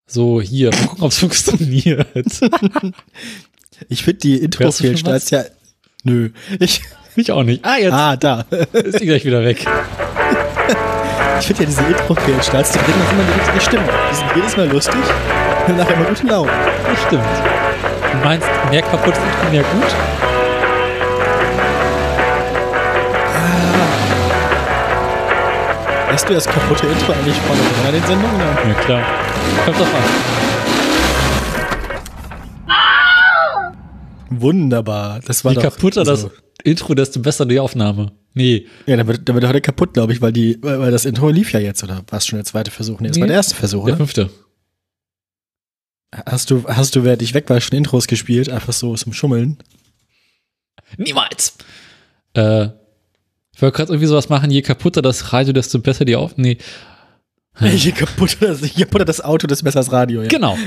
So, hier, mal gucken, ob es funktioniert. Ich finde die Intro-Fehlstarts ja. Nö. Ich auch nicht. Jetzt. Da. Ist die gleich wieder weg. Ich finde ja diese Intro-Fehlstarts, die bringen auch immer die richtige Stimmung. Die sind jedes Mal lustig und nachher immer gute Laune. Das stimmt. Du meinst, mehr kaputt ist mehr gut? Hast du das kaputte Intro eigentlich vorne drin an den Sendungen? Ja, klar. Kommt doch an. Wunderbar. Das war Je kaputter das Intro, desto besser die Aufnahme. Nee. Ja, dann wird heute kaputt, glaube ich, weil das Intro lief ja jetzt, oder war es schon der zweite Versuch? Nee, das war der erste Versuch, oder? Der 5. Hast du, während ich weg war, schon Intros gespielt? Einfach so zum Schummeln? Niemals! Ich wollte gerade irgendwie sowas machen, je kaputter das Radio, desto besser die Nee. Je kaputter das Auto, desto besser das Radio, ja. Genau.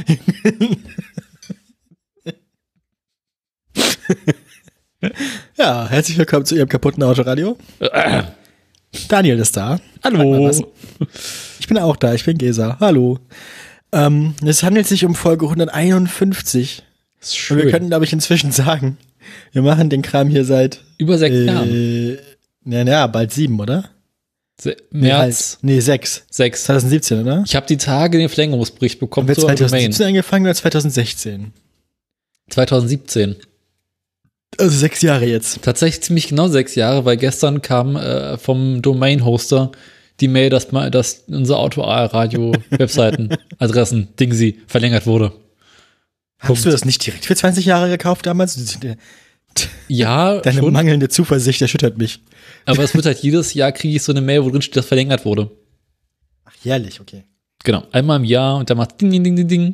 Ja, herzlich willkommen zu Ihrem kaputten Autoradio. Daniel ist da. Hallo. Ich bin auch da, ich bin Gesa. Hallo. Es handelt sich um Folge 151. Das ist schön. Und wir können, glaube ich, inzwischen sagen, wir machen den Kram hier seit über 6 Jahren. Ja, bald 7, oder? März. 6. 2017, oder? Ich habe die Tage den Verlängerungsbericht bekommen. Haben wir 2017 angefangen oder 2016? 2017. Also 6 Jahre jetzt. Tatsächlich ziemlich genau 6 Jahre, weil gestern kam vom Domain-Hoster die Mail, dass unsere Auto-Radio-Webseiten-Adressen, Dingsy, verlängert wurde. Hast du das nicht direkt für 20 Jahre gekauft damals? Ja, deine schon. Mangelnde Zuversicht erschüttert mich. Aber es wird halt jedes Jahr kriege ich so eine Mail, wo drin steht, dass verlängert wurde. Ach, jährlich, okay. Genau, einmal im Jahr und dann macht Ding, Ding, Ding, Ding, Ding.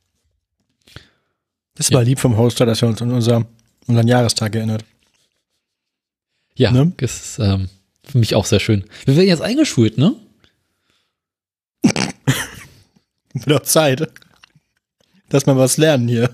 Das war lieb vom Hoster, dass er uns an unseren Jahrestag erinnert. Ja, ne? Das ist für mich auch sehr schön. Wir werden jetzt eingeschult, ne? Wird auch Zeit, dass wir was lernen hier.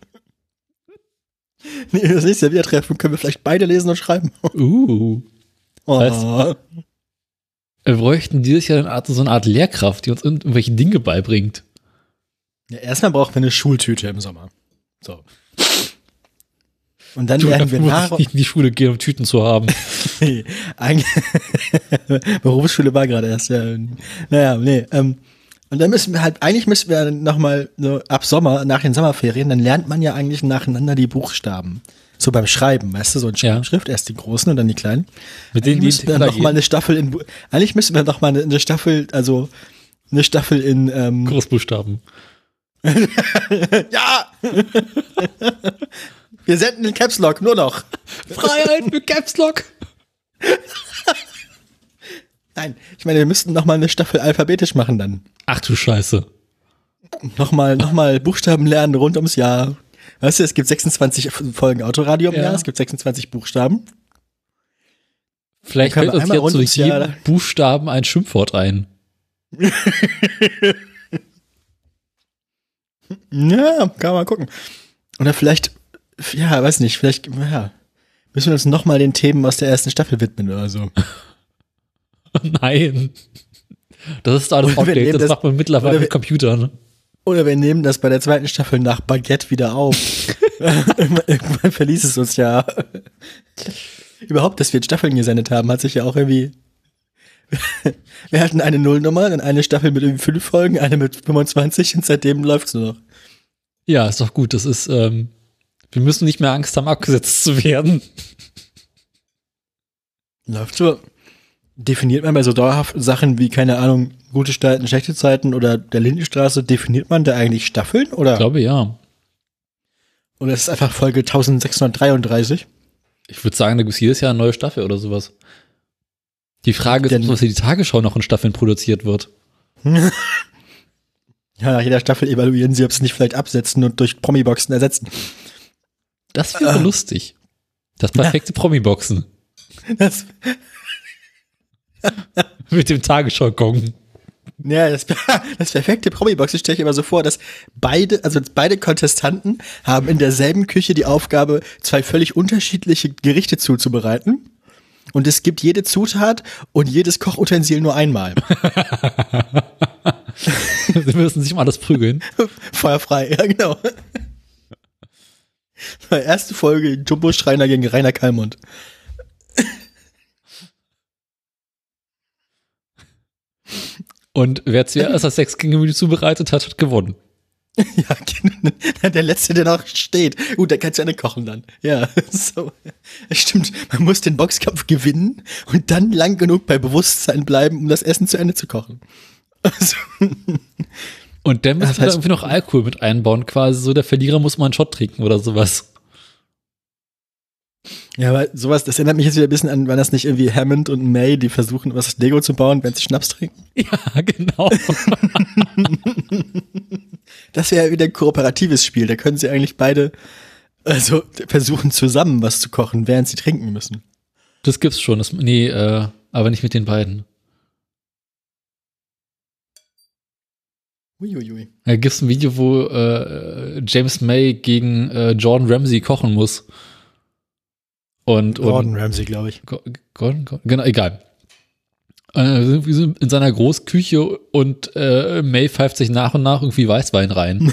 Das nächste Jahr wieder treffen, können wir vielleicht beide lesen und schreiben. Das heißt, wir bräuchten dieses Jahr so eine Art Lehrkraft, die uns irgendwelche Dinge beibringt. Ja, erstmal brauchen wir eine Schultüte im Sommer. So. Und dann lernen wir muss ich nicht in die Schule gehen, um Tüten zu haben. Nee, Berufsschule war gerade erst, ja. Naja, nee. Und dann müssen wir nochmal so ab Sommer, nach den Sommerferien, dann lernt man ja eigentlich nacheinander die Buchstaben. So beim Schreiben, weißt du, so in Schreibschrift, erst die großen und dann die kleinen. Mit denen müssen wir noch mal eine Staffel eigentlich müssen wir noch mal eine Staffel in Großbuchstaben. Ja! Wir senden den Caps Lock, nur noch. Freiheit für Caps Lock! Nein, ich meine, wir müssten noch mal eine Staffel alphabetisch machen dann. Ach du Scheiße. Noch mal Buchstaben lernen rund ums Jahr. Weißt du, es gibt 26 Folgen Autoradio im Jahr, es gibt 26 Buchstaben. Vielleicht fällt uns jetzt zu jedem Buchstaben ein Schimpfwort ein. Ja, kann man gucken. Oder vielleicht, ja, weiß nicht, müssen wir uns noch mal den Themen aus der ersten Staffel widmen oder so. Nein. Das ist alles outdated, das macht man mittlerweile mit Computern. Oder wir nehmen das bei der zweiten Staffel nach Baguette wieder auf. Irgendwann verließ es uns ja. Überhaupt, dass wir Staffeln gesendet haben, hat sich ja auch irgendwie. Wir hatten eine Nullnummer, dann eine Staffel mit irgendwie 5 Folgen, eine mit 25 und seitdem läuft's nur noch. Ja, ist doch gut. Das ist, wir müssen nicht mehr Angst haben, abgesetzt zu werden. Läuft so. Definiert man bei so dauerhaften Sachen wie, keine Ahnung, gute Zeiten, schlechte Zeiten oder der Lindenstraße, definiert man da eigentlich Staffeln? Oder? Ich glaube, ja. Oder ist es einfach Folge 1633? Ich würde sagen, da gibt es jedes Jahr eine neue Staffel oder sowas. Die Frage ist, ob die Tagesschau noch in Staffeln produziert wird. Ja, nach jeder Staffel evaluieren sie, ob sie nicht vielleicht absetzen und durch Promi-Boxen ersetzen. Das wäre lustig. Das perfekte Promi-Boxen. Mit dem Tagesschau-Gong. Ja, das perfekte Promi-Boxen stelle ich immer so vor, dass beide Kontestanten haben in derselben Küche die Aufgabe, 2 völlig unterschiedliche Gerichte zuzubereiten. Und es gibt jede Zutat und jedes Kochutensil nur einmal. Sie müssen sich um alles prügeln. Feuerfrei, ja genau. Erste Folge Jumbo Schreiner gegen Rainer Kallmund. Und wer zuerst das Sechs-Gänge-Menü zubereitet hat, hat gewonnen. Ja, der Letzte, der noch steht. Gut, der kann zu Ende kochen dann. Ja, so. Stimmt, man muss den Boxkampf gewinnen und dann lang genug bei Bewusstsein bleiben, um das Essen zu Ende zu kochen. Also. Und dann müssen wir da irgendwie noch Alkohol mit einbauen, quasi so, der Verlierer muss mal einen Shot trinken oder sowas. Ja, aber sowas, das erinnert mich jetzt wieder ein bisschen an, waren das nicht irgendwie Hammond und May, die versuchen, was Lego zu bauen, wenn sie Schnaps trinken? Ja, genau. Das wäre ja wieder ein kooperatives Spiel, da können sie eigentlich beide versuchen zusammen was zu kochen, während sie trinken müssen. Das gibt's schon, aber nicht mit den beiden. Uiuiui. Da gibt's ein Video, wo James May gegen Gordon Ramsay kochen muss. Gordon Ramsay, glaube ich. Gordon, genau, egal. Wir sind in seiner Großküche und May pfeift sich nach und nach irgendwie Weißwein rein.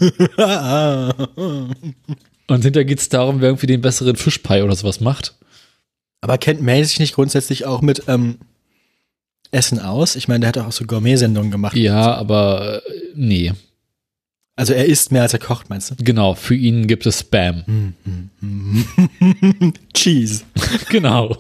Und hinterher geht's darum, wer irgendwie den besseren Fischpie oder sowas macht. Aber kennt May sich nicht grundsätzlich auch mit Essen aus? Ich meine, der hat auch so Gourmet-Sendungen gemacht. Ja, aber nee. Also er isst mehr, als er kocht, meinst du? Genau, für ihn gibt es Spam. Cheese. Genau.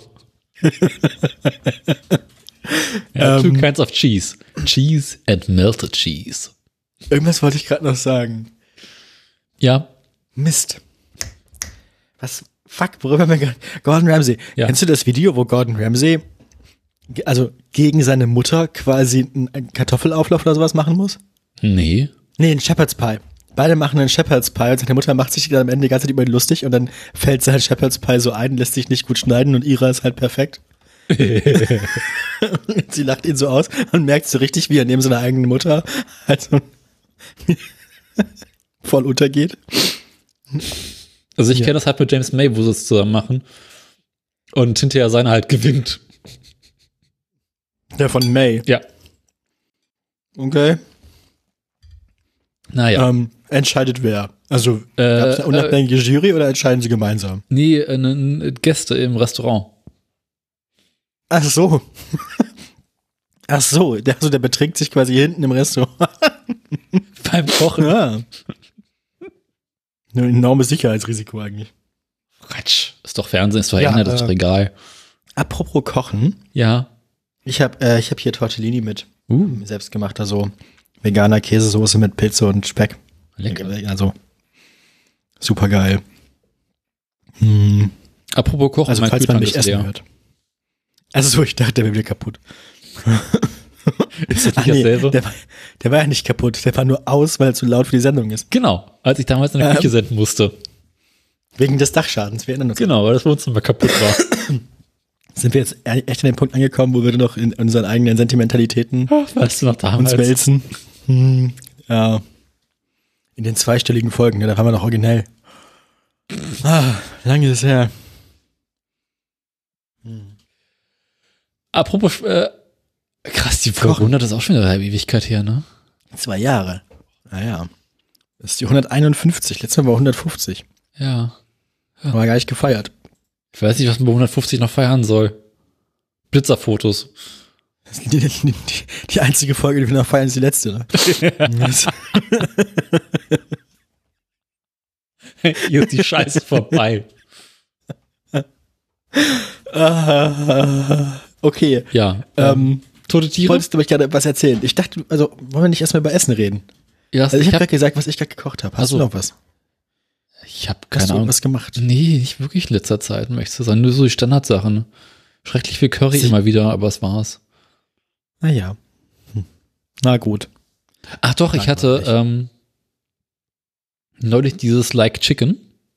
Ja, two kinds of cheese. Cheese and melted cheese. Irgendwas wollte ich gerade noch sagen. Ja. Mist. Was? Fuck, worüber haben wir gerade? Gordon Ramsay. Ja. Kennst du das Video, wo Gordon Ramsay gegen seine Mutter quasi einen Kartoffelauflauf oder sowas machen muss? Nee. Nee, ein Shepherd's Pie. Beide machen einen Shepherd's Pie und seine Mutter macht sich dann am Ende die ganze Zeit über ihn lustig und dann fällt sein Shepherd's Pie so ein, lässt sich nicht gut schneiden und ihrer ist halt perfekt. Sie lacht ihn so aus und merkt so richtig, wie er neben seiner eigenen Mutter halt so voll untergeht. Also ich kenne das halt mit James May, wo sie es zusammen machen und hinterher seiner halt gewinnt. Der von May? Ja. Okay. Naja. Entscheidet wer? Also gab es eine unabhängige Jury oder entscheiden sie gemeinsam? Nee, Gäste im Restaurant. Ach so. Ach so, der betrinkt sich quasi hinten im Restaurant. Beim Kochen. Ja. Ein enormes Sicherheitsrisiko eigentlich. Quatsch. Ist doch Fernsehen, ist doch Internet, ist doch egal. Apropos Kochen. Ja. Ich hab hier Tortellini mit. Selbstgemachter so veganer Käsesoße mit Pilze und Speck. Lecker. Also super geil. Apropos Kochen, Also mein falls man Kühlschrank mich ist essen leer. hört. Also so, ich dachte, der wäre wieder kaputt. Ist das nicht dasselbe? Der war ja nicht kaputt, der war nur aus, weil er zu laut für die Sendung ist. Genau, als ich damals in der Küche senden musste. Wegen des Dachschadens, wir erinnern uns. Genau, weil das Wohnzimmer kaputt war. Sind wir jetzt echt an den Punkt angekommen, wo wir noch in unseren eigenen Sentimentalitäten Weißt du noch damals? uns wälzen? Ja. In den zweistelligen Folgen, ja, da waren wir noch originell. Lange ist es her. Apropos, krass, die Folge 100 ist auch schon eine Ewigkeit her, ne? 2 Jahre. Naja. Das ist die 151, letztes Mal war 150. Ja. Haben wir gar nicht gefeiert. Ich weiß nicht, was man bei 150 noch feiern soll. Blitzerfotos. Die einzige Folge, die wir noch feiern, ist die letzte, ne? Hier ist die Scheiße vorbei. Okay. Ja. Tote Tiere? Wolltest du mich gerade was erzählen? Ich dachte, also, wollen wir nicht erstmal über Essen reden? Ja, also ich habe gerade gesagt, was ich gerade gekocht habe. Hast du noch was? Ich habe keine Ahnung. Was gemacht? Nee, nicht wirklich in letzter Zeit, möchtest du sagen. Nur so die Standardsachen. Schrecklich viel Curry immer wieder, aber es war's. Naja. Na gut. Ach doch, ich hatte neulich dieses Like Chicken.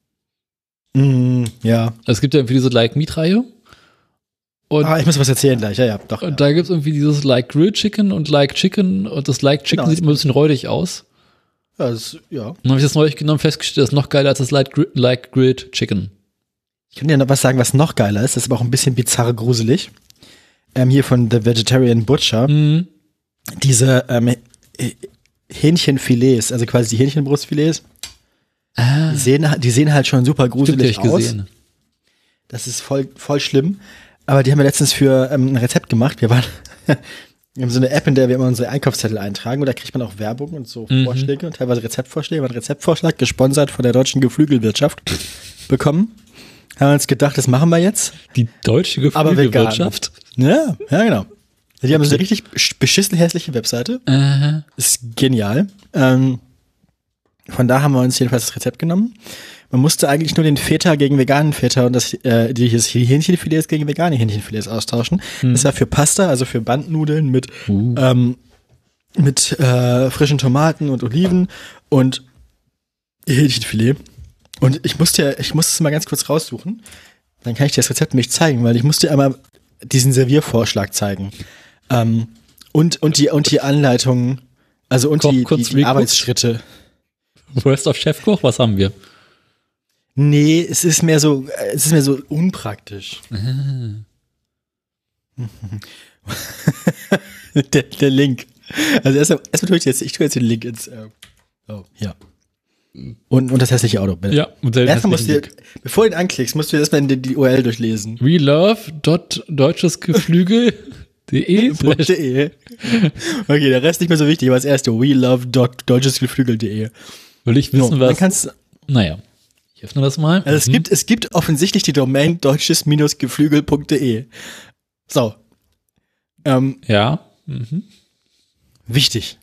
Ja. Es gibt ja irgendwie diese Like Meat-Reihe. Ich muss was erzählen gleich, ja, doch. Und da gibt's irgendwie dieses Like Grilled Chicken und Like Chicken und das Like Chicken sieht immer ein bisschen räudig aus. Ja, Dann habe ich das neulich genommen, festgestellt, das ist noch geiler als das Like Grilled Chicken. Ich kann dir noch was sagen, was noch geiler ist. Das ist aber auch ein bisschen bizarr gruselig. Hier von The Vegetarian Butcher. Diese Hähnchenfilets, also quasi die Hähnchenbrustfilets. Die sehen halt schon super gruselig aus. Gesehen. Das ist voll schlimm. Aber die haben wir letztens für ein Rezept gemacht. Wir haben so eine App, in der wir immer unsere Einkaufszettel eintragen und da kriegt man auch Werbung und so Vorschläge und teilweise Rezeptvorschläge. Wir haben einen Rezeptvorschlag gesponsert von der deutschen Geflügelwirtschaft bekommen. Haben wir uns gedacht, das machen wir jetzt. Die deutsche Geflügelwirtschaft? Ja, genau. Die haben so eine richtig beschissen hässliche Webseite. Ist genial. Von da haben wir uns jedenfalls das Rezept genommen. Man musste eigentlich nur den Feta gegen veganen Feta und die Hähnchenfilets gegen vegane Hähnchenfilets austauschen. Das war für Pasta, also für Bandnudeln mit frischen Tomaten und Oliven und Hähnchenfilet. Und ich musste es mal ganz kurz raussuchen. Dann kann ich dir das Rezept nämlich zeigen, weil ich musste einmal diesen Serviervorschlag zeigen. Und die Anleitungen, also und die Arbeitsschritte. Worst of Chefkoch, was haben wir? Nee, es ist mehr so unpraktisch. der Link. Also erstmal tue ich jetzt den Link ins ja. Und das hässliche Auto. Ja, und erstmal musst du, bevor du ihn anklickst, musst du erstmal die URL durchlesen. welove.deutschesgeflügel.de Okay, der Rest nicht mehr so wichtig, aber das erste welove.deutschesgeflügel.de. Will ich wissen, was... Naja, ich öffne das mal. Also es gibt offensichtlich die Domain deutsches-geflügel.de. So. Ja. Wichtig.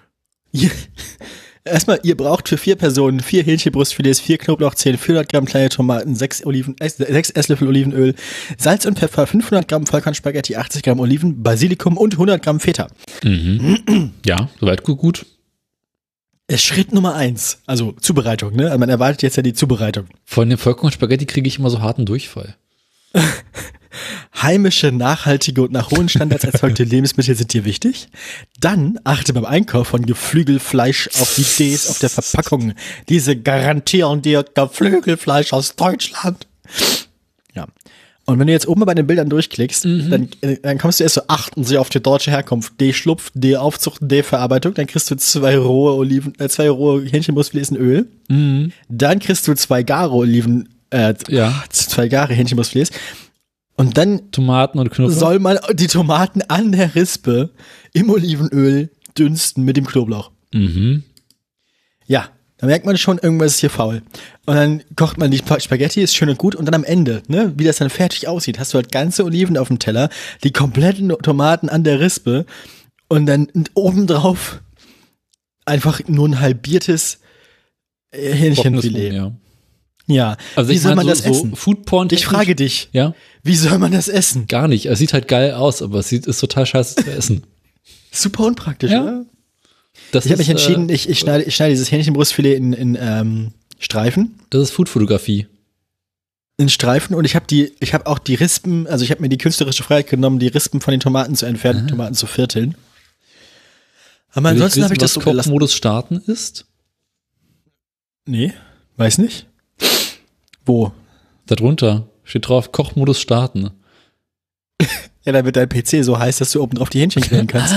Erstmal, ihr braucht für 4 Personen 4 Hähnchenbrustfilets, 4 Knoblauchzehen, 400 Gramm kleine Tomaten, 6 Esslöffel Olivenöl, Salz und Pfeffer, 500 Gramm Vollkornspaghetti, 80 Gramm Oliven, Basilikum und 100 Gramm Feta. Ja, soweit gut. Schritt Nummer 1, also Zubereitung, ne? Also man erwartet jetzt ja die Zubereitung. Von dem Vollkornspaghetti kriege ich immer so harten Durchfall. Heimische, nachhaltige und nach hohen Standards erzeugte Lebensmittel sind dir wichtig. Dann achte beim Einkauf von Geflügelfleisch auf die Ds auf der Verpackung. Diese garantieren dir Geflügelfleisch aus Deutschland. Ja. Und wenn du jetzt oben bei den Bildern durchklickst, dann kommst du erst so, achten Sie auf die deutsche Herkunft. D-Schlupf, D-Aufzucht, D-Verarbeitung. Dann kriegst du 2 rohe Hähnchenbrustfilets in Öl. Dann kriegst du 2 gare Oliven, 2 gare Hähnchenbrustfilets. Und dann Tomaten und Knoblauch. Soll man die Tomaten an der Rispe im Olivenöl dünsten mit dem Knoblauch. Ja, da merkt man schon, irgendwas ist hier faul. Und dann kocht man die Spaghetti, ist schön und gut. Und dann am Ende, ne, wie das dann fertig aussieht, hast du halt ganze Oliven auf dem Teller, die kompletten Tomaten an der Rispe und dann obendrauf einfach nur ein halbiertes Hähnchenfilet. Ja, also wie soll man das essen? Foodporn. Ich frage dich, ja? Wie soll man das essen? Gar nicht. Es sieht halt geil aus, aber es ist total scheiße zu essen. Super unpraktisch, ja. Oder? Ich habe mich entschieden, ich schneide dieses Hähnchenbrustfilet in Streifen. Das ist Foodfotografie. In Streifen und ich habe auch die Rispen, also ich habe mir die künstlerische Freiheit genommen, die Rispen von den Tomaten zu entfernen, Tomaten zu vierteln. Aber ansonsten habe ich das so gelassen. Kochmodus starten ist? Nee, weiß nicht. Wo? Darunter steht drauf, Kochmodus starten. Ja, dann wird dein PC so heiß, dass du oben drauf die Hähnchen grillen kannst.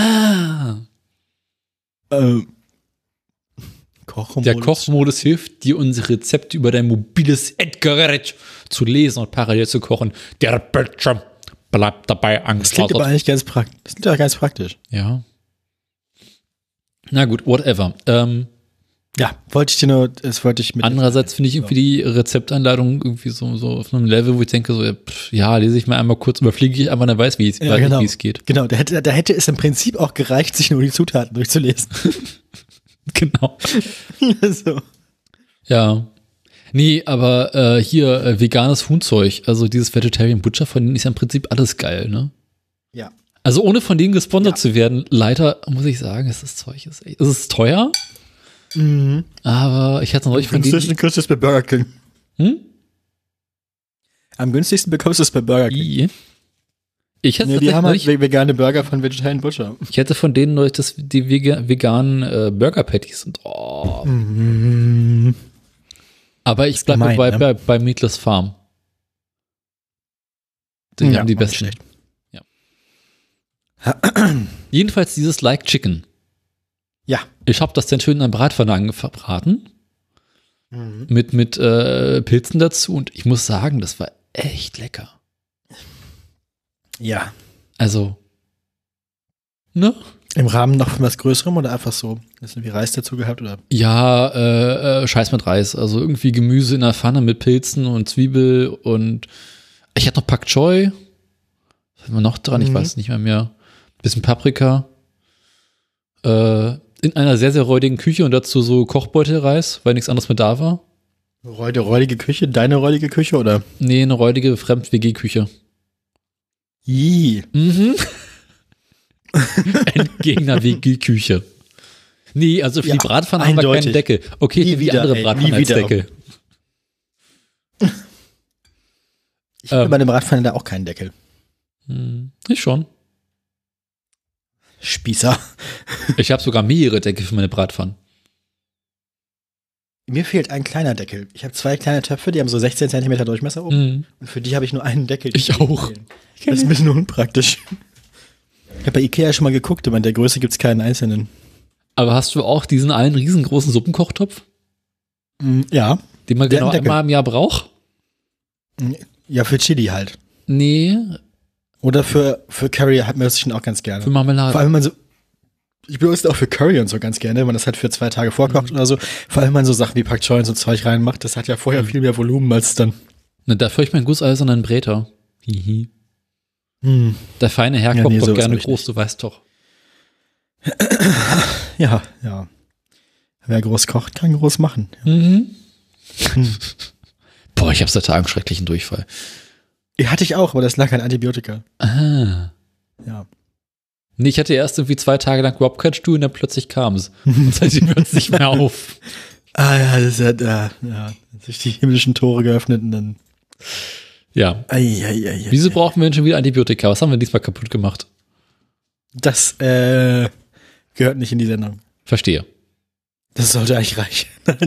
Kochmodus. Der Kochmodus hilft dir, unsere Rezepte über dein mobiles Endgerät zu lesen und parallel zu kochen. Der Bildschirm bleibt dabei angeschlossen. Das klingt aber eigentlich ganz praktisch. Das klingt ja ganz praktisch. Ja. Na gut, whatever. Ja, wollte ich mit. Andererseits finde ich irgendwie die Rezeptanleitung irgendwie so auf einem Level, wo ich denke so, ja, lese ich mal einmal kurz, überfliege ich einfach, dann weiß, wie es geht. Genau, da hätte es im Prinzip auch gereicht, sich nur die Zutaten durchzulesen. Genau. So. Ja. Nee, aber hier veganes Huhnzeug, also dieses Vegetarian Butcher, von denen ist ja im Prinzip alles geil, ne? Ja. Also ohne von denen gesponsert zu werden, leider muss ich sagen, es ist teuer. Aber ich hatte noch nicht von denen. Am günstigsten kriegst du es bei Burger King. Am günstigsten bekommst du es bei Burger King. Die haben halt vegane Burger von Vegetarian Butcher. Ich hätte von denen neulich die veganen Burger Patties sind. Oh. Aber ich bleibe bei Meatless Farm. Die haben die besten. Ja. Jedenfalls dieses Like Chicken. Ja. Ich habe das dann schön in der Bratpfanne angebraten. Mit Pilzen dazu. Und ich muss sagen, das war echt lecker. Ja. Also, ne? Im Rahmen noch von was Größerem oder einfach so? Hast du irgendwie Reis dazu gehabt, oder? Ja, Scheiß mit Reis. Also irgendwie Gemüse in der Pfanne mit Pilzen und Zwiebel und ich hatte noch Pak Choi. Was haben wir noch dran? Ich weiß es nicht mehr. Bisschen Paprika. In einer sehr, sehr räudigen Küche und dazu so Kochbeutelreis, weil nichts anderes mehr da war. Räudige Küche? Deine räudige Küche, oder? Nee, eine räudige Fremd-WG-Küche. Ih. Mhm. Entgegner WG-Küche. Nee, also für die Bratpfanne haben wir keinen Deckel. Okay, nie die wieder, andere Bratpfanne als Deckel. Ich habe bei dem Bratpfanne da auch keinen Deckel. Ich schon. Spießer. Ich habe sogar mehrere Deckel für meine Bratpfannen. Mir fehlt ein kleiner Deckel. Ich habe 2 kleine Töpfe, die haben so 16 Zentimeter Durchmesser oben. Und für die habe ich nur einen Deckel. Ich auch. Das ist ein bisschen unpraktisch. Ich habe bei Ikea schon mal geguckt, aber in der Größe gibt es keinen einzelnen. Aber hast du auch diesen einen riesengroßen Suppenkochtopf? Ja. Den man genau einmal im Jahr braucht? Ja, für Chili halt. Nee. Oder für Curry hat man das schon auch ganz gerne. Für Marmelade. Vor allem, wenn man so, ich benutze auch für Curry und so ganz gerne, wenn man das halt für 2 Tage vorkocht oder so. Vor allem, wenn man so Sachen wie Pak Choi und so Zeug reinmacht, das hat ja vorher viel mehr Volumen als dann. Na, dafür habe ich meinen gusseisernen Bräter. Hihi. Der feine Herr kocht doch gerne groß, du weißt doch. Ja. Wer groß kocht, kann groß machen. Boah, ich habe seit Tagen schrecklichen Durchfall. Hatte ich auch, aber das lag an Antibiotika. Ah. Ja. Nee, ich hatte erst irgendwie 2 Tage lang überhaupt keinen Stuhl und dann plötzlich kam es. Und seitdem hört es nicht mehr auf. Ja, das hat, sich die himmlischen Tore geöffnet und dann. Ja. Wieso brauchen wir denn schon wieder Antibiotika? Was haben wir diesmal kaputt gemacht? Das gehört nicht in die Sendung. Verstehe. Das sollte eigentlich reichen.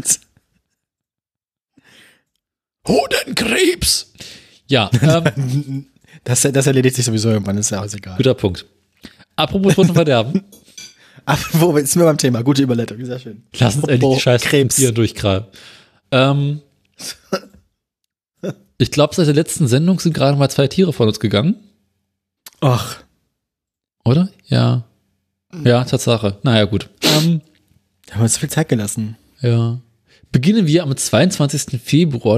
Hodenkrebs! Ja, das erledigt sich sowieso irgendwann, ist ja auch egal. Guter Punkt. Apropos Tod und Verderben. Wo sind wir beim Thema? Gute Überleitung, sehr schön. Lass uns endlich die scheiß Tiere durchgraben. Ich glaube, seit der letzten Sendung sind gerade mal 2 Tiere von uns gegangen. Ach. Oder? Ja. Ja, Tatsache. Naja, gut. Haben wir uns so viel Zeit gelassen. Ja. Beginnen wir am 22. Februar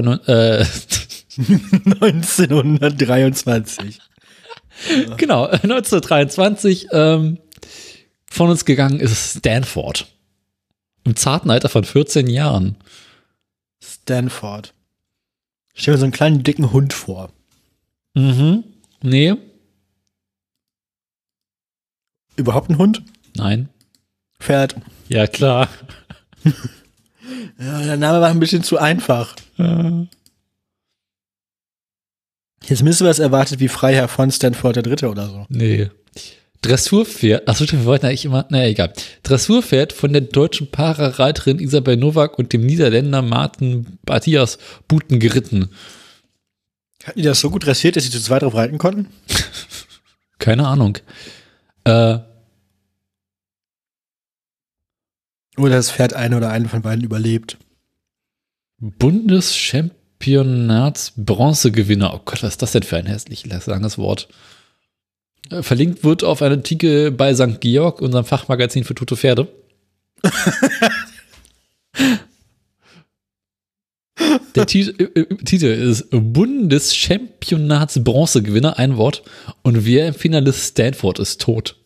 1923. Genau, 1923 von uns gegangen ist Stanford. Im zarten Alter von 14 Jahren. Stanford. Stell mir so einen kleinen, dicken Hund vor. Nee. Überhaupt ein Hund? Nein. Pferd. Ja, klar. Ja, der Name war ein bisschen zu einfach. Jetzt müssen wir es erwartet wie Freiherr von Stanford der Dritte oder so. Nee. Dressurpferd, achso, wir wollten eigentlich immer, naja, egal. Dressurpferd von der deutschen Parareiterin Isabel Nowak und dem Niederländer Martin Matthias Buten geritten. Hatten die das so gut dressiert, dass sie zu zweit drauf reiten konnten? Keine Ahnung. Oder das Pferd eine oder einen von beiden überlebt. Bundeschampionats-Bronzegewinner. Oh Gott, was ist das denn für ein hässlich langes Wort? Verlinkt wird auf einen Artikel bei St. Georg, unserem Fachmagazin für tote Pferde. Der Titel ist Bundeschampionats-Bronzegewinner, ein Wort. Und wer im Finalist Stanford ist tot.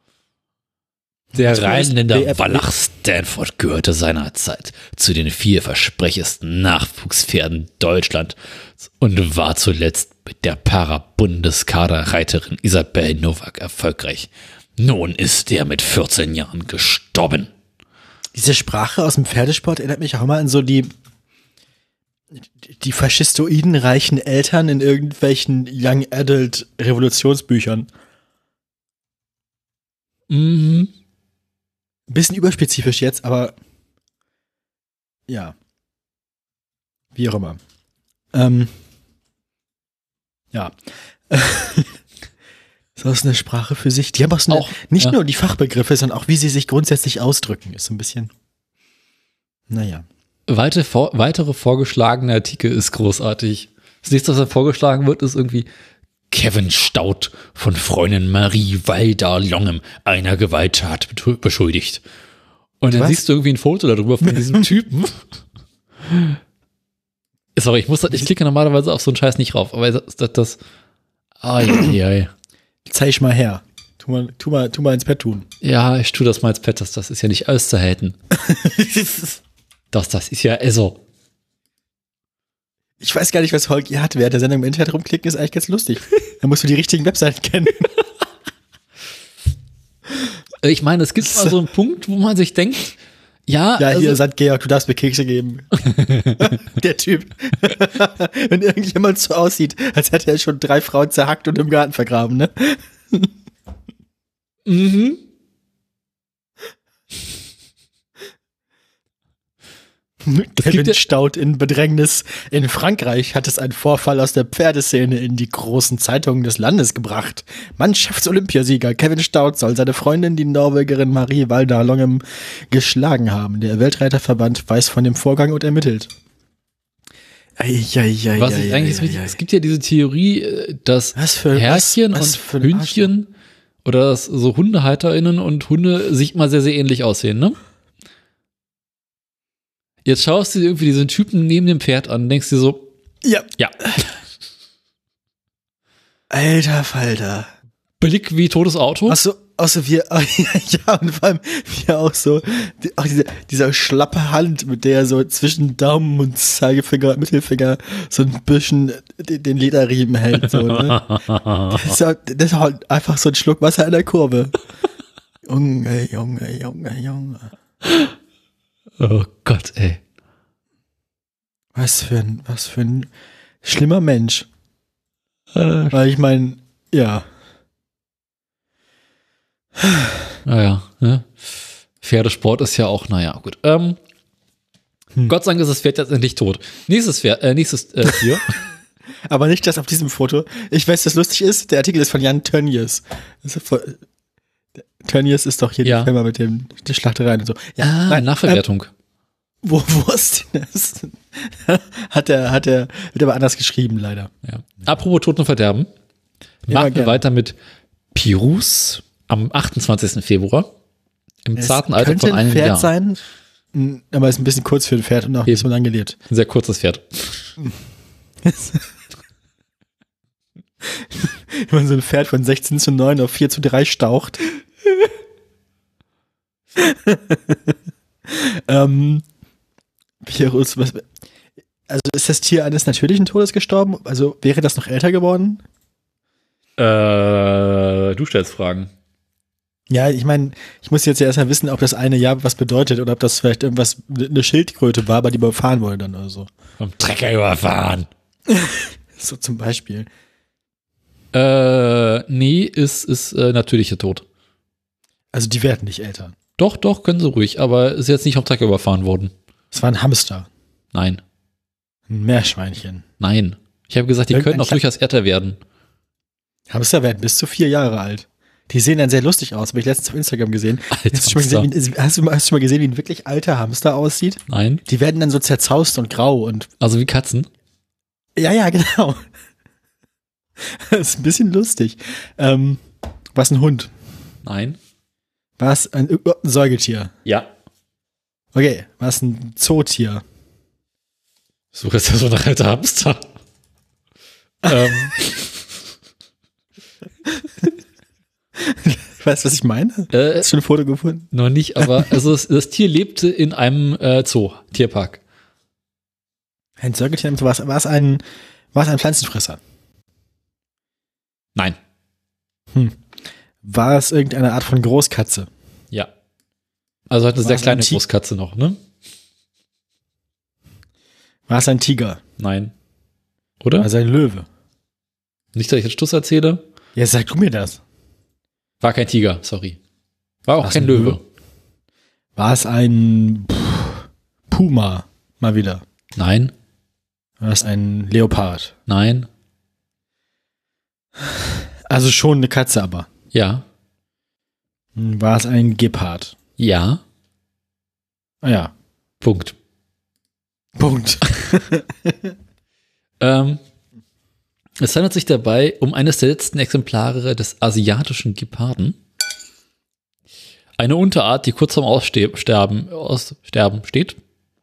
Der Rheinländer Wallach Stanford gehörte seinerzeit zu den 4 versprechendsten Nachwuchspferden Deutschland und war zuletzt mit der Para-Bundeskaderreiterin Isabel Nowak erfolgreich. Nun ist er mit 14 Jahren gestorben. Diese Sprache aus dem Pferdesport erinnert mich auch immer an so die faschistoiden reichen Eltern in irgendwelchen Young Adult Revolutionsbüchern. Bisschen überspezifisch jetzt, aber ja. Wie auch immer. Ja. So ist eine Sprache für sich. Die haben auch, nicht nur die Fachbegriffe, sondern auch, wie sie sich grundsätzlich ausdrücken. Ist so ein bisschen, naja. Weitere vorgeschlagene Artikel ist großartig. Das nächste, was dann vorgeschlagen wird, ist irgendwie Kevin Stout von Freundin Marie Walder-Longem einer Gewalttat beschuldigt. Und dann siehst du irgendwie ein Foto darüber von diesem Typen. Sorry, ich klicke normalerweise auf so einen Scheiß nicht rauf, aber das Zeig mal her. Tu mal ins Pad tun. Ja, ich tu das mal ins Pad, das ist ja nicht auszuhalten. Das ist ja also. Ich weiß gar nicht, was Holgi hat. Während der Sendung im Internet rumklicken, ist eigentlich ganz lustig. Da musst du die richtigen Webseiten kennen. Ich meine, es gibt mal so einen Punkt, wo man sich denkt, ja, hier, St. Georg, du darfst mir Kekse geben. Der Typ. Wenn irgendjemand so aussieht, als hätte er schon 3 Frauen zerhackt und im Garten vergraben, ne? Mhm. Kevin Stout in Bedrängnis. In Frankreich hat es einen Vorfall aus der Pferdeszene in die großen Zeitungen des Landes gebracht. Mannschaftsolympiasieger Kevin Stout soll seine Freundin, die Norwegerin Marie Walder-Longem, geschlagen haben. Der Weltreiterverband weiß von dem Vorgang und ermittelt. Es gibt ja diese Theorie, dass Herrchen und Hündchen oder dass so HundehalterInnen und Hunde sich mal sehr, sehr ähnlich aussehen, ne? Jetzt schaust du dir irgendwie diesen Typen neben dem Pferd an und denkst dir so, ja. Alter Falter. Blick wie totes Auto. Außer wir, ja, und vor allem wir auch so, auch dieser schlappe Hand, mit der er so zwischen Daumen und Zeigefinger, Mittelfinger so ein bisschen den Lederriemen hält, so, ne? Das ist halt einfach so ein Schluck Wasser in der Kurve. Junge. Oh Gott, ey. Was für ein schlimmer Mensch. Weil ich meine, ja. Naja, ne? Pferdesport ist ja auch, naja, gut. Gott sei Dank ist das Pferd jetzt endlich tot. Nächstes Tier. Aber nicht das auf diesem Foto. Ich weiß, was lustig ist. Der Artikel ist von Jan Tönnies. Tönnies ist doch hier die Firma mit der Schlachterei und so. Ja, nein, Nachverwertung. Wo ist denn das? Wird aber anders geschrieben, leider. Ja. Apropos Tod und Verderben. Machen wir weiter mit Pirus am 28. Februar. Im zarten Alter von einem Jahr. Könnte ein Pferd sein, aber ist ein bisschen kurz für ein Pferd und auch nicht so lange gelebt. Ein sehr kurzes Pferd. Wenn man so ein Pferd von 16:9 auf 4:3 staucht. Pirus, also ist das Tier eines natürlichen Todes gestorben? Also wäre das noch älter geworden? Du stellst Fragen. Ja, ich meine, ich muss jetzt ja erstmal wissen, ob das eine Jahr was bedeutet oder ob das vielleicht irgendwas, eine Schildkröte war, aber die überfahren wurde dann oder so. Vom Trecker überfahren. So zum Beispiel. Nee, ist natürlicher Tod. Also die werden nicht älter. Doch, können sie ruhig, aber ist jetzt nicht vom Trecker überfahren worden. Es war ein Hamster. Nein. Ein Meerschweinchen. Nein. Ich habe gesagt, die können auch durchaus älter werden. Hamster werden bis zu 4 Jahre alt. Die sehen dann sehr lustig aus, habe ich letztens auf Instagram gesehen. Hast du schon mal gesehen, wie ein wirklich alter Hamster aussieht? Nein. Die werden dann so zerzaust und grau und. Also wie Katzen? Ja, genau. Das ist ein bisschen lustig. Was ein Hund? Nein. Was ein Säugetier? Ja. Okay, was ein Zootier? So ist ja so ein alter Hamster. Weißt du, was ich meine? Hast du schon ein Foto gefunden? Noch nicht, aber also das Tier lebte in einem Zoo, Tierpark. Ein Säugetier, war es ein Pflanzenfresser? Nein. War es irgendeine Art von Großkatze? Ja. Also hat eine sehr kleine Großkatze noch, ne? War es ein Tiger? Nein. Oder? War es ein Löwe? Nicht, dass ich jetzt Stuss erzähle. Ja, sag du mir das. War kein Tiger, sorry. War auch kein Löwe. War es ein Puma? Mal wieder. Nein. War es ein Leopard? Nein. Also schon eine Katze, aber. Ja. War es ein Gepard? Ja. Ah ja. Punkt. Es handelt sich dabei um eines der letzten Exemplare des asiatischen Geparden. Eine Unterart, die kurz vorm Aussterben steht.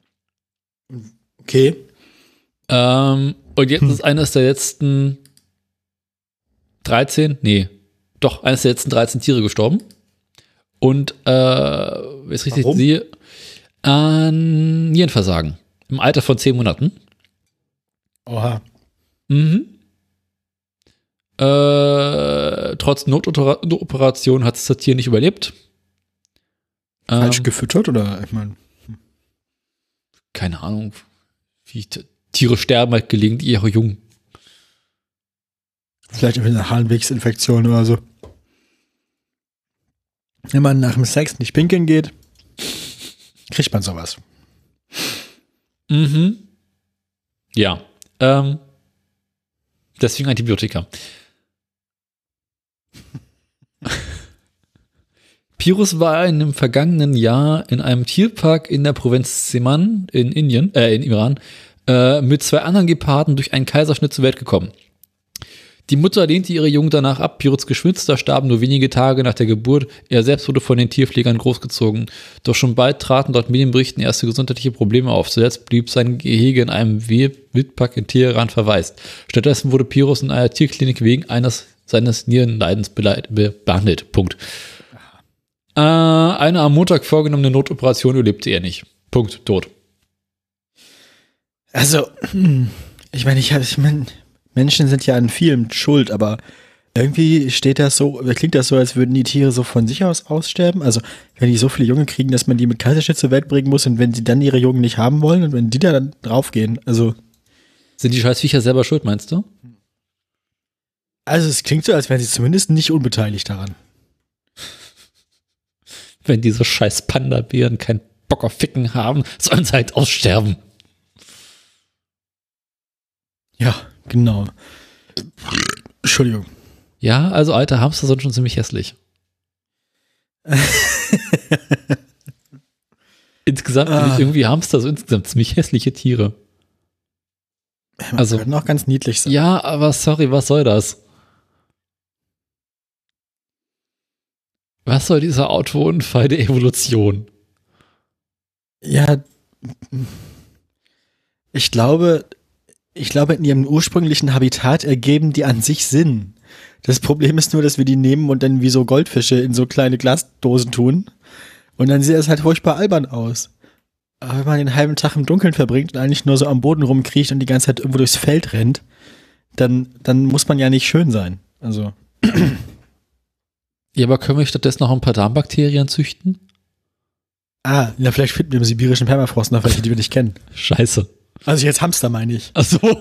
Okay. Und jetzt ist eines der letzten 13 Tiere gestorben. Und, wenn ich es richtig sehe, an Nierenversagen. Im Alter von 10 Monaten. Oha. Trotz Notoperation hat es das Tier nicht überlebt. Falsch gefüttert oder? Ich meine. Keine Ahnung. Wie Tiere sterben halt gelegentlich ihre Jungen. Vielleicht irgendwie eine Harnwegsinfektion oder so. Wenn man nach dem Sex nicht pinkeln geht, kriegt man sowas. Ja. Deswegen Antibiotika. Pirus war in dem vergangenen Jahr in einem Tierpark in der Provinz Seman in Iran, mit 2 anderen Geparden durch einen Kaiserschnitt zur Welt gekommen. Die Mutter lehnte ihre Jungen danach ab. Pirus Geschwister starben nur wenige Tage nach der Geburt. Er selbst wurde von den Tierpflegern großgezogen. Doch schon bald traten dort Medienberichten erste gesundheitliche Probleme auf. Zuletzt blieb sein Gehege in einem Wildpark in Teheran verwaist. Stattdessen wurde Pirus in einer Tierklinik wegen seines Nierenleidens behandelt. Punkt. Eine am Montag vorgenommene Notoperation überlebte er nicht. Punkt. Tot. Also, ich meine, Menschen sind ja an vielem schuld, aber irgendwie klingt das so, als würden die Tiere so von sich aus aussterben. Also, wenn die so viele Junge kriegen, dass man die mit Kaiserschnitt zur Welt bringen muss und wenn sie dann ihre Jungen nicht haben wollen und wenn die da dann draufgehen, also. Sind die Scheißviecher selber schuld, meinst du? Also, es klingt so, als wären sie zumindest nicht unbeteiligt daran. Wenn diese scheiß Panda-Bären keinen Bock auf Ficken haben, sollen sie halt aussterben. Ja, genau. Entschuldigung. Ja, also alte Hamster sind schon ziemlich hässlich. Insgesamt finde ich irgendwie Hamster so insgesamt ziemlich hässliche Tiere. Also können auch ganz niedlich sein. Ja, aber sorry, was soll das? Was soll dieser Autounfall der Evolution? Ja, ich glaube, in ihrem ursprünglichen Habitat ergeben die an sich Sinn. Das Problem ist nur, dass wir die nehmen und dann wie so Goldfische in so kleine Glasdosen tun. Und dann sieht das halt furchtbar albern aus. Aber wenn man den halben Tag im Dunkeln verbringt und eigentlich nur so am Boden rumkriecht und die ganze Zeit irgendwo durchs Feld rennt, dann muss man ja nicht schön sein. Also. Ja, aber können wir stattdessen noch ein paar Darmbakterien züchten? Ja, vielleicht finden wir im sibirischen Permafrost noch welche, die wir nicht kennen. Scheiße. Also jetzt Hamster, meine ich. Ach so.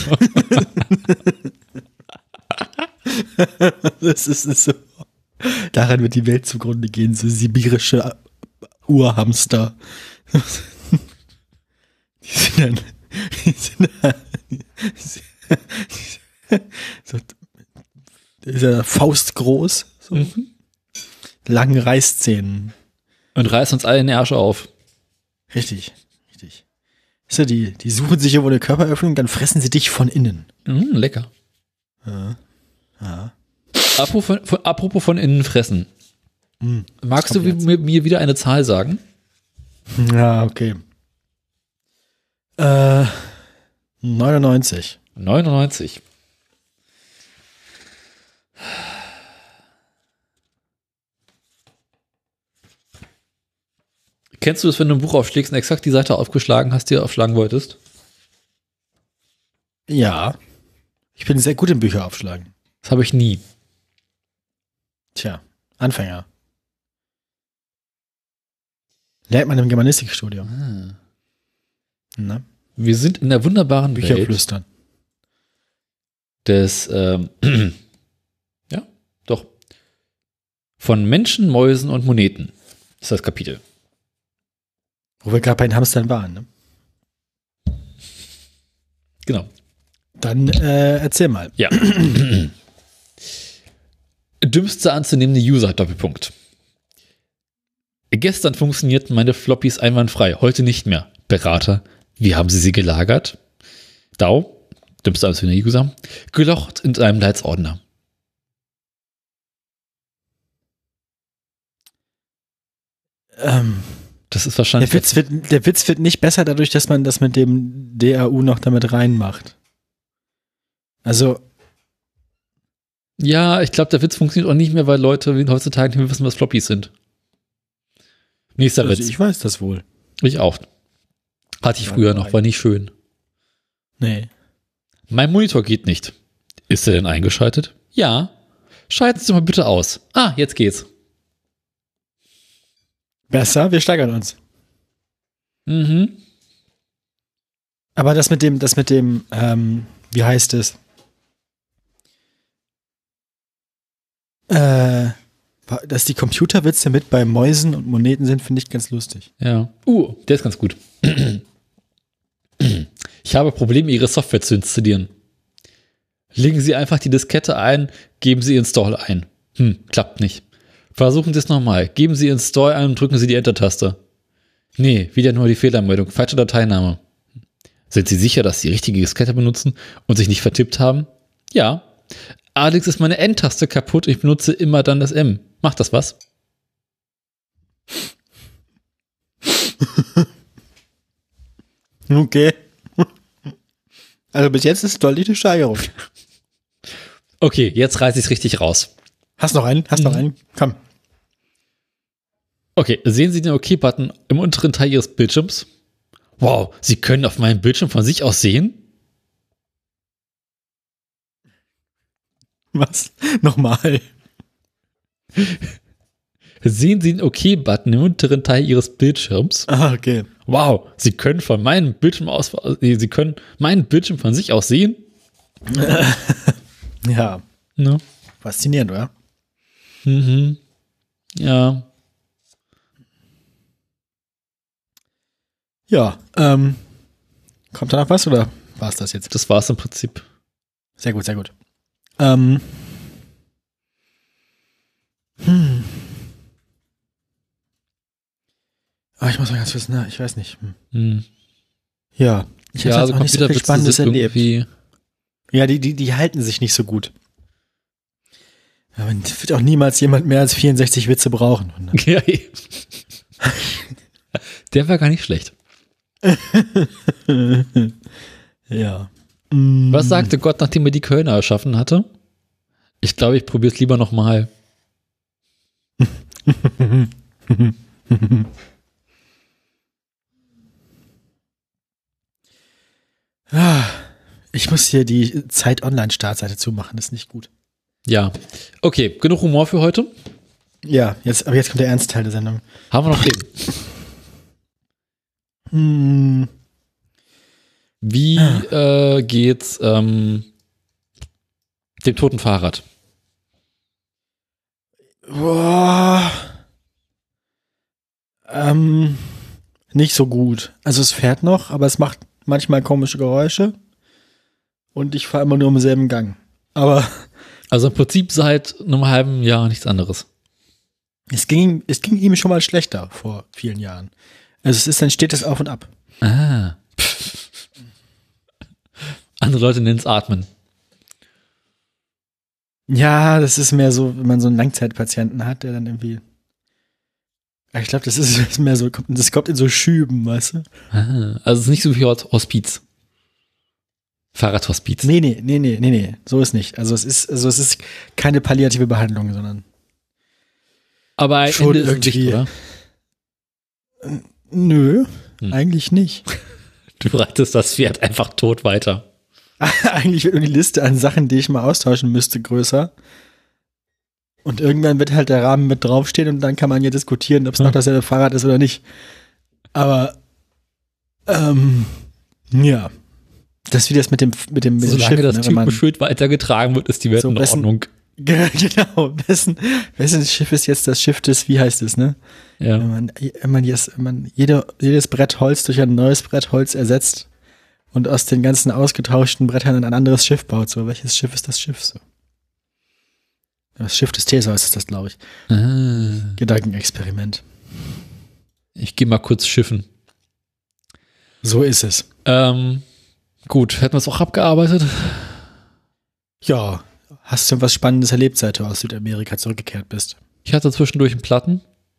Das ist so. Daran wird die Welt zugrunde gehen, so sibirische Urhamster. Die sind dann so, dieser Faust groß, so langen Reißzähnen. Und reißen uns alle in den Arsch auf. Richtig. So, die suchen sich irgendwo eine Körperöffnung, dann fressen sie dich von innen. Lecker. Ja. Apropos von innen fressen. Magst du mir wieder eine Zahl sagen? Ja, okay. 99. 99. Kennst du das, wenn du ein Buch aufschlägst und exakt die Seite aufgeschlagen hast, die du aufschlagen wolltest? Ja. Ich bin sehr gut im Bücher aufschlagen. Das habe ich nie. Tja, Anfänger. Lernt man im Germanistikstudium. Na? Wir sind in der wunderbaren Bücher Welt flüstern. des, ja, doch, von Menschen, Mäusen und Moneten ist das Kapitel. Wo wir gerade bei den Hamstern waren, ne? Genau. Dann erzähl mal. Ja. dümmste anzunehmende User, Doppelpunkt. Gestern funktionierten meine Floppies einwandfrei, heute nicht mehr. Berater, wie haben Sie gelagert? DAO, dümmste anzunehmende User, gelocht in einem Leitsordner. Das ist wahrscheinlich... Der Witz wird nicht besser dadurch, dass man das mit dem DAU noch damit reinmacht. Also... Ja, ich glaube, der Witz funktioniert auch nicht mehr, weil Leute heutzutage nicht mehr wissen, was Floppies sind. Nächster Witz. Ich weiß das wohl. Ich auch. Hatte ich früher noch, war nicht schön. Nee. Mein Monitor geht nicht. Ist er denn eingeschaltet? Ja. Schalten Sie mal bitte aus. Ah, jetzt geht's. Besser, wir steigern uns. Mhm. Aber das mit dem, wie heißt es? Dass die Computerwitze mit bei Mäusen und Moneten sind, finde ich ganz lustig. Ja. Der ist ganz gut. Ich habe Probleme, Ihre Software zu installieren. Legen Sie einfach die Diskette ein, geben Sie Install ein. Klappt nicht. Versuchen Sie es nochmal. Geben Sie Install ein und drücken Sie die Enter-Taste. Nee, wieder nur die Fehlermeldung. Falsche Dateiname. Sind Sie sicher, dass Sie die richtige Diskette benutzen und sich nicht vertippt haben? Ja. Allerdings ist meine N-Taste kaputt und ich benutze immer dann das M. Macht das was? Okay. Also bis jetzt ist es deutlich eine Steigerung. Okay, jetzt reiße ich es richtig raus. Hast noch einen? Komm. Okay, sehen Sie den OK-Button im unteren Teil Ihres Bildschirms? Wow, Sie können auf meinem Bildschirm von sich aus sehen? Was? Nochmal. Sehen Sie den OK-Button im unteren Teil Ihres Bildschirms? Ah, okay. Wow, Sie können von meinem Bildschirm aus, Sie können meinen Bildschirm von sich aus sehen? Ja. Ne? Faszinierend, oder? Mhm. Ja. Ja, kommt da noch was oder war es das jetzt? Das war's im Prinzip. Sehr gut, sehr gut. Oh, ich muss mal ganz wissen, ich weiß nicht. Ja, ich habe also auch nicht so viel Spannendes erlebt. Ja, die halten sich nicht so gut. Aber es wird auch niemals jemand mehr als 64 Witze brauchen. Ja, der war gar nicht schlecht. Ja. Was sagte Gott, nachdem er die Kölner erschaffen hatte? Ich glaube, ich probiere es lieber nochmal. Ich muss hier die Zeit-Online-Startseite zumachen, das ist nicht gut. Ja. Okay, genug Humor für heute? Ja, aber jetzt kommt der Ernstteil der Sendung. Haben wir noch Themen? Wie geht's dem toten Fahrrad? Boah. Nicht so gut. Also es fährt noch, aber es macht manchmal komische Geräusche. Und ich fahre immer nur im selben Gang. Aber also im Prinzip seit einem halben Jahr nichts anderes. Es ging ihm schon mal schlechter vor vielen Jahren. Also es ist ein stetes Auf und Ab. Ah. Andere Leute nennen es Atmen. Ja, das ist mehr so, wenn man so einen Langzeitpatienten hat, der dann irgendwie. Ich glaube, das ist mehr so, das kommt in so Schüben, weißt du? Ah, also es ist nicht so wie Hospiz. Fahrradhospiz. Nee. So ist nicht. Also es ist keine palliative Behandlung, sondern. Aber ein schon Ende ist irgendwie. Dicht, oder? Nö, eigentlich nicht. Du reitest das Pferd einfach tot weiter. Eigentlich wird nur die Liste an Sachen, die ich mal austauschen müsste, größer. Und irgendwann wird halt der Rahmen mit draufstehen und dann kann man ja diskutieren, ob es noch dasselbe Fahrrad ist oder nicht. Aber, ja. Das ist wie das mit dem Solange Schiff. das Typenschild weitergetragen wird, ist die Welt so in Ordnung. Genau. Wessen Schiff ist jetzt das Schiff des, wie heißt es, ne? Ja. Wenn man jedes Brett Holz durch ein neues Brett Holz ersetzt und aus den ganzen ausgetauschten Brettern ein anderes Schiff baut, so welches Schiff ist das Schiff so? Das Schiff des Theseus ist das, glaube ich. Gedankenexperiment. Ich gehe mal kurz schiffen. So ist es. Gut, hätten wir es auch abgearbeitet? Ja, hast du was Spannendes erlebt, seit du aus Südamerika zurückgekehrt bist? Ich hatte zwischendurch einen Platten.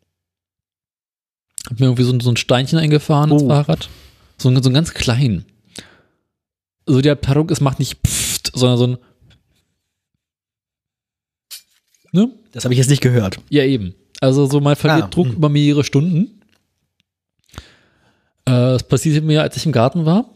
Hab mir irgendwie so ein Steinchen eingefahren ins Fahrrad. So einen ganz kleinen. Also die Abteilung, es macht nicht pfft, sondern so ein ne? Das habe ich jetzt nicht gehört. Ja, eben. Also so man verliert Druck über mehrere Stunden. Das passierte mir, als ich im Garten war.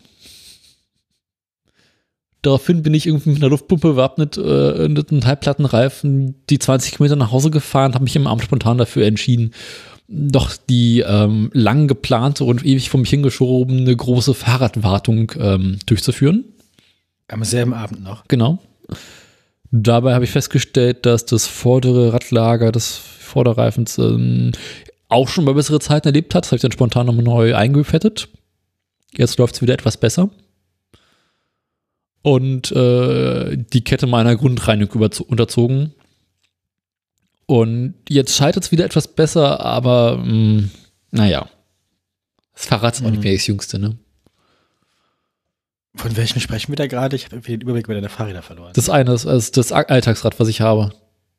Daraufhin bin ich irgendwie mit einer Luftpumpe bewappnet mit einem Halbplattenreifen die 20 Kilometer nach Hause gefahren, habe mich am Abend spontan dafür entschieden, doch die lang geplante und ewig vor mich hingeschobene große Fahrradwartung durchzuführen. Am selben Abend noch. Genau. Dabei habe ich festgestellt, dass das vordere Radlager des Vorderreifens auch schon mal bessere Zeiten erlebt hat. Das habe ich dann spontan nochmal neu eingefettet. Jetzt läuft es wieder etwas besser. Und die Kette meiner Grundreinigung unterzogen. Und jetzt scheitert es wieder etwas besser, aber naja. Das Fahrrad ist auch nicht mehr das Jüngste, ne? Von welchem sprechen wir da gerade? Ich habe irgendwie den Überblick über deine Fahrräder verloren. Das eine ist das Alltagsrad, was ich habe.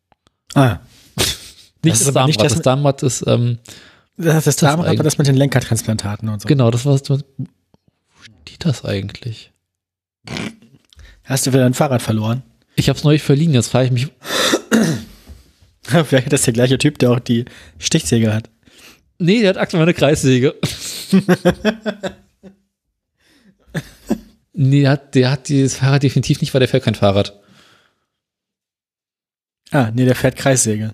Nicht das Darmrad. Nicht das Darmrad ist das Darmrad war das mit den Lenkertransplantaten und so. Genau, das war. Wo steht das eigentlich? Hast du wieder dein Fahrrad verloren? Ich habe es neulich verliehen, jetzt frage ich mich. Vielleicht ist das der gleiche Typ, der auch die Stichsäge hat. Nee, der hat aktuell eine Kreissäge. Nee, der hat dieses Fahrrad definitiv nicht, weil der fährt kein Fahrrad. Nee, der fährt Kreissäge.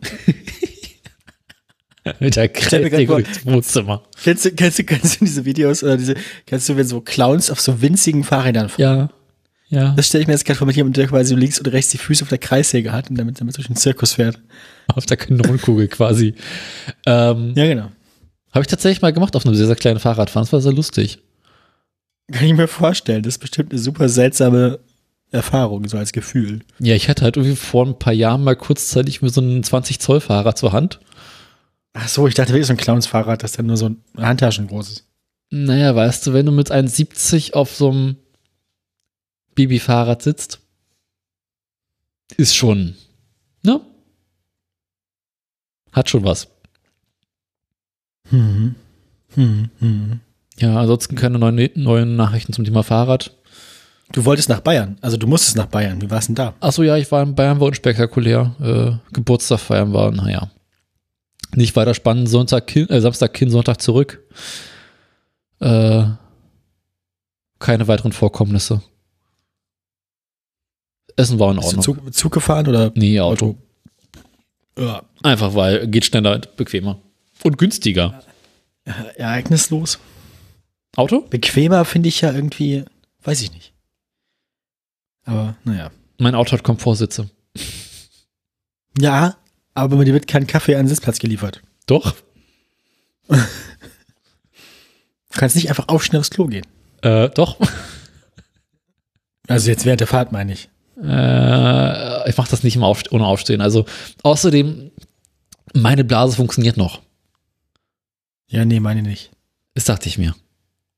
Mit der Kreissäge ins Wohnzimmer. Kennst du diese Videos oder kennst du, wenn so Clowns auf so winzigen Fahrrädern fahren? Ja. Das stelle ich mir jetzt gerade vor, mit jemandem, der quasi links und rechts die Füße auf der Kreissäge hat und damit durch den Zirkus fährt. Auf der Kanonenkugel quasi. Ja, genau. Habe ich tatsächlich mal gemacht auf einem sehr, sehr kleinen Fahrradfahren. Das war sehr lustig. Kann ich mir vorstellen. Das ist bestimmt eine super seltsame Erfahrung, so als Gefühl. Ja, ich hatte halt irgendwie vor ein paar Jahren mal kurzzeitig mir so ein 20-Zoll-Fahrrad zur Hand. Ach so, ich dachte wirklich so ein Clowns-Fahrrad, das dann nur so eine Handtaschen groß ist. Naja, weißt du, wenn du mit 1,70 auf so einem Babyfahrrad sitzt, ist schon, ne? Hat schon was. Ja, ansonsten keine neuen Nachrichten zum Thema Fahrrad. Du wolltest nach Bayern, also du musstest nach Bayern. Wie war's denn da? Achso, ja, ich war in Bayern, war unspektakulär. Geburtstag feiern war, naja. Nicht weiter spannend, Samstag hin, Sonntag zurück. Keine weiteren Vorkommnisse. Essen war in Ordnung. Bist du Zug gefahren oder? Nee, Auto. Ja. Einfach weil geht schneller, bequemer. Und günstiger. Ereignislos. Auto? Bequemer finde ich ja irgendwie, weiß ich nicht. Aber naja. Mein Auto hat Komfortsitze. Ja, aber mir wird kein Kaffee an den Sitzplatz geliefert. Doch. Du kannst nicht einfach aufschnell aufs Klo gehen. Doch. Also jetzt während der Fahrt, meine ich. Ich mache das nicht immer ohne Aufstehen. Also außerdem, meine Blase funktioniert noch. Ja, nee, meine nicht. Das dachte ich mir.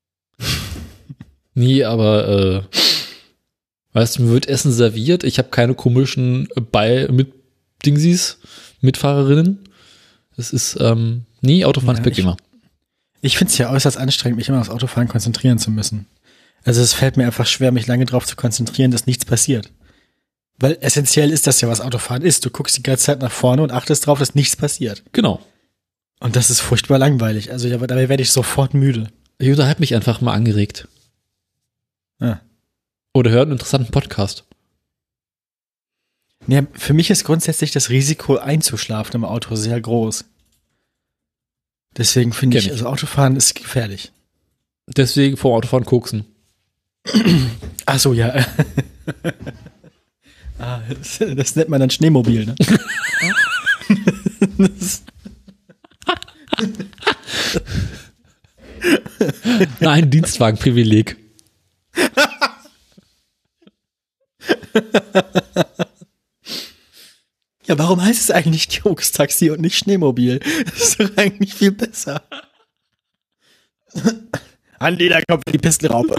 Nie, aber weißt du, mir wird Essen serviert. Ich habe keine komischen Mitfahrerinnen. Das ist, Autofahren ist bequemer. Ich finde es ja äußerst anstrengend, mich immer aufs Autofahren konzentrieren zu müssen. Also es fällt mir einfach schwer, mich lange darauf zu konzentrieren, dass nichts passiert. Weil essentiell ist das ja, was Autofahren ist. Du guckst die ganze Zeit nach vorne und achtest darauf, dass nichts passiert. Genau. Und das ist furchtbar langweilig. Also dabei werde ich sofort müde. Ich unterhalte mich einfach mal angeregt. Ja. Oder hört einen interessanten Podcast. Ja, für mich ist grundsätzlich das Risiko einzuschlafen im Auto sehr groß. Deswegen finde ich, also Autofahren ist gefährlich. Deswegen vor Autofahren koksen. Ach so, ja. Das nennt man dann Schneemobil, ne? Nein, Dienstwagenprivileg. Ja, warum heißt es eigentlich Jokes-Taxi und nicht Schneemobil? Das ist doch eigentlich viel besser. Andi, da kommt die Pistelraupe.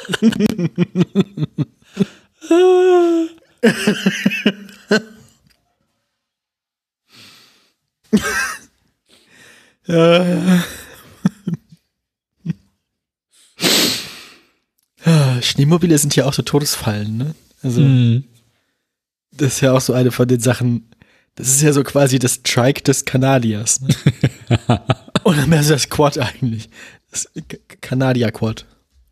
Schneemobile sind ja auch so Todesfallen, ne? Also, das ist ja auch so eine von den Sachen, das ist ja so quasi das Trike des Kanadiers, ne? Oder mehr so das Quad eigentlich. Das Kanadier-Quad.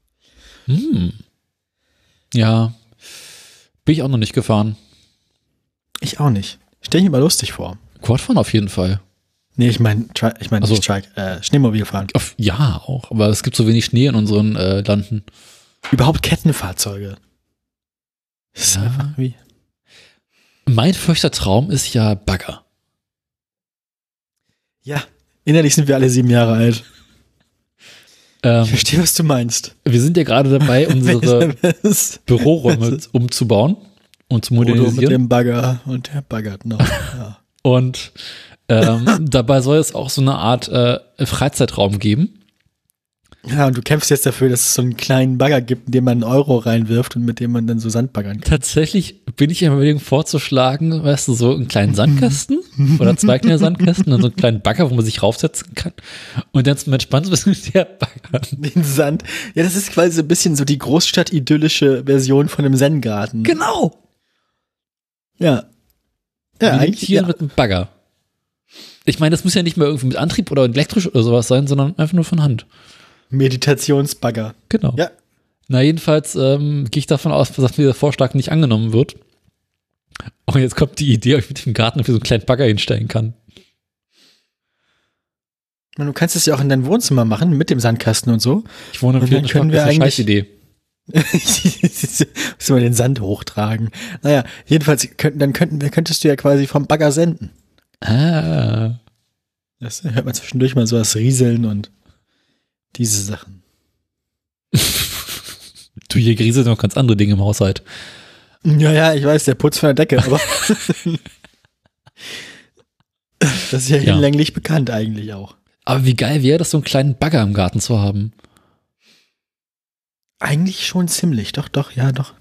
Ja. Bin ich auch noch nicht gefahren. Ich auch nicht. Stell ich mir mal lustig vor. Quadfahren auf jeden Fall. Nee, ich meine Also- nicht Trike, Schneemobil fahren. Ja, auch. Aber es gibt so wenig Schnee in unseren Landen. Überhaupt Kettenfahrzeuge. Das ist Ja. einfach wie. Mein feuchter Traum ist ja Bagger. Ja, innerlich sind wir alle 7 Jahre alt. Ähm, Ich verstehe, was du meinst. wir sind ja gerade dabei, unsere Büroräume umzubauen und zu Odo mit modernisieren. dem Bagger und der baggert noch. Ja. Und dabei soll es auch so eine Art Freizeitraum geben. Ja, und du kämpfst jetzt dafür, dass es so einen kleinen Bagger gibt, in den man einen Euro reinwirft und mit dem man dann so Sand baggern kann. Tatsächlich bin ich am Überlegen vorzuschlagen, weißt du, so einen kleinen Sandkasten oder 2 kleine Sandkästen und so einen kleinen Bagger, wo man sich raufsetzen kann und dann zum Entspannen so ein bisschen der Bagger. Den Sand. Ja, das ist quasi so ein bisschen so die Großstadt-idyllische Version von einem Zen-Garten. Genau. Ja. Ja, eigentlich. Meditieren Ja. mit einem Bagger. Ich meine, das muss ja nicht mehr irgendwie mit Antrieb oder elektrisch oder sowas sein, sondern einfach nur von Hand. Meditationsbagger. Genau. Ja. Na, jedenfalls gehe ich davon aus, dass dieser Vorschlag nicht angenommen wird. Und jetzt kommt die Idee, ob ich mit dem Garten für so einen kleinen Bagger hinstellen kann. Du kannst es ja auch in dein Wohnzimmer machen, mit dem Sandkasten und so. Ich wohne im Und dann 4. Stock, können wir das ist eine eigentlich- Scheißidee. Müssen wir den Sand hochtragen. Naja, jedenfalls könntest du ja quasi vom Bagger senden. Ah. Das hört man zwischendurch mal so das Rieseln und diese Sachen. Du, hier grieselt noch ganz andere Dinge im Haushalt. Ja, ich weiß, der Putz von der Decke, aber das ist ja Ja. hinlänglich bekannt eigentlich auch. Aber wie geil wäre das, so einen kleinen Bagger im Garten zu haben? Eigentlich schon ziemlich, doch, ja, doch.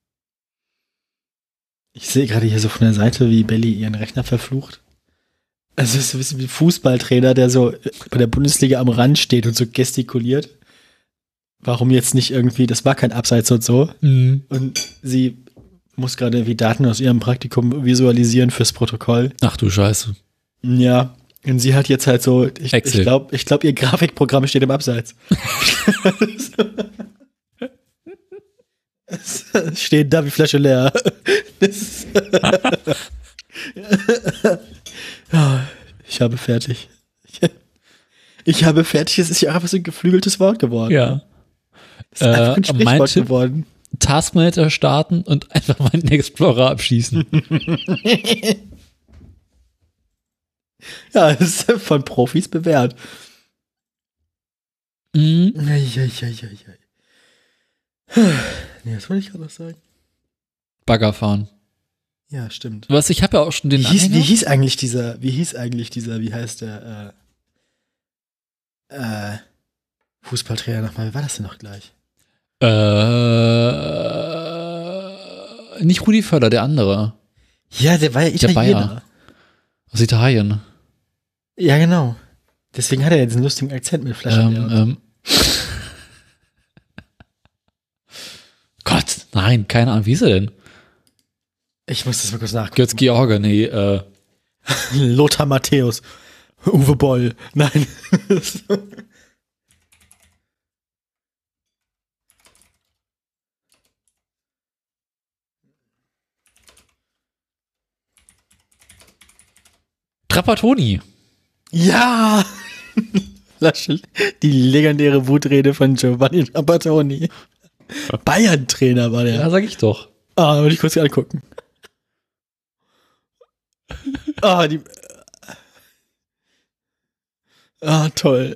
Ich sehe gerade hier so von der Seite, wie Belly ihren Rechner verflucht. Also es ist so ein bisschen wie ein Fußballtrainer, der so bei der Bundesliga am Rand steht und so gestikuliert. Warum jetzt nicht irgendwie, das war kein Abseits und so. Und sie muss gerade irgendwie Daten aus ihrem Praktikum visualisieren fürs Protokoll. Ach du Scheiße. Ja, und sie hat jetzt halt so, ich Excel. glaube, ihr Grafikprogramm steht im Abseits. Es steht da wie Flasche leer. Das ist Ja, ich habe fertig. Ich habe fertig, es ist ja einfach so ein geflügeltes Wort geworden. Ja. Es ist einfach ein mein Sprichwort Tipp- geworden. Taskmanager starten und einfach mal den Explorer abschießen. Ja, das ist von Profis bewährt. Mhm. Nee, was wollte ich gerade noch sagen? Bagger fahren. Ja, stimmt. Was, ich habe ja auch schon den Wie hieß Anhänger. eigentlich dieser, wie heißt der, Fußballtrainer nochmal, wie war das denn noch gleich? Nicht Rudi Völler, der andere. Ja, der war ja Der Bayer. Italiener. Aus Italien. Ja, genau. Deswegen hat er ja diesen lustigen Akzent mit Flaschen. Gott, nein, keine Ahnung, wie ist er denn? Ich muss das mal kurz nachgucken. Götz George, nee, Lothar Matthäus. Uwe Boll. Nein. Trapattoni. Ja! Die legendäre Wutrede von Giovanni Trapattoni. Bayern-Trainer war der. Ja, sag ich doch. Ah, würde ich kurz hier angucken. Ah, die. Ah, toll.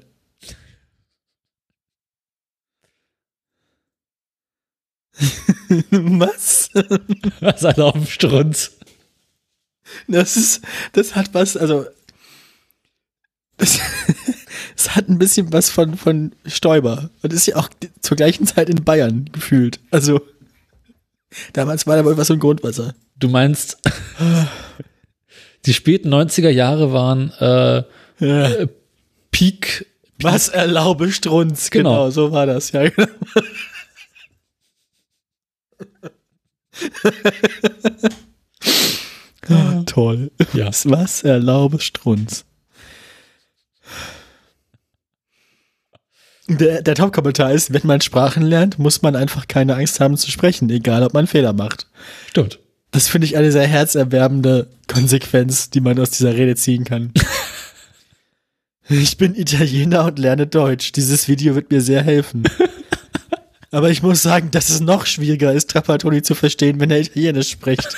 Was? Was alle auf dem Strunz. Das hat was, also das, es hat ein bisschen was von Stoiber und ist ja auch zur gleichen Zeit in Bayern gefühlt. Also damals war da wohl was im Grundwasser. Du meinst, die späten 90er Jahre waren Peak. Was erlaube Strunz, genau, so war das, ja. Genau. Toll. Ja. Was erlaube Strunz. Der Top-Kommentar ist, wenn man Sprachen lernt, muss man einfach keine Angst haben zu sprechen, egal ob man Fehler macht. Stimmt. Das finde ich eine sehr herzerwärmende Konsequenz, die man aus dieser Rede ziehen kann. Ich bin Italiener und lerne Deutsch. Dieses Video wird mir sehr helfen. Aber ich muss sagen, dass es noch schwieriger ist, Trapattoni zu verstehen, wenn er Italienisch spricht.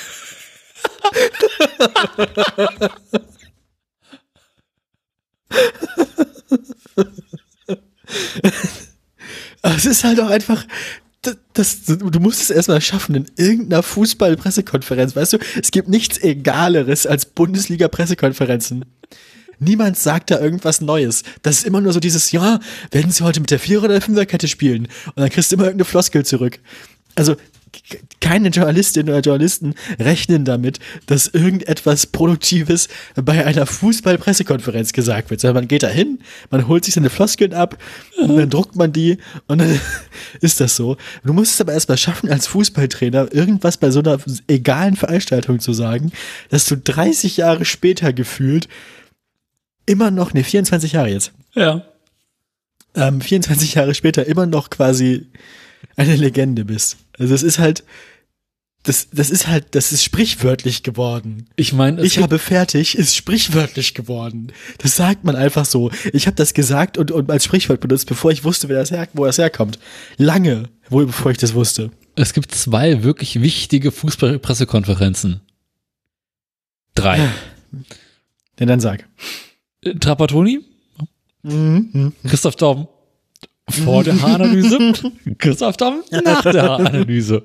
Es ist halt auch einfach, du musst es erstmal schaffen in irgendeiner Fußball-Pressekonferenz, weißt du? Es gibt nichts Egaleres als Bundesliga-Pressekonferenzen. Niemand sagt da irgendwas Neues. Das ist immer nur so dieses, ja, werden sie heute mit der 4- oder der 5er-Kette spielen? Und dann kriegst du immer irgendeine Floskel zurück. Also, keine Journalistinnen oder Journalisten rechnen damit, dass irgendetwas Produktives bei einer Fußball-Pressekonferenz gesagt wird. Sondern man geht da hin, man holt sich seine Floskeln ab und dann druckt man die und dann ist das so. Du musst es aber erstmal schaffen, als Fußballtrainer irgendwas bei so einer egalen Veranstaltung zu sagen, dass du 30 Jahre später gefühlt immer noch, 24 Jahre jetzt. Ja. 24 Jahre später immer noch quasi eine Legende bist. Also es ist halt, das ist sprichwörtlich geworden. Ich meine, ich habe fertig, ist sprichwörtlich geworden. Das sagt man einfach so. Ich habe das gesagt und als Sprichwort benutzt, bevor ich wusste, wo das herkommt. Lange, bevor ich das wusste. Es gibt 2 wirklich wichtige Fußballpressekonferenzen. 3. Ja, dann sag. Trapattoni, Christoph Daum vor der Haaranalyse, Christoph Daum nach der Haaranalyse.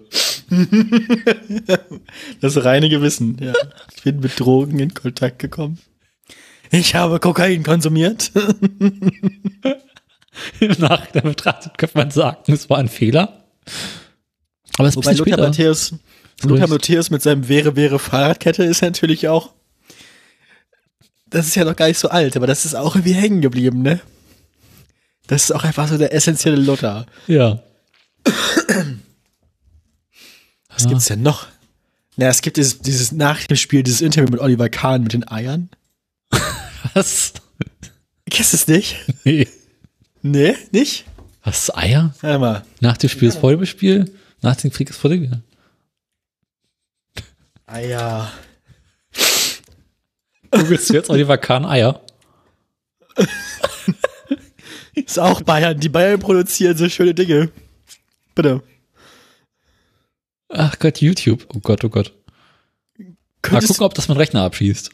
Das reine Gewissen, ja. Ich bin mit Drogen in Kontakt gekommen. Ich habe Kokain konsumiert. Nach der Betrachtung könnte man sagen, es war ein Fehler. Aber es ist ein bisschen Lothar Matthäus mit seinem wäre Fahrradkette ist natürlich auch, das ist ja noch gar nicht so alt, aber das ist auch irgendwie hängen geblieben, ne? Das ist auch einfach so der essentielle Lothar. Ja. Was gibt's denn noch? Na, es gibt dieses nach dem Spiel, dieses Interview mit Oliver Kahn mit den Eiern. Was? Kennst du es nicht? Nee. Nee, nicht? Was, Eier? Warte mal. Nach dem Spiel ist vor dem Spiel, nach dem Krieg ist vor dem Spiel. Eier. Googlest du jetzt Oliver Kahn Eier? Ist auch Bayern. Die Bayern produzieren so schöne Dinge. Bitte. Ach Gott, YouTube. Oh Gott, oh Gott. Mal gucken, ob das mein Rechner abschießt.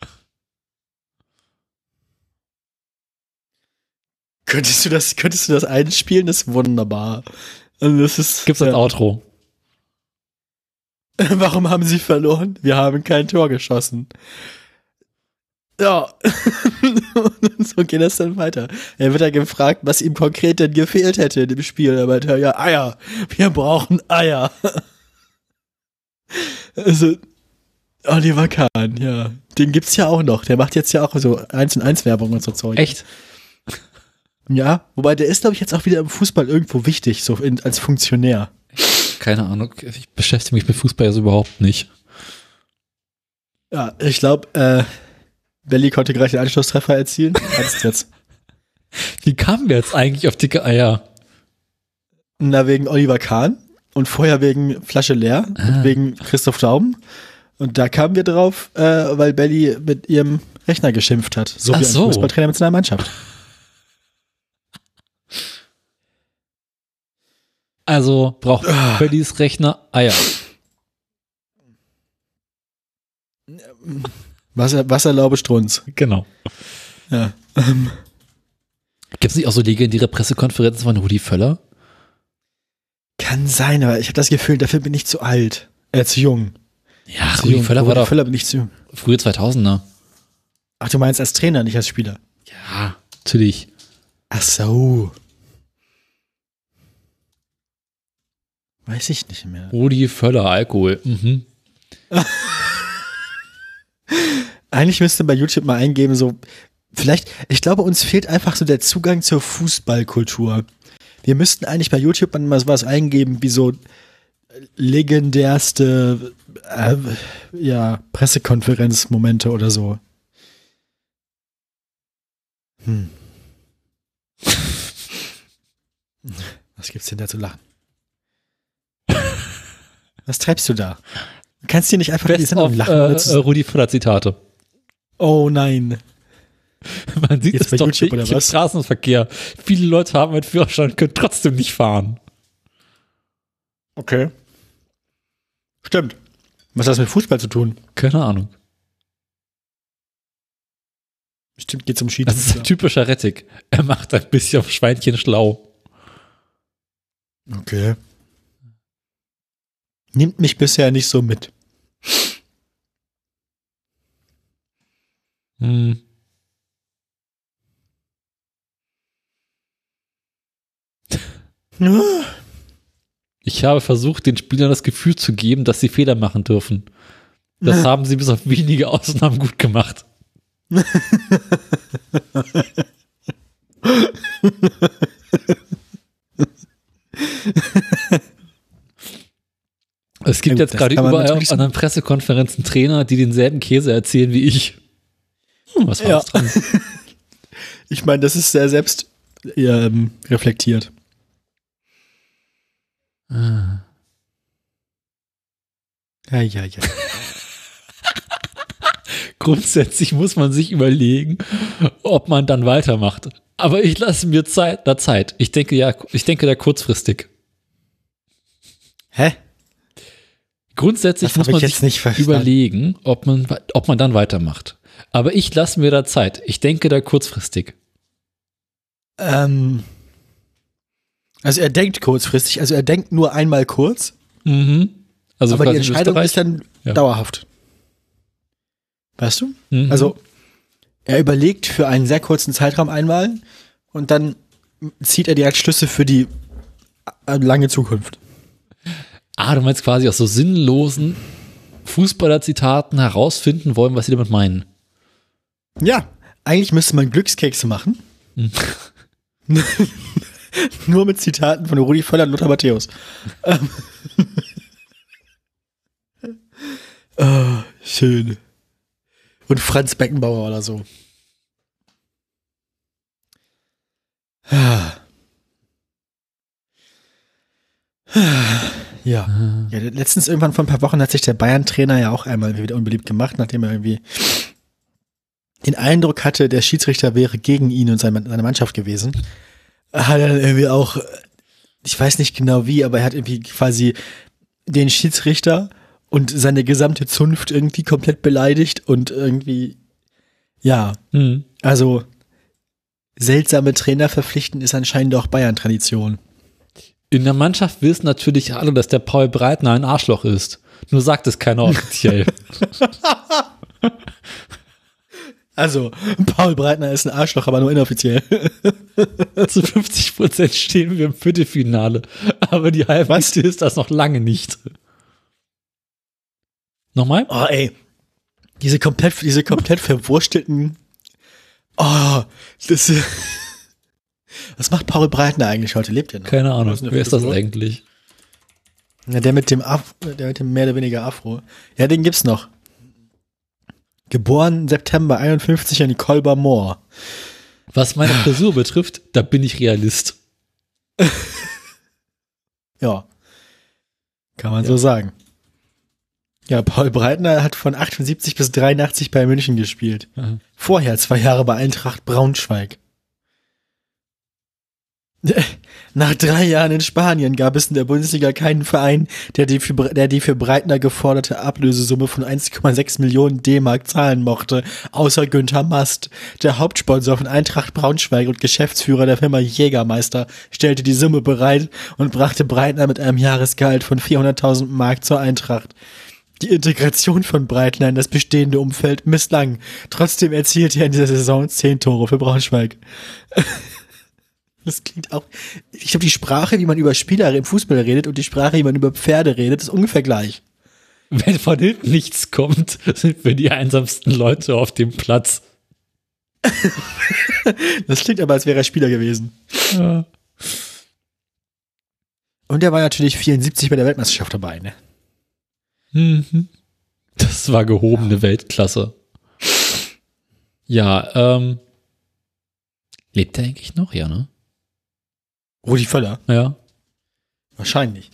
Könntest du das einspielen? Das ist wunderbar. Also das ist, Gibt's als Outro. Warum haben sie verloren? Wir haben kein Tor geschossen. Ja. Und so geht das dann weiter. Er wird dann gefragt, was ihm konkret denn gefehlt hätte in dem Spiel. Er meinte, ja, Eier. Wir brauchen Eier. Also, Oliver Kahn, ja. Den gibt's ja auch noch. Der macht jetzt ja auch so 1&1 Werbung und so Zeug. Echt? Ja, wobei der ist, glaube ich, jetzt auch wieder im Fußball irgendwo wichtig, so als Funktionär. Keine Ahnung. Ich beschäftige mich mit Fußball ja so überhaupt nicht. Ja, ich glaube, Belly konnte gerade den Anschlusstreffer erzielen. Jetzt. Wie kamen wir jetzt eigentlich auf dicke Eier? Na, wegen Oliver Kahn und vorher wegen Flasche leer und wegen Christoph Daum. Und da kamen wir drauf, weil Belly mit ihrem Rechner geschimpft hat. So wie ein Fußballtrainer mit seiner Mannschaft. Also braucht Bellys Rechner Eier. Wasserlaube Strunz. Genau. Ja. Gibt es nicht auch so legendäre Pressekonferenzen von Rudi Völler? Kann sein, aber ich habe das Gefühl, dafür bin ich zu alt. Zu jung. Ja, Rudi Völler war doch Völler bin ich zu. frühe 2000er. Ach, du meinst als Trainer, nicht als Spieler? Ja, natürlich. Ach so. Weiß ich nicht mehr. Rudi Völler, Alkohol. Mhm. Eigentlich müsste man bei YouTube mal eingeben, so, vielleicht, ich glaube, uns fehlt einfach so der Zugang zur Fußballkultur. Wir müssten eigentlich bei YouTube mal sowas eingeben, wie so legendärste, Pressekonferenzmomente oder so. Was gibt's denn da zu lachen? Was treibst du da? Du kannst dir nicht einfach in die Sendung lachen. Rudi Völler Zitate. Oh nein. Man sieht Jetzt es bei doch YouTube oder täglich im was? Straßenverkehr. Viele Leute haben einen Führerschein, können trotzdem nicht fahren. Okay. Stimmt. Was hat das mit Fußball zu tun? Keine Ahnung. Bestimmt geht's um Das ist ein Schiedsrichter. typischer Rettig. Er macht ein bisschen auf Schweinchen schlau. Okay. Nimmt mich bisher nicht so mit. Hm. Ich habe versucht, den Spielern das Gefühl zu geben, dass sie Fehler machen dürfen. Das haben sie bis auf wenige Ausnahmen gut gemacht. Es gibt Ja, gut, jetzt das gerade kann man überall natürlich auf anderen Pressekonferenzen Trainer, die denselben Käse erzählen wie ich. Was war Ja. das dran? Ich meine, das ist sehr selbst reflektiert. Ah. Ja. Grundsätzlich muss man sich überlegen, ob man dann weitermacht. Aber ich lasse mir Zeit. Ich denke da kurzfristig. Hä? Grundsätzlich Das muss hab man ich jetzt sich nicht verstanden. überlegen, ob man dann weitermacht. Aber ich lasse mir da Zeit. Ich denke da kurzfristig. Also er denkt kurzfristig, also er denkt nur einmal kurz, Mhm. Also aber die quasi Entscheidung Österreich. ist dann Ja. dauerhaft. Weißt du? Mhm. Also er überlegt für einen sehr kurzen Zeitraum einmal und dann zieht er die Schlüsse für die lange Zukunft. Du meinst quasi aus so sinnlosen Fußballer-Zitaten herausfinden wollen, was sie damit meinen. Ja, eigentlich müsste man Glückskekse machen. Nur mit Zitaten von Rudi Völler und Lothar Matthäus. Schön. Und Franz Beckenbauer oder so. Ja. Letztens irgendwann vor ein paar Wochen hat sich der Bayern-Trainer ja auch einmal wieder unbeliebt gemacht, nachdem er irgendwie den Eindruck hatte, der Schiedsrichter wäre gegen ihn und seine Mannschaft gewesen. Hat er dann irgendwie auch, ich weiß nicht genau wie, aber er hat irgendwie quasi den Schiedsrichter und seine gesamte Zunft irgendwie komplett beleidigt und irgendwie, ja, Mhm. also seltsame Trainer verpflichten ist anscheinend auch Bayern-Tradition. In der Mannschaft wissen natürlich alle, dass der Paul Breitner ein Arschloch ist. Nur sagt es keiner offiziell. Also, Paul Breitner ist ein Arschloch, aber nur inoffiziell. Zu 50% stehen wir im Viertelfinale. Aber die Halbmiete ist das noch lange nicht. Nochmal? Oh, ey. Diese komplett verwurstelten. Oh, das. Was macht Paul Breitner eigentlich heute? Lebt er noch? Keine Ahnung. Was ist denn Wer ist das Figur? eigentlich? Ja, der mit dem mehr oder weniger Afro. Ja, den gibt's noch. Geboren September 51 in Kolber Moor. Was meine Frisur betrifft, da bin ich Realist. Ja. Kann man so sagen. Ja, Paul Breitner hat von 78 bis 83 bei München gespielt. Aha. Vorher 2 Jahre bei Eintracht Braunschweig. Nach 3 Jahren in Spanien gab es in der Bundesliga keinen Verein, der die für Breitner geforderte Ablösesumme von 1,6 Millionen D-Mark zahlen mochte, außer Günther Mast. Der Hauptsponsor von Eintracht Braunschweig und Geschäftsführer der Firma Jägermeister stellte die Summe bereit und brachte Breitner mit einem Jahresgehalt von 400.000 Mark zur Eintracht. Die Integration von Breitner in das bestehende Umfeld misslang. Trotzdem erzielte er in dieser Saison 10 Tore für Braunschweig. Das klingt auch. Ich glaube, die Sprache, wie man über Spieler im Fußball redet und die Sprache, wie man über Pferde redet, ist ungefähr gleich. Wenn von hinten nichts kommt, sind wir die einsamsten Leute auf dem Platz. Das klingt aber, als wäre er Spieler gewesen. Ja. Und er war natürlich 74 bei der Weltmeisterschaft dabei, ne? Mhm. Das war gehobene Weltklasse. Ja, lebt er eigentlich noch? Ja, ne? Rudi Völler? Ja. Wahrscheinlich.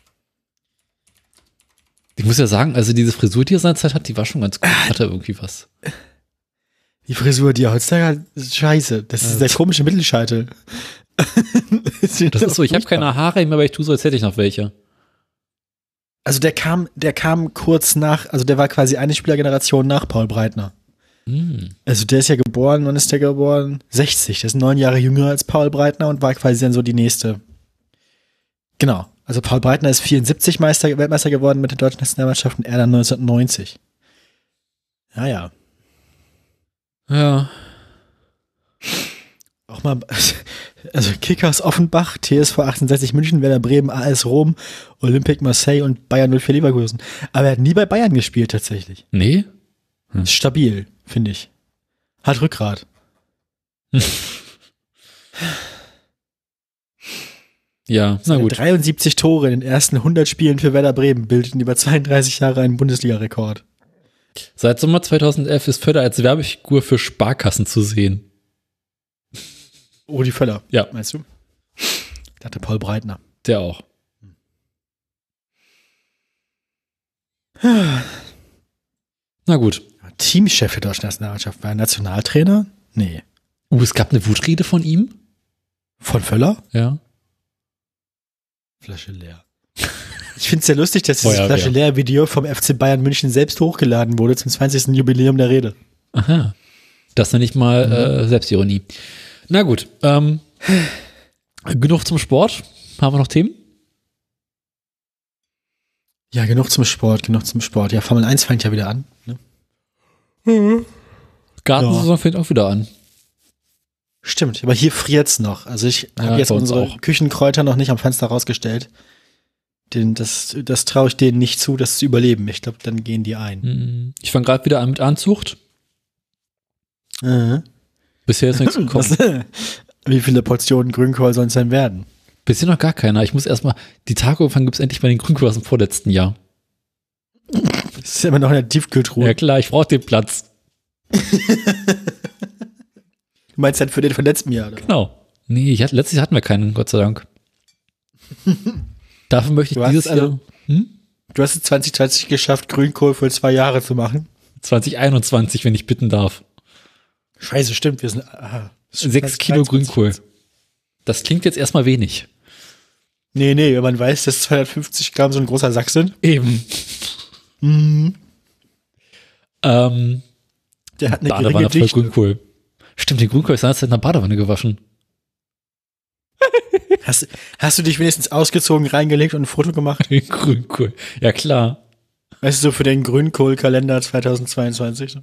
Ich muss ja sagen, also diese Frisur, die er seinerzeit hat, die war schon ganz gut. Hat er irgendwie was. Die Frisur, die er heutzutage hat, ist scheiße. Das ist der komische Mittelscheitel. Das ist so, ich habe keine Haare mehr, aber ich tue so, als hätte ich noch welche. Also der kam kurz nach, also der war quasi eine Spielergeneration nach Paul Breitner. Also der ist ja geboren, wann ist der geboren? 60, der ist 9 Jahre jünger als Paul Breitner und war quasi dann so die nächste. Genau, also Paul Breitner ist 74 Weltmeister geworden mit der deutschen Nationalmannschaft und er dann 1990. Ja. Ja. Auch mal, also Kickers Offenbach, TSV 1860 München, Werder Bremen, AS Rom, Olympique Marseille und Bayern 04 Leverkusen. Aber er hat nie bei Bayern gespielt tatsächlich. Nee? Ist stabil, finde ich. Hat Rückgrat. Ja, na gut. 73 Tore in den ersten 100 Spielen für Werder Bremen bildeten über 32 Jahre einen Bundesliga-Rekord. Seit Sommer 2011 ist Völler als Werbefigur für Sparkassen zu sehen. Rudi Völler, ja. Meinst du? Ich dachte Paul Breitner. Der auch. Na gut. Teamchef der deutschen Nationalmannschaft. War er Nationaltrainer? Nee. Es gab eine Wutrede von ihm? Von Völler? Ja. Flasche leer. Ich finde es sehr lustig, dass dieses Flasche leer Video vom FC Bayern München selbst hochgeladen wurde zum 20. Jubiläum der Rede. Aha. Das nenne ich mal Selbstironie. Na gut. Genug zum Sport. Haben wir noch Themen? Ja, genug zum Sport. Ja, Formel 1 fängt ja wieder an. Ne? Gartensaison fängt auch wieder an. Stimmt, aber hier friert's noch. Also ich habe jetzt unsere Küchenkräuter noch nicht am Fenster rausgestellt. Das traue ich denen nicht zu, das zu überleben. Ich glaube, dann gehen die ein. Ich fange gerade wieder an mit Anzucht. Bisher ist nichts gekommen. Wie viele Portionen Grünkohl sollen es denn werden? Bisher noch gar keiner. Ich muss erstmal, die Tage irgendwann gibt es endlich mal den Grünkohl aus dem vorletzten Jahr. Das ist immer noch in der Tiefkühltruhe. Ja klar, ich brauche den Platz. Du meinst halt für den von letztem Jahr, oder? Genau. Nee, letztes Jahr hatten wir keinen, Gott sei Dank. Dafür möchte ich dieses Jahr. Du hast es 2020 geschafft, Grünkohl für 2 Jahre zu machen. 2021, wenn ich bitten darf. Scheiße, stimmt. Wir sind 6 Kilo Grünkohl. Das klingt jetzt erstmal wenig. Nee, wenn man weiß, dass 250 Gramm so ein großer Sack sind. Eben. Der hat eine Badewanne geringe voll Grünkohl. Stimmt, den Grünkohl ist seinerzeit in der Badewanne gewaschen. Hast du dich wenigstens ausgezogen, reingelegt und ein Foto gemacht? Grünkohl. Ja, klar. Weißt du, so für den Grünkohl-Kalender 2022?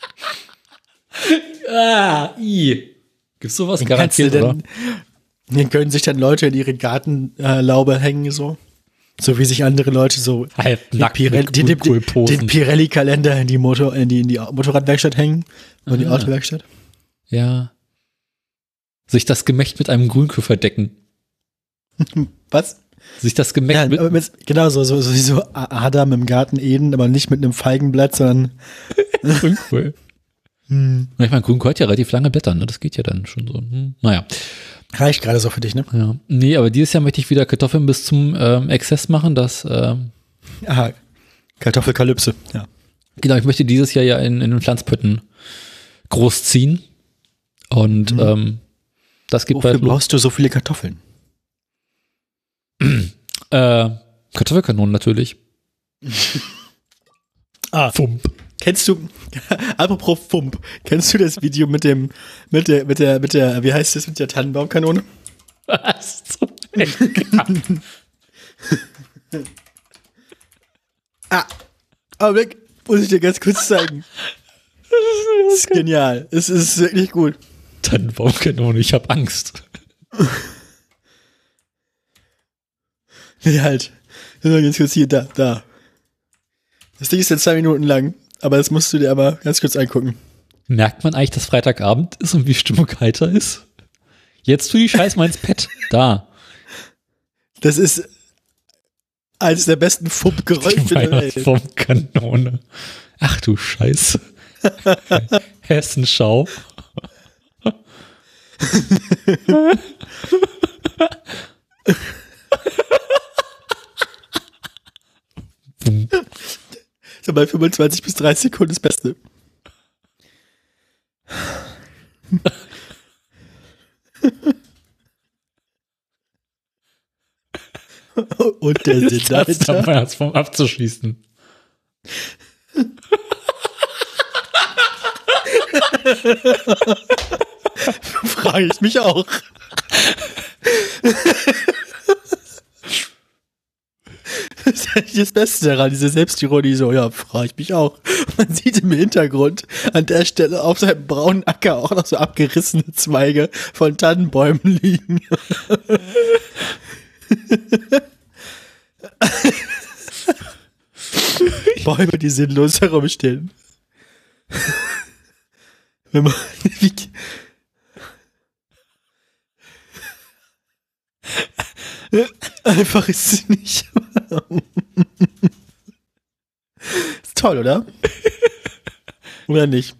Gibt's sowas garantiert, oder? Den können sich dann Leute in ihre Gartenlaube hängen, so. So wie sich andere Leute so den Pirelli-Kalender in die Motorradwerkstatt hängen. Und die Autowerkstatt. Ja. Sich das Gemächt mit einem Grünkohl verdecken. Was? Sich das Gemächt genau, so Adam im Garten Eden, aber nicht mit einem Feigenblatt, sondern Grünkohl. Ich meine, Grünkohl hat ja relativ lange Blätter, ne? Das geht ja dann schon so. Naja. Reicht gerade so für dich, ne? Ja. Nee, aber dieses Jahr möchte ich wieder Kartoffeln bis zum Exzess machen, Kartoffelkalypse, ja. Genau, ich möchte dieses Jahr ja in den Pflanzpötten großziehen. Und das gibt Wofür brauchst du so viele Kartoffeln? Kartoffelkanonen natürlich. Fump. Kennst du, apropos Fump, kennst du das Video mit der, wie heißt das, mit der Tannenbaumkanone? Was? Augenblick, muss ich dir ganz kurz zeigen. Das ist genial. Es ist wirklich gut. Tannenbaumkanone, ich hab Angst. Nee, halt. Ganz kurz hier, da. Das Ding ist jetzt 2 Minuten lang, aber das musst du dir aber ganz kurz angucken. Merkt man eigentlich, dass Freitagabend ist und wie Stimmung heiter ist? Jetzt tu die Scheiß mal ins Pad. Da. Das ist eines der besten Fupp-Geräusche der Welt. Weihnachtsbaumkanone. Ach du Scheiße. Hessenschau. So bei 25 bis 30 Sekunden das Beste. Und der Sinn dahinter. Weihnachtsbaum abzuschießen. Frage ich mich auch. Das ist eigentlich das Beste daran, diese Selbstironie, so, ja, frage ich mich auch. Man sieht im Hintergrund an der Stelle auf seinem braunen Acker auch noch so abgerissene Zweige von Tannenbäumen liegen. Bäume, die sinnlos herumstehen. Wenn man, einfach ist es nicht. Ist toll, oder? Oder nicht?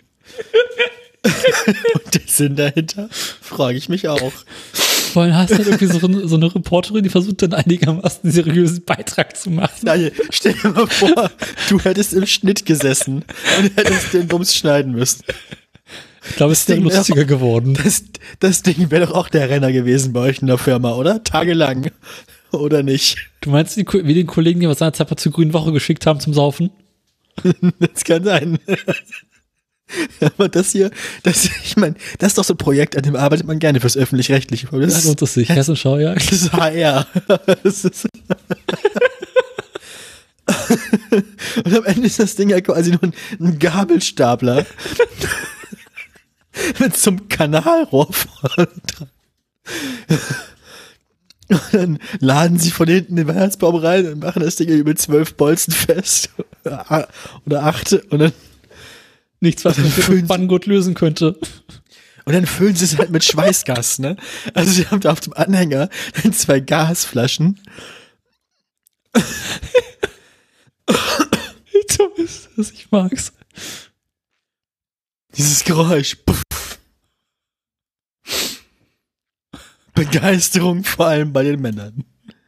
Und der Sinn dahinter? Frage ich mich auch. Vor allem hast du halt irgendwie so eine Reporterin, die versucht dann einigermaßen einen seriösen Beitrag zu machen. Daniel, stell dir mal vor, du hättest im Schnitt gesessen und hättest den Bums schneiden müssen. Ich glaube, es ist dann lustiger geworden. Das Ding wäre doch auch der Renner gewesen bei euch in der Firma, oder? Tagelang. Oder nicht? Du meinst, wie den Kollegen, die wir seinerzeit mal zur Grünen Woche geschickt haben zum Saufen? Das kann sein. Aber das hier, ich meine, das ist doch so ein Projekt, an dem arbeitet man gerne fürs Öffentlich-Rechtliche. Das lohnt es sich. Hessenschau, ja. Das ist HR. Das ist und am Ende ist das Ding ja quasi nur ein Gabelstapler. Mit so einem Kanalrohr vorne dran. Und dann laden sie von hinten den Weihnachtsbaum rein und machen das Ding über 12 Bolzen fest. Oder 8. Und dann nichts, was man mit Banngurt lösen könnte. Und dann füllen sie es halt mit Schweißgas, ne? Also sie haben da auf dem Anhänger dann 2 Gasflaschen. Wie dumm ist das? Ich mag's. Dieses Geräusch. Puff. Begeisterung vor allem bei den Männern.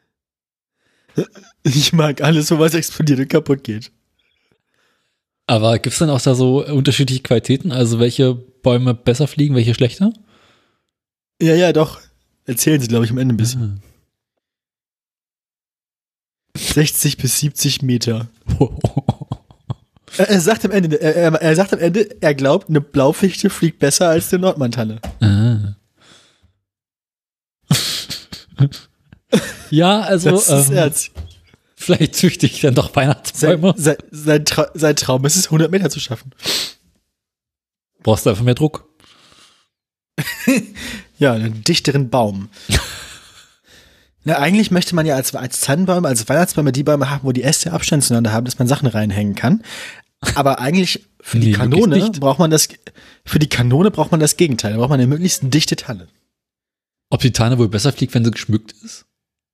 Ich mag alles, wo was explodiert und kaputt geht. Aber gibt's dann auch da so unterschiedliche Qualitäten? Also welche Bäume besser fliegen, welche schlechter? Ja, doch. Erzählen sie, glaube ich, am Ende ein bisschen. 60 bis 70 Meter. Er sagt am Ende, er glaubt, eine Blaufichte fliegt besser als eine Nordmantanne. Ja, also das ist Ernst. Vielleicht züchte ich dann doch Weihnachtsbäume. Sein Traum ist es, 100 Meter zu schaffen. Brauchst du einfach mehr Druck. Ja, einen dichteren Baum. Na, eigentlich möchte man ja als Tannenbäume, als Weihnachtsbäume die Bäume haben, wo die Äste Abstand zueinander haben, dass man Sachen reinhängen kann. Aber eigentlich für die Kanone braucht man das Gegenteil. Da braucht man eine möglichst dichte Tanne. Ob die Tanne wohl besser fliegt, wenn sie geschmückt ist?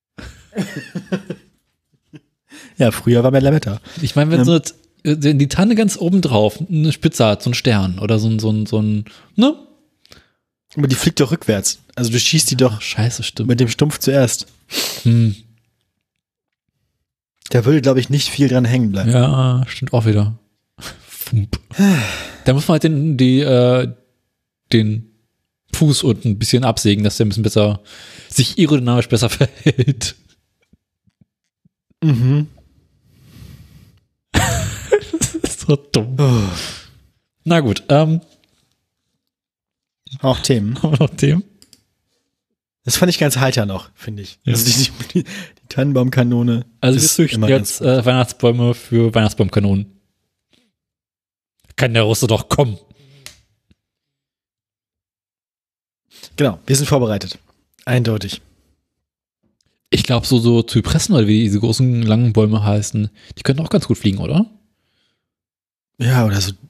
Ja, früher war mehr Lametta. Ich meine, wenn die Tanne ganz oben drauf eine Spitze hat, so ein Stern oder so ein, ne? Aber die fliegt doch rückwärts. Also du schießt die doch scheiße, stimmt. Mit dem Stumpf zuerst. Da würde, glaube ich, nicht viel dran hängen bleiben. Ja, stimmt auch wieder. Da muss man halt den Fuß unten ein bisschen absägen, dass der ein bisschen besser, sich aerodynamisch besser verhält. Mhm. Das ist so dumm. Oh. Na gut, auch Themen. Haben wir noch Themen? Das fand ich ganz heiter noch, finde ich. Ja. Also die Tannenbaumkanone. Also wir züchten jetzt Weihnachtsbäume für Weihnachtsbaumkanonen. kann der Russe doch kommen. Genau, wir sind vorbereitet. Eindeutig. Ich glaube, so Zypressen, oder wie diese großen, langen Bäume heißen, die könnten auch ganz gut fliegen, oder? Ja, oder so.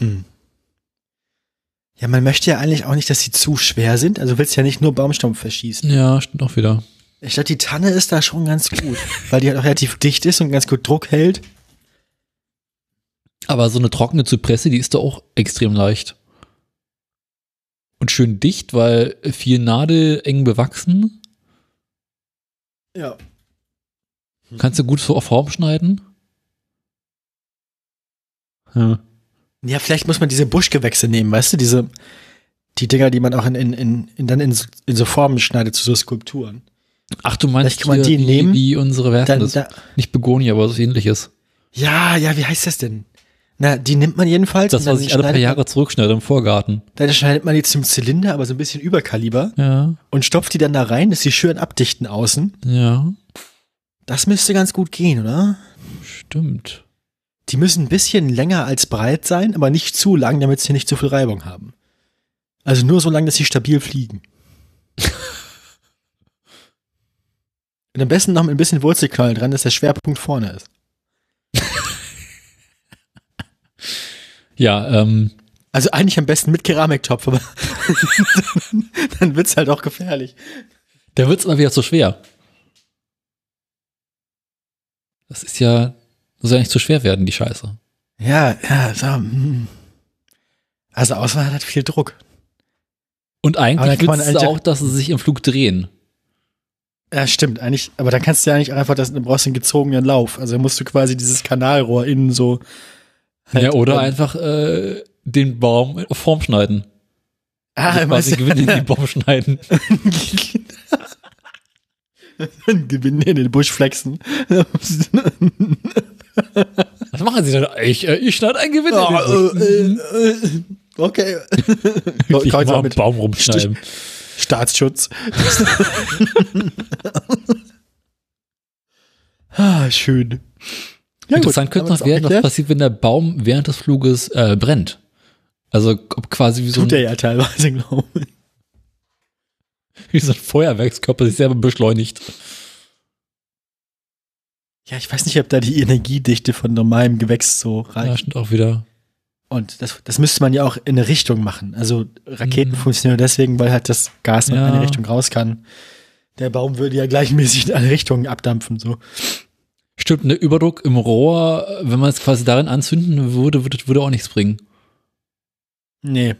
Ja, man möchte ja eigentlich auch nicht, dass sie zu schwer sind. Also willst ja nicht nur Baumstamm verschießen. Ja, stimmt auch wieder. Ich glaube, die Tanne ist da schon ganz gut, weil die halt auch relativ dicht ist und ganz gut Druck hält. Aber so eine trockene Zypresse, die ist da auch extrem leicht. Und schön dicht, weil viel Nadel eng bewachsen. Ja. Kannst du gut so auf Form schneiden? Ja. Ja, vielleicht muss man diese Buschgewächse nehmen, weißt du, die Dinger, die man auch in so Formen schneidet zu so Skulpturen. Ach, du meinst, kann man die nehmen? Wie unsere Werten das? Nicht Begonie, aber was ähnliches. Ja, wie heißt das denn? Na, die nimmt man jedenfalls. Das, was ich alle paar Jahre zurückschneide im Vorgarten. Dann schneidet man die zum Zylinder, aber so ein bisschen Überkaliber. Ja. Und stopft die dann da rein, dass sie schön abdichten außen. Ja. Das müsste ganz gut gehen, oder? Stimmt. Die müssen ein bisschen länger als breit sein, aber nicht zu lang, damit sie nicht zu viel Reibung haben. Also nur so lang, dass sie stabil fliegen. Und am besten noch mit ein bisschen Wurzelknollen dran, dass der Schwerpunkt vorne ist. Ja, Also eigentlich am besten mit Keramiktopf, aber dann wird's halt auch gefährlich. Da wird's immer wieder zu schwer. Das ist ja, soll ja nicht zu schwer werden, die Scheiße. Ja, so. Also Auswahl hat viel Druck. Und eigentlich kann man willst du auch, dass sie sich im Flug drehen. Ja, stimmt, eigentlich, aber dann kannst du ja nicht einfach du brauchst einen gezogenen Lauf. Also musst du quasi dieses Kanalrohr innen so. Halt, ja, oder einfach den Baum auf Form schneiden. Also quasi Gewinn in den Baum schneiden. Gewinn in den Busch flexen. Was machen sie denn? Ich schneide einen Gewinn in den Busch. Okay. Ich kann mal mit Baum rumschneiden. Staatsschutz. Schön. Ja, interessant könnte noch werden, was passiert, wenn der Baum während des Fluges brennt. Also ob quasi wie so Tut er ja teilweise, glaube ich. Wie so ein Feuerwerkskörper sich selber beschleunigt. Ja, ich weiß nicht, ob da die Energiedichte von normalem Gewächs so reicht. Ja, stimmt auch wieder. Und das müsste man ja auch in eine Richtung machen. Also Raketen funktionieren deswegen, weil halt das Gas in eine Richtung raus kann. Der Baum würde ja gleichmäßig in alle Richtungen abdampfen, so. Stimmt, ne, Überdruck im Rohr, wenn man es quasi darin anzünden würde, würde auch nichts bringen. Nee.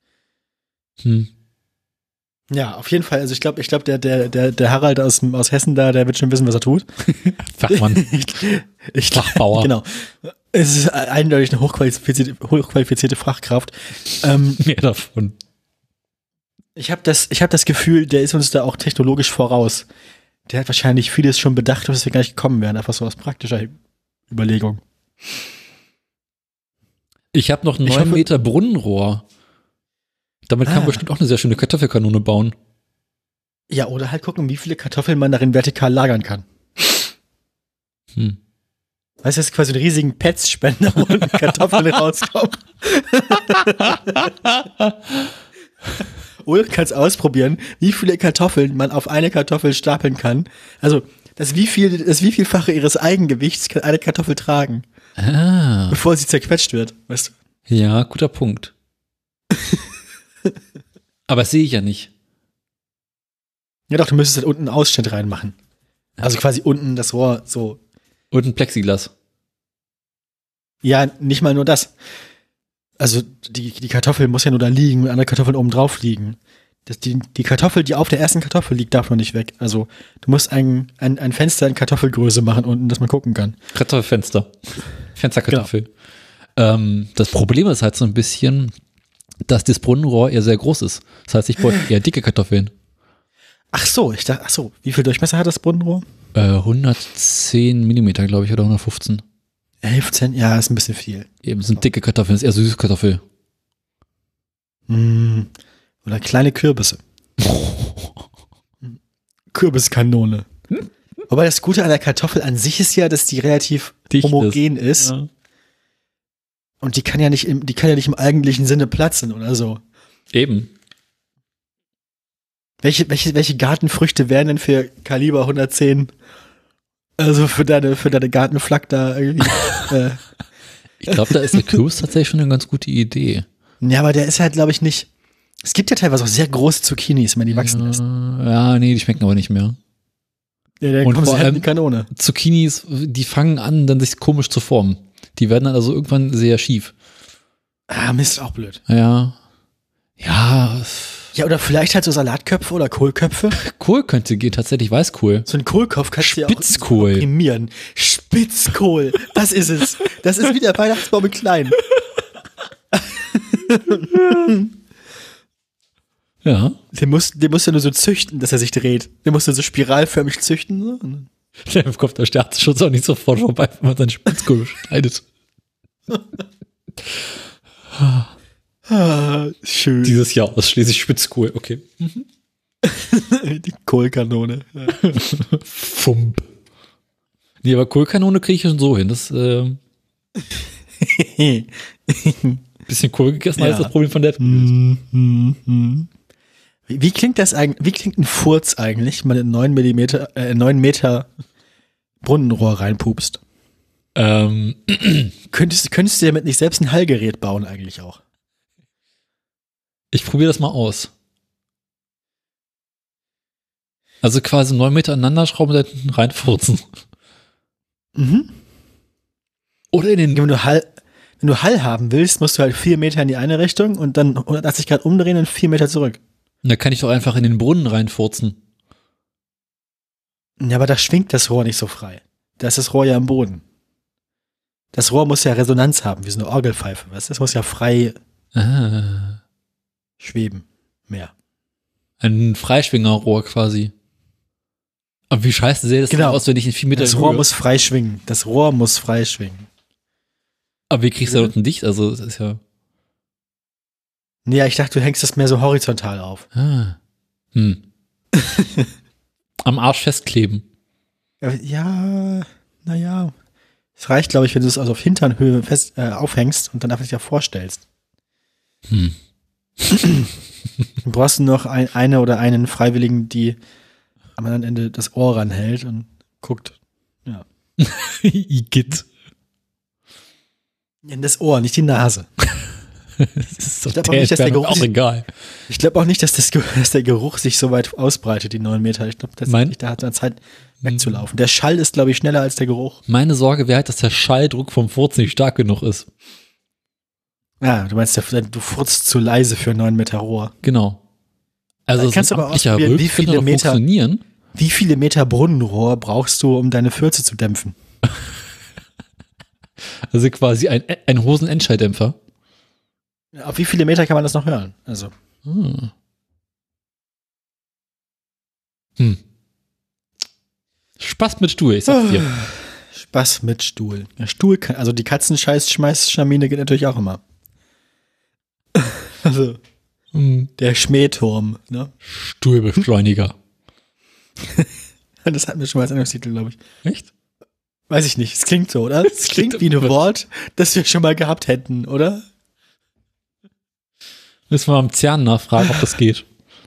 Ja, auf jeden Fall. Also ich glaube, der Harald aus Hessen da, der wird schon wissen, was er tut. Fachmann. Fachbauer. Genau. Es ist eindeutig eine hochqualifizierte Fachkraft. Mehr davon. Ich hab das Gefühl, der ist uns da auch technologisch voraus. Der hat wahrscheinlich vieles schon bedacht, was wir gar nicht gekommen wären. Einfach so aus praktischer Überlegung. Ich habe noch 9 Meter Brunnenrohr. Damit kann man bestimmt auch eine sehr schöne Kartoffelkanone bauen. Ja, oder halt gucken, wie viele Kartoffeln man darin vertikal lagern kann. Weißt du, das ist quasi einen riesigen Pets-Spender, wo Kartoffeln rauskommen. Oder du kannst ausprobieren, wie viele Kartoffeln man auf eine Kartoffel stapeln kann. Also, das wievielfache ihres Eigengewichts kann eine Kartoffel tragen. Bevor sie zerquetscht wird, weißt du? Ja, guter Punkt. Aber das sehe ich ja nicht. Ja doch, du müsstest halt unten einen Ausschnitt reinmachen. Also quasi unten das Rohr so. Und ein Plexiglas. Ja, nicht mal nur das. Also die Kartoffel muss ja nur da liegen und andere Kartoffeln oben drauf liegen. Die Kartoffel, die auf der ersten Kartoffel liegt, darf noch nicht weg. Also du musst ein Fenster in Kartoffelgröße machen unten, dass man gucken kann. Kartoffelfenster. Fensterkartoffel. Genau. Das Problem ist halt so ein bisschen, dass das Brunnenrohr eher sehr groß ist. Das heißt, ich bräuchte eher dicke Kartoffeln. Ach so, wie viel Durchmesser hat das Brunnenrohr? 110 Millimeter, glaube ich, oder 115. 11, ja, ist ein bisschen viel. Eben, sind dicke Kartoffeln, ist eher so Süßkartoffel. Oder kleine Kürbisse. Kürbiskanone. Wobei das Gute an der Kartoffel an sich ist ja, dass die relativ dicht homogen ist. Ja. Und die kann ja nicht im eigentlichen Sinne platzen oder so. Eben. Welche Gartenfrüchte wären denn für Kaliber 110? Also für deine Gartenflak da irgendwie. Ich glaube, da ist der Kürbis tatsächlich schon eine ganz gute Idee. Ja, aber der ist halt, glaube ich, nicht. Es gibt ja teilweise auch sehr große Zucchinis, wenn die wachsen lassen. Ja, nee, die schmecken aber nicht mehr. Ja, der Und kommt vor halt in allem die Kanone. Zucchinis, die fangen an, dann sich komisch zu formen. Die werden dann also irgendwann sehr schief. Ah, Mist, auch blöd. Ja. Ja. Ja, oder vielleicht halt so Salatköpfe oder Kohlköpfe. Kohl könnte gehen, tatsächlich Weißkohl. So ein Kohlkopf kannst du ja auch Spitzkohl. primieren. Spitzkohl, das ist es. Das ist wie der Weihnachtsbaum in klein. Ja. Den musst du nur so züchten, dass er sich dreht. Den musst du so spiralförmig züchten. So. Dann kommt der Staatsschutz auch nicht sofort vorbei, wenn man seinen Spitzkohl schneidet. Schön. Dieses Jahr ausschließlich Spitzkohl, okay. Die Kohlkanone. Fump. Nee, aber Kohlkanone kriege ich schon so hin. Das bisschen Kohl gegessen, Ja. ist das Problem von der. Wie klingt das eigentlich? Wie klingt ein Furz eigentlich, wenn man in 9 Meter Brunnenrohr reinpupst? Könntest du damit nicht selbst ein Hallgerät bauen eigentlich auch? Ich probiere das mal aus. Also quasi 9 Meter aneinander schrauben und dann reinfurzen. Mhm. Oder in den. Wenn du Hall haben willst, musst du halt 4 Meter in die eine Richtung und dann 180 Grad umdrehen und 4 Meter zurück. Da kann ich doch einfach in den Brunnen reinfurzen. Ja, aber da schwingt das Rohr nicht so frei. Da ist das Rohr ja am Boden. Das Rohr muss ja Resonanz haben, wie so eine Orgelpfeife. Weißt du? Das muss ja frei schweben. Mehr. Ein Freischwingerrohr quasi. Aber wie scheiße sähe das denn aus, wenn ich in 4 Meter Das Höhe- Rohr muss frei schwingen. Das Rohr muss frei schwingen. Aber wie kriegst du da unten dicht? Also, das ist ja. Nee, ja, ich dachte, du hängst das mehr so horizontal auf. Am Arsch festkleben. Ja, naja. Es reicht, glaube ich, wenn du es also auf Hinternhöhe aufhängst und dann einfach dir vorstellst. Du brauchst nur noch eine oder einen Freiwilligen, die am anderen Ende das Ohr ranhält und guckt. Ja. Igitt. In das Ohr, nicht die Nase. Das ist so Ich glaube auch nicht, dass der Geruch auch egal. Ich glaube auch nicht, dass der Geruch sich so weit ausbreitet, die 9 Meter. Ich glaube, da hat man Zeit wegzulaufen. Der Schall ist, glaube ich, schneller als der Geruch. Meine Sorge wäre halt, dass der Schalldruck vom Furz nicht stark genug ist. Ja, du meinst, du furzt zu leise für 9 Meter Rohr. Genau. Also Dann kannst du aber amtlicher ausprobieren, Rülps wie viele könnte doch Meter- funktionieren. Wie viele Meter Brunnenrohr brauchst du, um deine Fürze zu dämpfen? Also quasi ein Hosenendschalldämpfer. Auf wie viele Meter kann man das noch hören? Also. Spaß mit Stuhl, ich sag's dir. Spaß mit Stuhl. Ja, Stuhl kann, also die Katzenscheiß-Schmeißschamine geht natürlich auch immer. Also, der Schmähturm, ne? Stuhlbeschleuniger. Das hatten wir schon mal als Sendungstitel, glaube ich. Echt? Weiß ich nicht. Es klingt so, oder? Es klingt wie ein Wort, das wir schon mal gehabt hätten, oder? Müssen wir am CERN nachfragen, ob das geht.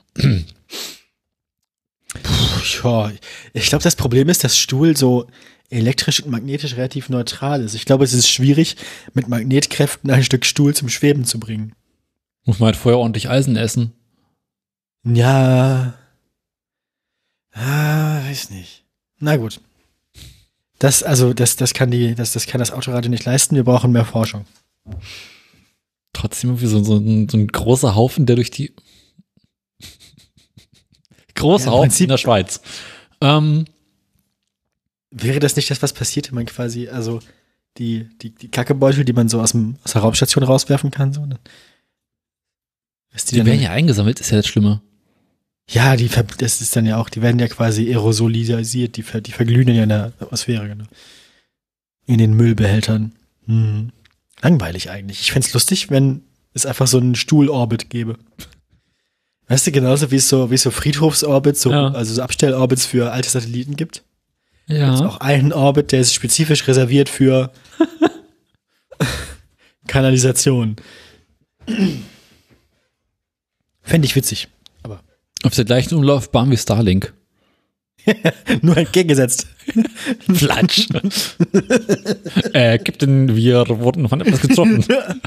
Ja, ich glaube, das Problem ist, dass Stuhl so elektrisch und magnetisch relativ neutral ist. Ich glaube, es ist schwierig, mit Magnetkräften ein Stück Stuhl zum Schweben zu bringen. Muss man halt vorher ordentlich Eisen essen. Ja. Weiß nicht. Na gut. Das kann das Autoradio nicht leisten. Wir brauchen mehr Forschung. Trotzdem irgendwie so ein großer Haufen, der durch die großer Haufen Prinzip in der Schweiz. Wäre das nicht das, was passiert, wenn man quasi, also die Kackebeutel, die man so aus der Raumstation rauswerfen kann, so, ne? Die werden ja eingesammelt, ist ja das Schlimme. Ja, das ist dann ja auch, die werden ja quasi aerosolisiert, die verglühen ja in der Atmosphäre, genau. In den Müllbehältern. Langweilig eigentlich. Ich fänd's lustig, wenn es einfach so einen Stuhlorbit gäbe. Weißt du, genauso wie es so Friedhofsorbits, also so Abstellorbits für alte Satelliten gibt. Ja. Gibt's auch einen Orbit, der ist spezifisch reserviert für Kanalisation. Fände ich witzig. Aber Auf der gleichen Umlaufbahn wie Starlink. nur entgegengesetzt. Flatsch. Captain, wir wurden von etwas getroffen.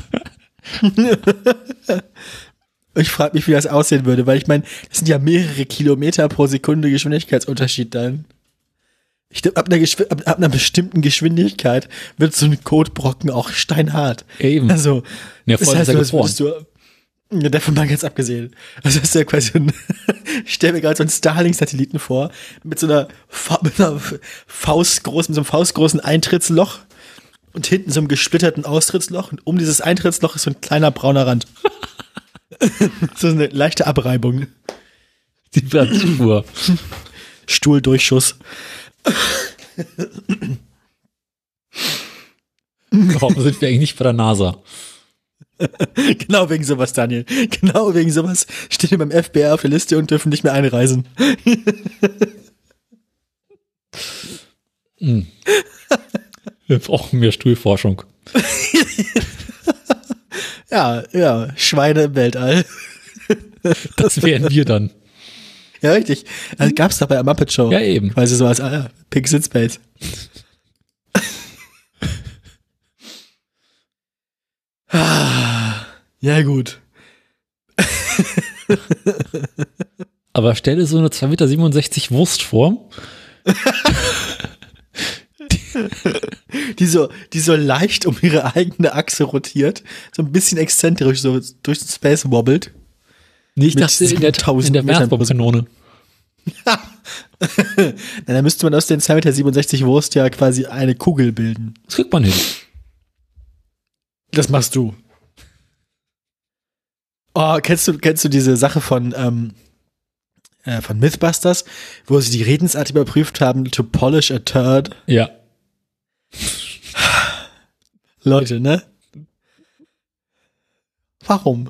Ich frage mich, wie das aussehen würde, weil ich meine, das sind ja mehrere Kilometer pro Sekunde Geschwindigkeitsunterschied dann. Ich glaube, ab einer bestimmten Geschwindigkeit wird so ein Kotbrocken auch steinhart. Eben. Also, Ja, das vorher heißt, ist er was würdest gefroren. du, ja, davon mal ganz abgesehen. Also, das ist ja quasi ich stelle mir gerade so einen Starlink-Satelliten vor, mit so einer faustgroßen Eintrittsloch und hinten so einem gesplitterten Austrittsloch und um dieses Eintrittsloch ist so ein kleiner brauner Rand. So eine leichte Abreibung. Die Platzspur. Stuhldurchschuss. Warum sind wir eigentlich nicht bei der NASA? Genau wegen sowas, Daniel. Genau wegen sowas stehen wir beim FBI auf der Liste und dürfen nicht mehr einreisen. Wir brauchen mehr Stuhlforschung. Ja, Schweine im Weltall. Das wären wir dann. Ja, richtig. Also gab's da bei der Muppet Show. Ja, eben. Quasi so als Pigs in Space. Ja, gut. Aber stell dir so eine 2,67 Meter Wurst vor. Die so leicht um ihre eigene Achse rotiert, so ein bisschen exzentrisch so durch den Space wobbelt. Nee, ich dachte in der Werferkanone. Dann müsste man aus den 2,67 Meter Wurst ja quasi eine Kugel bilden. Das kriegt man hin. Das machst du. Oh, kennst du diese Sache von Mythbusters, wo sie die Redensart überprüft haben, to polish a turd? Ja. Leute, ne? Warum?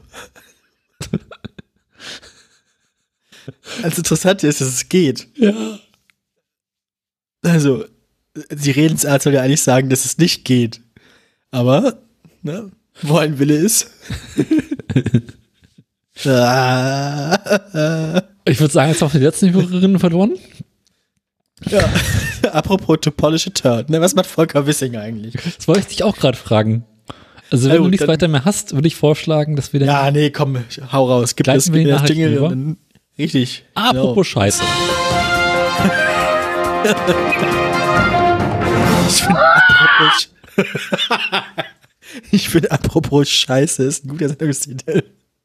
Also interessant ist, dass es geht. Ja. Also, die Redensart soll ja eigentlich sagen, dass es nicht geht. Aber, ne, wo ein Wille ist. Ich würde sagen, jetzt haben wir die letzten Hörerinnen verloren. Ja. Apropos to polish a turd, ne, was macht Volker Wissing eigentlich? Das wollte ich dich auch gerade fragen. Also, wenn du nichts weiter mehr hast, würde ich vorschlagen, dass wir dann. Ja, nee, komm, hau raus. Gib das Jingle und dann, richtig. Apropos Scheiße. Ich finde, apropos Scheiße ist ein guter Sendungstitel.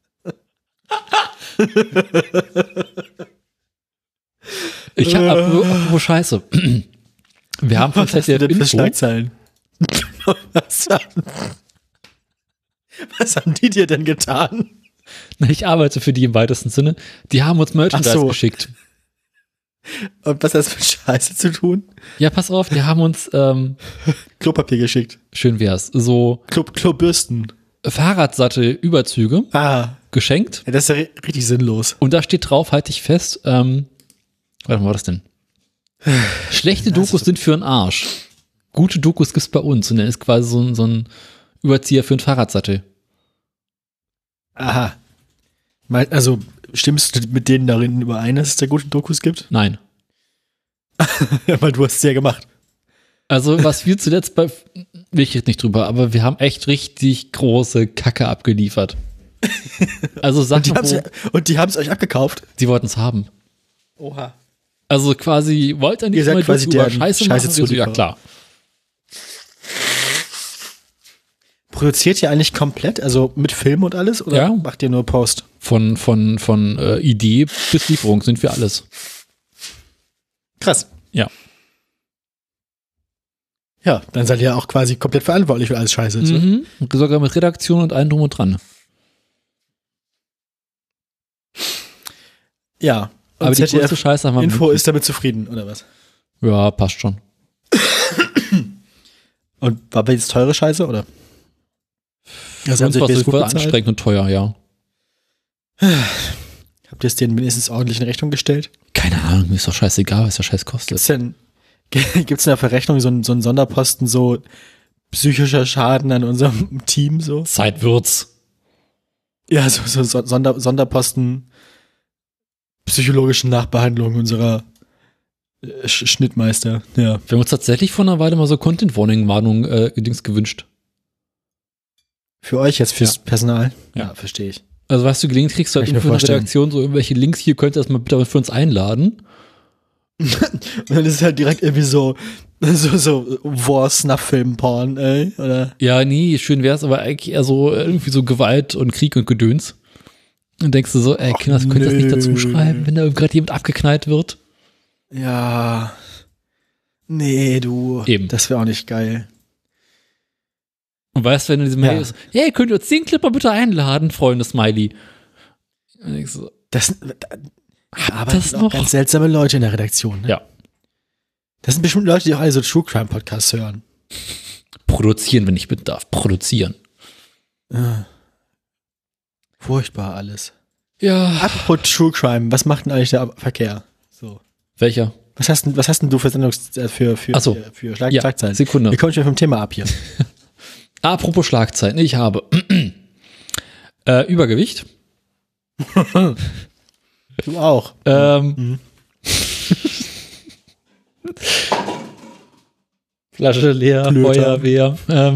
Ich habe apropos Scheiße. Wir haben von ZDF Info. Schlagzeilen? Was haben die dir denn getan? Na, ich arbeite für die im weitesten Sinne. Die haben uns Merchandise geschickt. Und was hat das mit Scheiße zu tun? Ja, pass auf, die haben uns Klopapier geschickt. Schön wär's. So Klobürsten. Fahrradsattel-Überzüge geschenkt. Ja, das ist ja richtig sinnlos. Und da steht drauf, halte ich fest, warte mal, was war das denn? Schlechte Dokus sind für einen Arsch. Gute Dokus gibt's bei uns. Und dann ist quasi so ein Überzieher für einen Fahrradsattel. Aha. Also, stimmst du mit denen darin überein, dass es da gute Dokus gibt? Nein. Ja, weil du hast es ja gemacht. Also, was wir zuletzt will ich jetzt nicht drüber, aber wir haben echt richtig große Kacke abgeliefert. Also Sachen, und die haben es euch abgekauft? Sie wollten es haben. Oha. Also quasi, wollt ihr nicht mal quasi über Scheiße machen? So, ja, klar. Produziert ihr eigentlich komplett, also mit Film und alles, oder macht ihr nur Post? Von Idee bis Lieferung sind wir alles. Krass. Ja. Ja, dann seid ihr auch quasi komplett verantwortlich für alles Scheiße. Mhm. Sogar mit Redaktion und allem drum und dran. Ja. Und aber die größte Scheiße haben wir Info ist damit zufrieden, oder was? Ja, passt schon. Und war bei jetzt teure Scheiße, oder? Also uns war es anstrengend und teuer, ja. Habt ihr es denen wenigstens ordentlich in Rechnung gestellt? Keine Ahnung, mir ist doch scheißegal, was der Scheiß kostet. Gibt's denn auf der Rechnung so einen Sonderposten, so psychischer Schaden an unserem Team so. Zeitwürz. Ja, so Sonderposten psychologischen Nachbehandlung unserer Schnittmeister. Ja. Wir haben uns tatsächlich vor einer Weile mal so Content-Warning-Warnung Dings gewünscht. Für euch jetzt, fürs Personal? Ja. Verstehe ich. Also weißt du, gelegentlich kriegst du halt für eine Redaktion so irgendwelche Links, hier könnt ihr das mal bitte für uns einladen. Und dann ist es halt direkt irgendwie so War-Snuff-Film-Porn, ey, oder? Ja, nee, schön wär's, aber eigentlich eher so irgendwie so Gewalt und Krieg und Gedöns. Und denkst du so, ey, Kinders, könnt ihr das nicht dazu schreiben, wenn da gerade jemand abgeknallt wird? Ja. Nee, du. Eben. Das wäre auch nicht geil. Und weißt du, wenn du diese Mail ist, hey, könnt ihr uns 10 Clipper bitte einladen, Freunde, Smiley. Und denkst du so, das das noch? Ganz seltsame Leute in der Redaktion. Ne? Ja. Das sind bestimmt Leute, die auch alle so True Crime Podcasts hören. Produzieren, wenn ich bitten darf. Produzieren. Furchtbar alles. Ja. Apropos True Crime, was macht denn eigentlich der Verkehr? So. Welcher? Was hast denn du für für Schlagzeilen? Ja, Sekunde. Wir kommen schon vom Thema ab hier. Apropos Schlagzeilen. Ich habe Übergewicht. Du auch. Flasche leer, Flöter. Feuerwehr.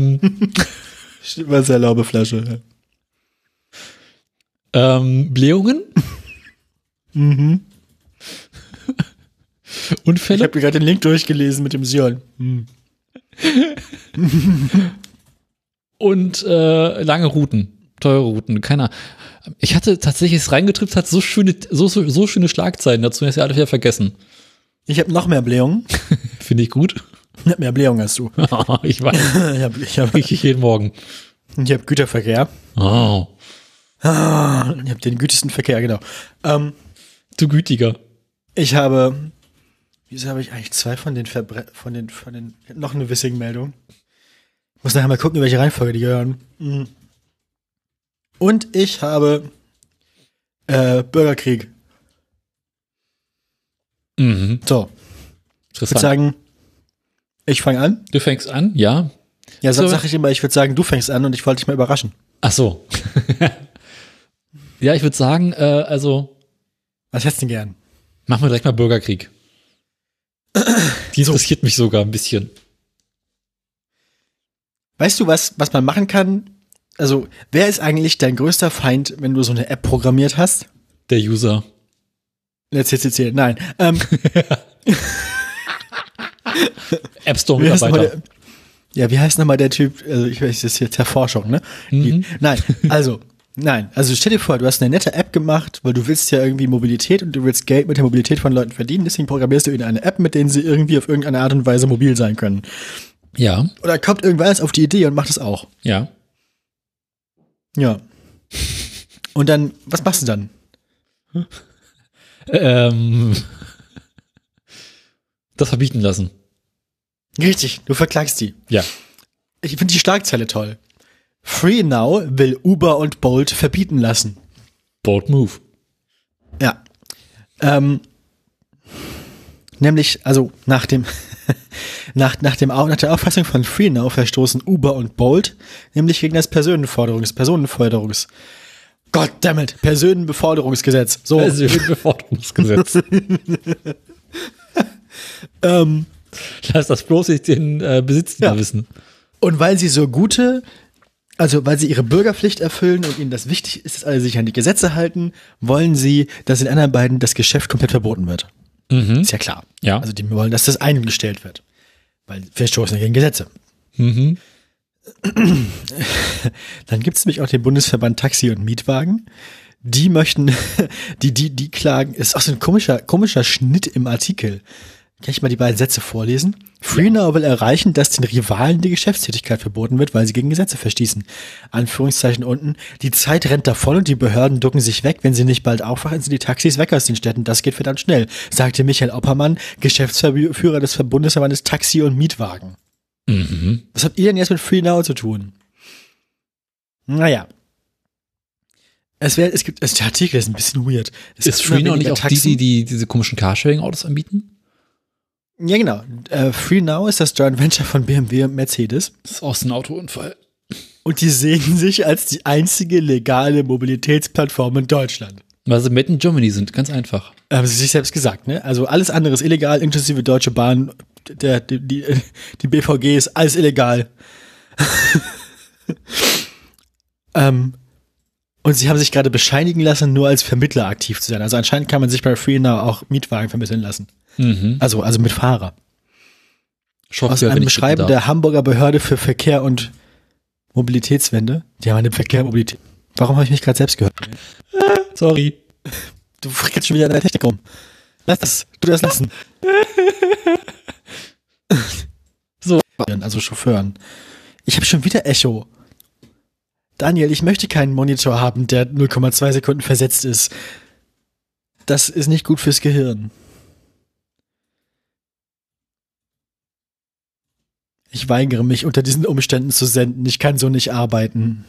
Was erlaube Flasche. Blähungen. Ich Unfälle. habe gerade den Link durchgelesen mit dem Sion. Und lange Routen. Teure Routen. Keiner. Ich hatte tatsächlich es reingetrippt, hat so schöne Schlagzeilen dazu, dass ich alle wieder vergessen. Ich habe noch mehr Blähungen. Finde ich gut. Ich habe mehr Blähungen als du. Ich weiß. Ich habe Ich jeden Morgen. Güterverkehr. Oh. Ich habe den gütigsten Verkehr, genau. Du Gütiger. Wieso habe ich eigentlich zwei von den noch eine Wissing-Meldung. Ich muss nachher mal gucken, in welche Reihenfolge die gehören. Und ich habe Bürgerkrieg. Mhm. So, ich würde Interessant. sagen, ich fange an. Du fängst an, ja. Ja, sonst So. sage ich immer, ich würde sagen, du fängst an und ich wollte dich mal überraschen. Ach so. Ja, ich würde sagen, also Was hättest du denn gern? machen wir direkt mal Bürgerkrieg. Die interessiert mich sogar ein bisschen. Weißt du, was man machen kann? Also, wer ist eigentlich dein größter Feind, wenn du so eine App programmiert hast? Der User. Der CCC, nein. App Store Wie heißt nochmal Mitarbeiter. wie heißt nochmal der Typ? Also, ich weiß, das ist jetzt Erforschung, ne? Nein, also stell dir vor, du hast eine nette App gemacht, weil du willst ja irgendwie Mobilität und du willst Geld mit der Mobilität von Leuten verdienen, deswegen programmierst du ihnen eine App, mit denen sie irgendwie auf irgendeine Art und Weise mobil sein können. Ja, Oder kommt irgendwas auf die Idee und macht es auch. ja. Ja. Und dann, was machst du dann? Das verbieten lassen. Richtig, du verklagst die. Ja. Ich finde die Schlagzeile toll. Free Now will Uber und Bolt verbieten lassen. Bold Move. Ja. Nämlich, also nach der Auffassung von Free Now verstoßen Uber und Bolt nämlich gegen das Personenbeförderungsgesetz. So. Personenbeförderungsgesetz. Lass das bloß nicht den Besitzender wissen. Und weil sie weil sie ihre Bürgerpflicht erfüllen und ihnen das wichtig ist, dass alle sich an die Gesetze halten, wollen sie, dass in anderen beiden das Geschäft komplett verboten wird. Mhm. Ist ja klar. Ja. Also die wollen, dass das eingestellt wird. Weil wir verstoßen gegen Gesetze. Mhm. Dann gibt es nämlich auch den Bundesverband Taxi und Mietwagen. Die möchten, die klagen, ist auch so ein komischer Schnitt im Artikel. Kann ich mal die beiden Sätze vorlesen? Free Now will erreichen, dass den Rivalen die Geschäftstätigkeit verboten wird, weil sie gegen Gesetze verstießen. Anführungszeichen unten. Die Zeit rennt davon und die Behörden ducken sich weg. Wenn sie nicht bald aufwachen, sind die Taxis weg aus den Städten. Das geht verdammt schnell, sagte Michael Oppermann, Geschäftsführer des Bundesverbandes Taxi und Mietwagen. Mhm. Was habt ihr denn jetzt mit Free Now zu tun? Naja. Der Artikel ist ein bisschen weird. Ist Free Now nicht auch die diese komischen Carsharing-Autos anbieten? Ja, genau. Free Now ist das Joint Venture von BMW und Mercedes. Das ist auch so ein Autounfall. Und die sehen sich als die einzige legale Mobilitätsplattform in Deutschland. Weil sie made in Germany sind, ganz einfach. Haben sie sich selbst gesagt, ne? Also alles andere ist illegal, inklusive Deutsche Bahn, die BVG ist alles illegal. Und sie haben sich gerade bescheinigen lassen, nur als Vermittler aktiv zu sein. Also anscheinend kann man sich bei FreeNow auch Mietwagen vermitteln lassen. Mhm. Also mit Fahrer. Chauffeur, Aus einem Schreiben der Hamburger Behörde für Verkehr und Mobilitätswende. Die haben eine Verkehr-Mobilität. Warum habe ich mich gerade selbst gehört? Sorry. Du frickelst schon wieder in der Technik rum. Lass das. Du das lassen. So. Also Chauffeuren. Ich habe schon wieder Echo. Daniel, ich möchte keinen Monitor haben, der 0,2 Sekunden versetzt ist. Das ist nicht gut fürs Gehirn. Ich weigere mich, unter diesen Umständen zu senden. Ich kann so nicht arbeiten.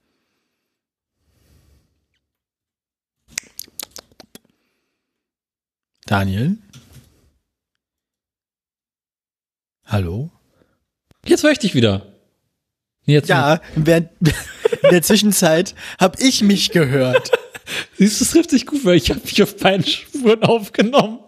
Daniel? Hallo? Jetzt höre ich dich wieder. Jetzt ja, in der Zwischenzeit habe ich mich gehört. Siehst du, es trifft sich gut, weil ich habe mich auf beiden Spuren aufgenommen.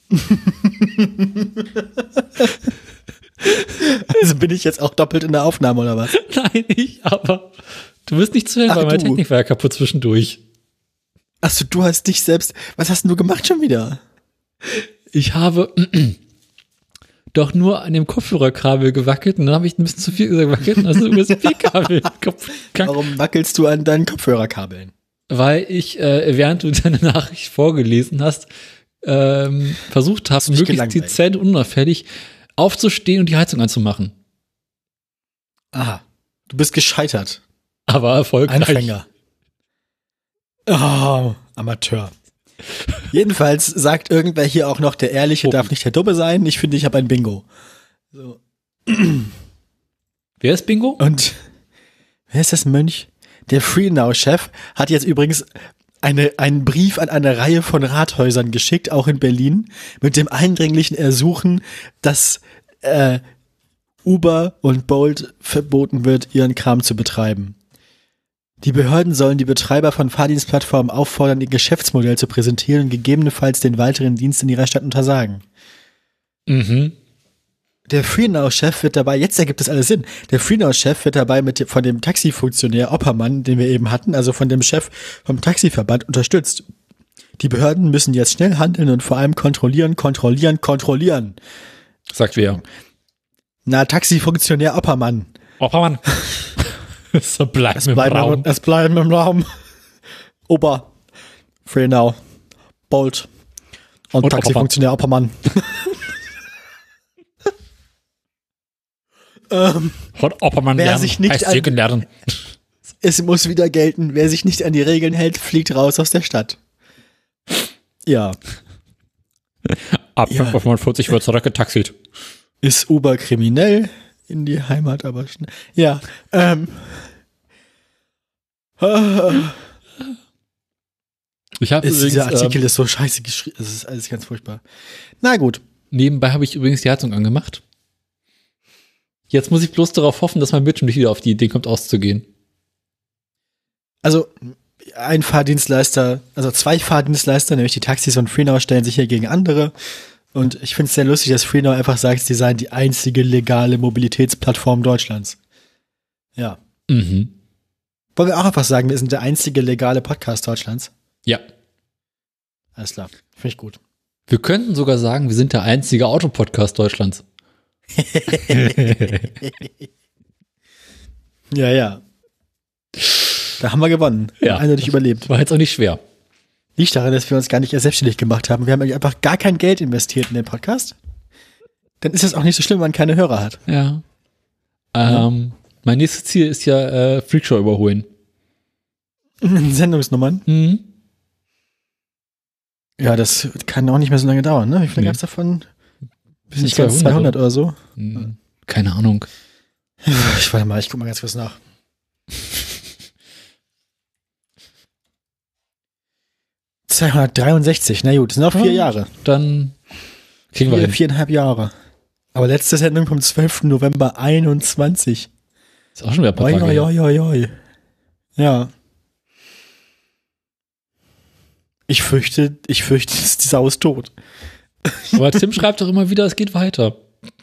Also bin ich jetzt auch doppelt in der Aufnahme, oder was? Nein, aber du wirst nicht zu hören, weil meine Technik war ja kaputt zwischendurch. Achso, du hast dich selbst. Was hast denn du gemacht schon wieder? Ich habe doch nur an dem Kopfhörerkabel gewackelt und dann habe ich ein bisschen zu viel gewackelt und also USB-Kabel kaputt. Warum wackelst du an deinen Kopfhörerkabeln? Weil ich, während du deine Nachricht vorgelesen hast, versucht habe, möglichst dezent und unauffällig aufzustehen und die Heizung anzumachen. Aha. Du bist gescheitert. Aber erfolgreich. Anfänger. Oh, Amateur. Jedenfalls sagt irgendwer hier auch noch, der Ehrliche darf nicht der Dumme sein. Ich finde, ich habe ein Bingo. So. Wer ist Bingo? Und wer ist das Mönch? Der FreeNow-Chef hat jetzt übrigens einen Brief an eine Reihe von Rathäusern geschickt, auch in Berlin, mit dem eindringlichen Ersuchen, dass Uber und Bolt verboten wird, ihren Kram zu betreiben. Die Behörden sollen die Betreiber von Fahrdienstplattformen auffordern, ihr Geschäftsmodell zu präsentieren und gegebenenfalls den weiteren Dienst in ihrer Stadt untersagen. Mhm. Der FreeNow-Chef wird dabei, jetzt ergibt es alles Sinn, der FreeNow-Chef wird dabei von dem Taxifunktionär Oppermann, den wir eben hatten, also von dem Chef vom Taxiverband, unterstützt. Die Behörden müssen jetzt schnell handeln und vor allem kontrollieren. Sagt wer? Na, Taxifunktionär Oppermann. Oppermann. So bleibt im Raum. Es bleiben im Raum. Ober, FreeNow, Bolt und Taxifunktionär Oppermann. Von Oppermann wer lernen, sich nicht heißt lernen. Es muss wieder gelten, wer sich nicht an die Regeln hält, fliegt raus aus der Stadt. Ja. Ab 5:45 wird zurückgetaxilt. Ist Uber kriminell? In die Heimat, aber schnell. Ja. Ich habe übrigens, dieser Artikel ist so scheiße geschrieben. Das ist alles ganz furchtbar. Na gut. Nebenbei habe ich übrigens die Heizung angemacht. Jetzt muss ich bloß darauf hoffen, dass mein Bildschirm nicht wieder auf die Idee kommt, auszugehen. Also ein Fahrdienstleister, also zwei Fahrdienstleister, nämlich die Taxis und FreeNow, stellen sich hier gegen andere. Und ich finde es sehr lustig, dass FreeNow einfach sagt, sie seien die einzige legale Mobilitätsplattform Deutschlands. Ja. Mhm. Wollen wir auch einfach sagen, wir sind der einzige legale Podcast Deutschlands? Ja. Alles klar. Finde ich gut. Wir könnten sogar sagen, wir sind der einzige Autopodcast Deutschlands. Ja. Da haben wir gewonnen. Ja. Eindeutig überlebt. War jetzt auch nicht schwer. Liegt daran, dass wir uns gar nicht erst selbstständig gemacht haben. Wir haben einfach gar kein Geld investiert in den Podcast. Dann ist es auch nicht so schlimm, wenn man keine Hörer hat. Ja. Mein nächstes Ziel ist ja Freakshow überholen. Sendungsnummern? Mhm. Ja, das kann auch nicht mehr so lange dauern, ne? Wie viele gab es davon? Bis Nicht ganz 200 oder so? Keine Ahnung. Ich guck mal ganz kurz nach. ...263, na gut, das sind auch 4 Jahre. Dann Kriegen wir hin. 4,5 Jahre. Aber letzte Sendung vom 12. November 21. Ist auch schon wieder ein paar Tage her. Oi. Ja. Ich fürchte, die Sau ist tot. Aber Tim schreibt doch immer wieder, es geht weiter.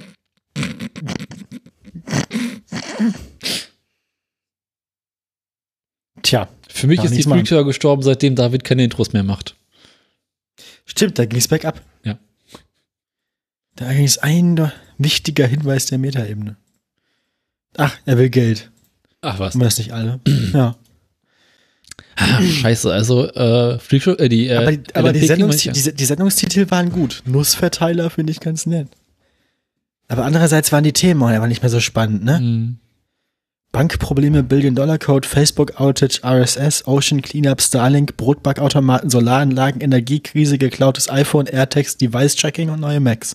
Tja. Für mich ist die Freakshow gestorben, seitdem David keine Intros mehr macht. Stimmt, da ging es bergab. Ja. Da ist ein wichtiger Hinweis der Metaebene. Ach, er will Geld. Ach was. Haben wir das nicht alle? Ja. Scheiße, also Freakshow, aber die Sendungstitel waren gut. Nussverteiler finde ich ganz nett. Aber andererseits waren die Themen auch einfach nicht mehr so spannend, ne? Mhm. Bankprobleme, Billion-Dollar-Code, Facebook-Outage, RSS, Ocean Cleanup, Starlink, Brotbackautomaten, Solaranlagen, Energiekrise, geklautes iPhone, AirTags, Device-Tracking und neue Macs.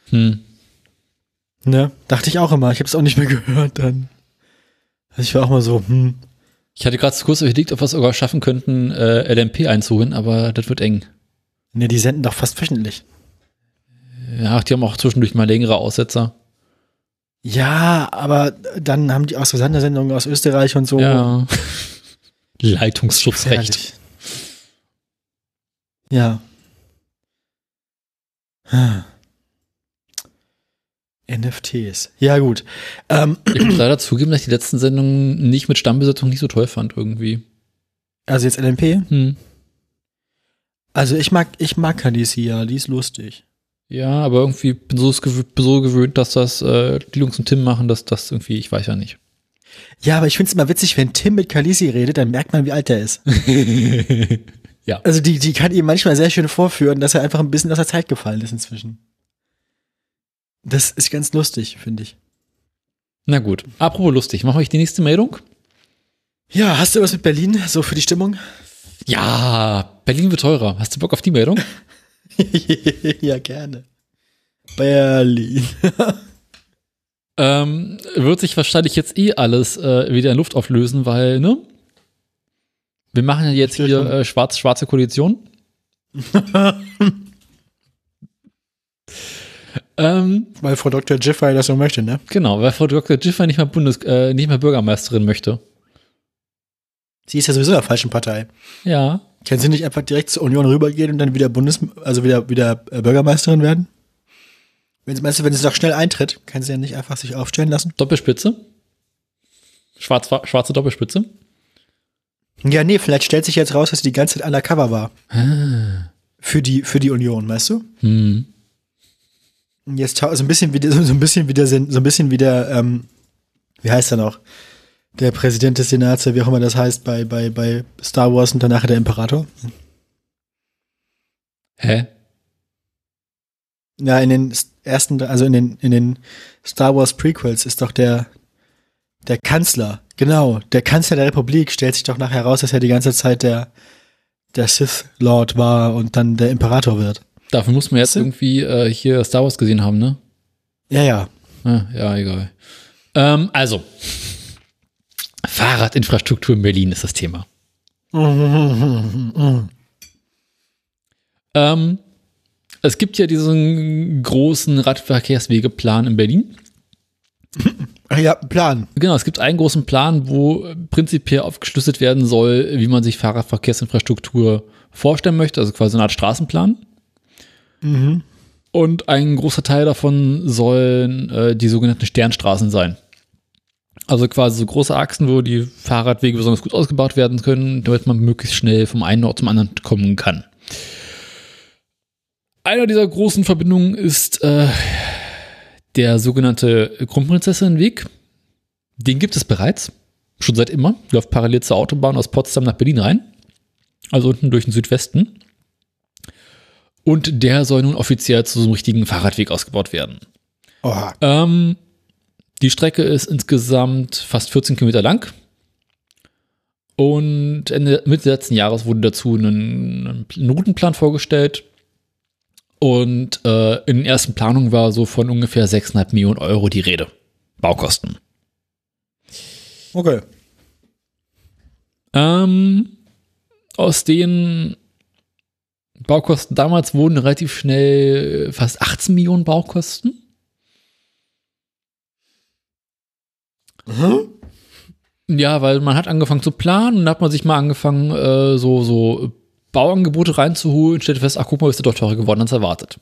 Ne? Dachte ich auch immer. Ich habe es auch nicht mehr gehört dann. Also ich war auch mal so, Ich hatte gerade kurz überlegt, ob wir es sogar schaffen könnten, LMP einzuholen, aber das wird eng. Ne, die senden doch fast wöchentlich. Ja, die haben auch zwischendurch mal längere Aussetzer. Ja, aber dann haben die auch so Sondersendungen aus Österreich und so. Ja. Leitungsschutzrecht. Ja. NFTs. Ja, gut. Ich muss leider zugeben, dass ich die letzten Sendungen nicht mit Stammbesetzung nicht so toll fand irgendwie. Also jetzt LMP? Also ich mag Khaleesi, ja, die ist lustig. Ja, aber irgendwie bin so gewöhnt, dass das die Jungs und Tim machen, dass das irgendwie, ich weiß ja nicht. Ja, aber ich finde es immer witzig, wenn Tim mit Khaleesi redet, dann merkt man, wie alt er ist. Ja. Also die kann ihm manchmal sehr schön vorführen, dass er einfach ein bisschen aus der Zeit gefallen ist inzwischen. Das ist ganz lustig, finde ich. Na gut, apropos lustig, machen wir die nächste Meldung? Ja, hast du was mit Berlin, so für die Stimmung? Ja, Berlin wird teurer. Hast du Bock auf die Meldung? Ja, gerne. Berlin. Wird sich wahrscheinlich jetzt alles wieder in Luft auflösen, weil, ne? Wir machen ja jetzt hier schwarze Koalition. Weil Frau Dr. Giffey das so möchte, ne? Genau, weil Frau Dr. Giffey nicht mehr Bürgermeisterin möchte. Sie ist ja sowieso in der falschen Partei. Ja. Kann sie nicht einfach direkt zur Union rübergehen und dann wieder wieder Bürgermeisterin werden? Meinst du, wenn sie doch schnell eintritt, kann sie ja nicht einfach sich aufstellen lassen? Doppelspitze? Schwarze Doppelspitze? Ja, nee, vielleicht stellt sich jetzt raus, dass sie die ganze Zeit undercover war. Für die Union, weißt du? Und jetzt so ein bisschen wie der, wie heißt er noch? Der Präsident des Senats, wie auch immer das heißt, bei Star Wars und danach der Imperator. Hä? Ja, in den Star Wars Prequels ist doch der Kanzler, genau, der Kanzler der Republik stellt sich doch nachher heraus, dass er die ganze Zeit der Sith Lord war und dann der Imperator wird. Dafür muss man jetzt irgendwie hier Star Wars gesehen haben, ne? Ja. Ja, egal. Also, Fahrradinfrastruktur in Berlin ist das Thema. Es gibt ja diesen großen Radverkehrswegeplan in Berlin. Ja, Plan. Genau, es gibt einen großen Plan, wo prinzipiell aufgeschlüsselt werden soll, wie man sich Fahrradverkehrsinfrastruktur vorstellen möchte, also quasi eine Art Straßenplan. Und ein großer Teil davon sollen die sogenannten Sternstraßen sein. Also quasi so große Achsen, wo die Fahrradwege besonders gut ausgebaut werden können, damit man möglichst schnell vom einen Ort zum anderen kommen kann. Einer dieser großen Verbindungen ist der sogenannte Kronprinzessinnenweg. Den gibt es bereits, schon seit immer. Läuft parallel zur Autobahn aus Potsdam nach Berlin rein. Also unten durch den Südwesten. Und der soll nun offiziell zu so einem richtigen Fahrradweg ausgebaut werden. Die Strecke ist insgesamt fast 14 Kilometer lang. Und Mitte letzten Jahres wurde dazu ein Routenplan vorgestellt. Und in den ersten Planungen war so von ungefähr 6,5 Millionen Euro die Rede. Baukosten. Okay. Aus den Baukosten damals wurden relativ schnell fast 18 Millionen Baukosten. Mhm. Ja, weil man hat angefangen zu planen und dann hat man sich mal angefangen, so Bauangebote reinzuholen und stellte fest, ach guck mal, ist der doch teurer geworden als erwartet.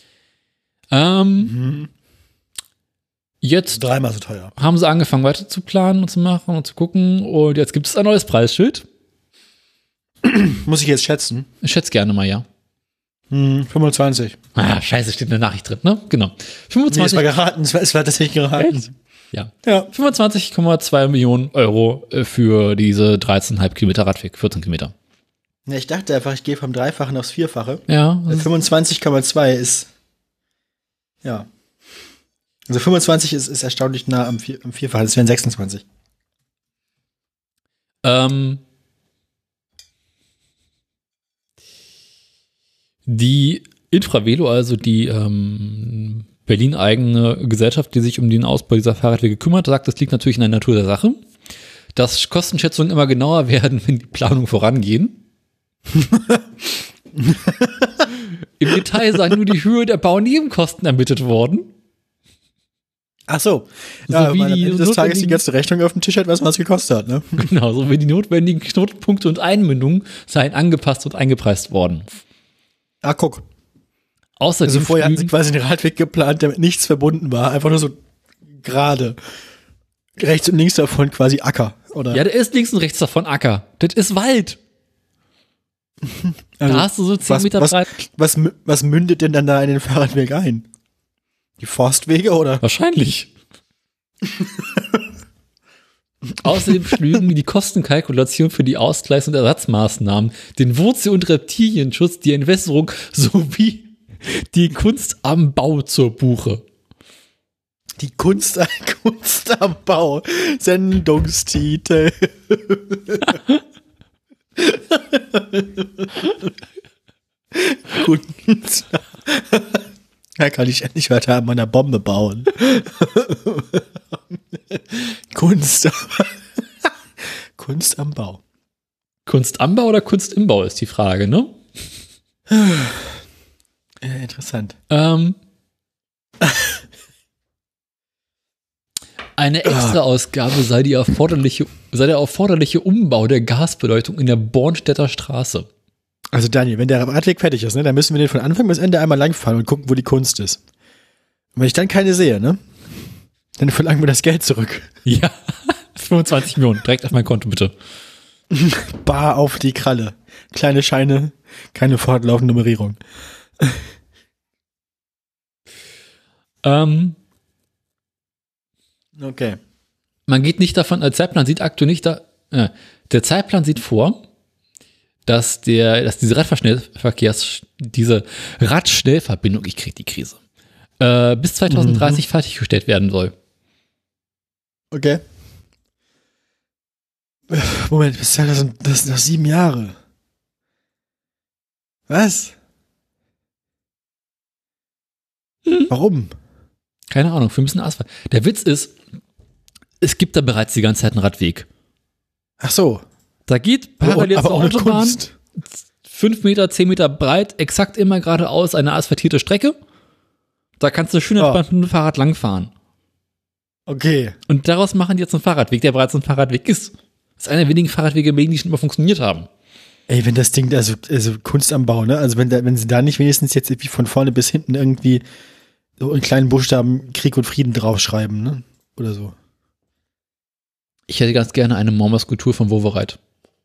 Jetzt Dreimal so teuer. haben sie angefangen weiter zu planen und zu machen und zu gucken und jetzt gibt es ein neues Preisschild. Muss ich jetzt schätzen? Ich schätze gerne mal, ja. 25. Ah, scheiße, steht in der Nachricht drin, ne? Genau. Nee, es war geraten. Es war tatsächlich geraten. Echt? Ja. Ja. 25,2 Millionen Euro für diese 13,5 Kilometer Radweg, 14 Kilometer. Ja, ich dachte einfach, ich gehe vom Dreifachen aufs Vierfache. Ja. 25,2 ist, ja. Also 25 ist erstaunlich nah am Vierfachen. Das wären 26. Die Infravelo, also die Berlin-eigene Gesellschaft, die sich um den Ausbau dieser Fahrradwege kümmert, sagt, das liegt natürlich in der Natur der Sache, dass Kostenschätzungen immer genauer werden, wenn die Planungen vorangehen. Im Detail sei nur die Höhe der Baunebenkosten ermittelt worden. Ach so. Ja, wie am die Ende des Tages die notwendigen- ganze Rechnung auf dem Tisch hat, was es gekostet hat, ne? Genau, so wie die notwendigen Knotenpunkte und Einmündungen seien angepasst und eingepreist worden. Ah, guck. Außerdem Also vorher hatten sie flügen- quasi einen Radweg geplant, der mit nichts verbunden war. Einfach nur so gerade. Rechts und links davon quasi Acker, oder? ja, der ist links und rechts davon Acker. Das ist Wald. Also, Da hast du so 10 Meter breit. was mündet denn dann da in den Fahrradweg ein? Die Forstwege, oder? Wahrscheinlich. Außerdem schlügen die Kostenkalkulation für die Ausgleichs- und Ersatzmaßnahmen, den Wurzel- und Reptilienschutz, die Entwässerung sowie die Kunst am Bau zur Buche. Die Kunst am Bau. Sendungstitel. Kunst. Da kann ich endlich weiter an meiner Bombe bauen. Kunst am Bau. Kunst am Bau oder Kunst im Bau ist die Frage, ne? Interessant. Eine Extraausgabe sei der erforderliche Umbau der Gasbeleuchtung in der Bornstedter Straße. Also Daniel, wenn der Radweg fertig ist, ne, dann müssen wir den von Anfang bis Ende einmal langfahren und gucken, wo die Kunst ist. Und wenn ich dann keine sehe, ne, dann verlangen wir das Geld zurück. Ja, 25 Millionen, direkt auf mein Konto, bitte. Bar auf die Kralle. Kleine Scheine, keine fortlaufende Nummerierung. Okay. Man geht nicht davon, der Zeitplan sieht aktuell nicht der Zeitplan sieht vor, dass diese diese Radschnellverbindung, ich krieg die Krise, bis 2030 fertiggestellt werden soll. Okay. Moment, bis 2000, das sind noch 7 Jahre. Was? Warum? Keine Ahnung, für ein bisschen Asphalt. Der Witz ist, es gibt da bereits die ganze Zeit einen Radweg. Ach so. Da geht parallel aber zur ohne Autobahn Kunst. 5 Meter, 10 Meter breit, exakt immer geradeaus eine asphaltierte Strecke. Da kannst du schön entspannt mit dem Fahrrad langfahren. Okay. Und daraus machen die jetzt einen Fahrradweg, der bereits ein Fahrradweg ist. Das ist einer der wenigen Fahrradwege, die schon immer funktioniert haben. Ey, wenn das Ding, also Kunst am Bau, ne? Also wenn sie da nicht wenigstens jetzt irgendwie von vorne bis hinten irgendwie so in kleinen Buchstaben Krieg und Frieden draufschreiben, ne? Oder so. Ich hätte ganz gerne eine Marmorskulptur von Wowereit.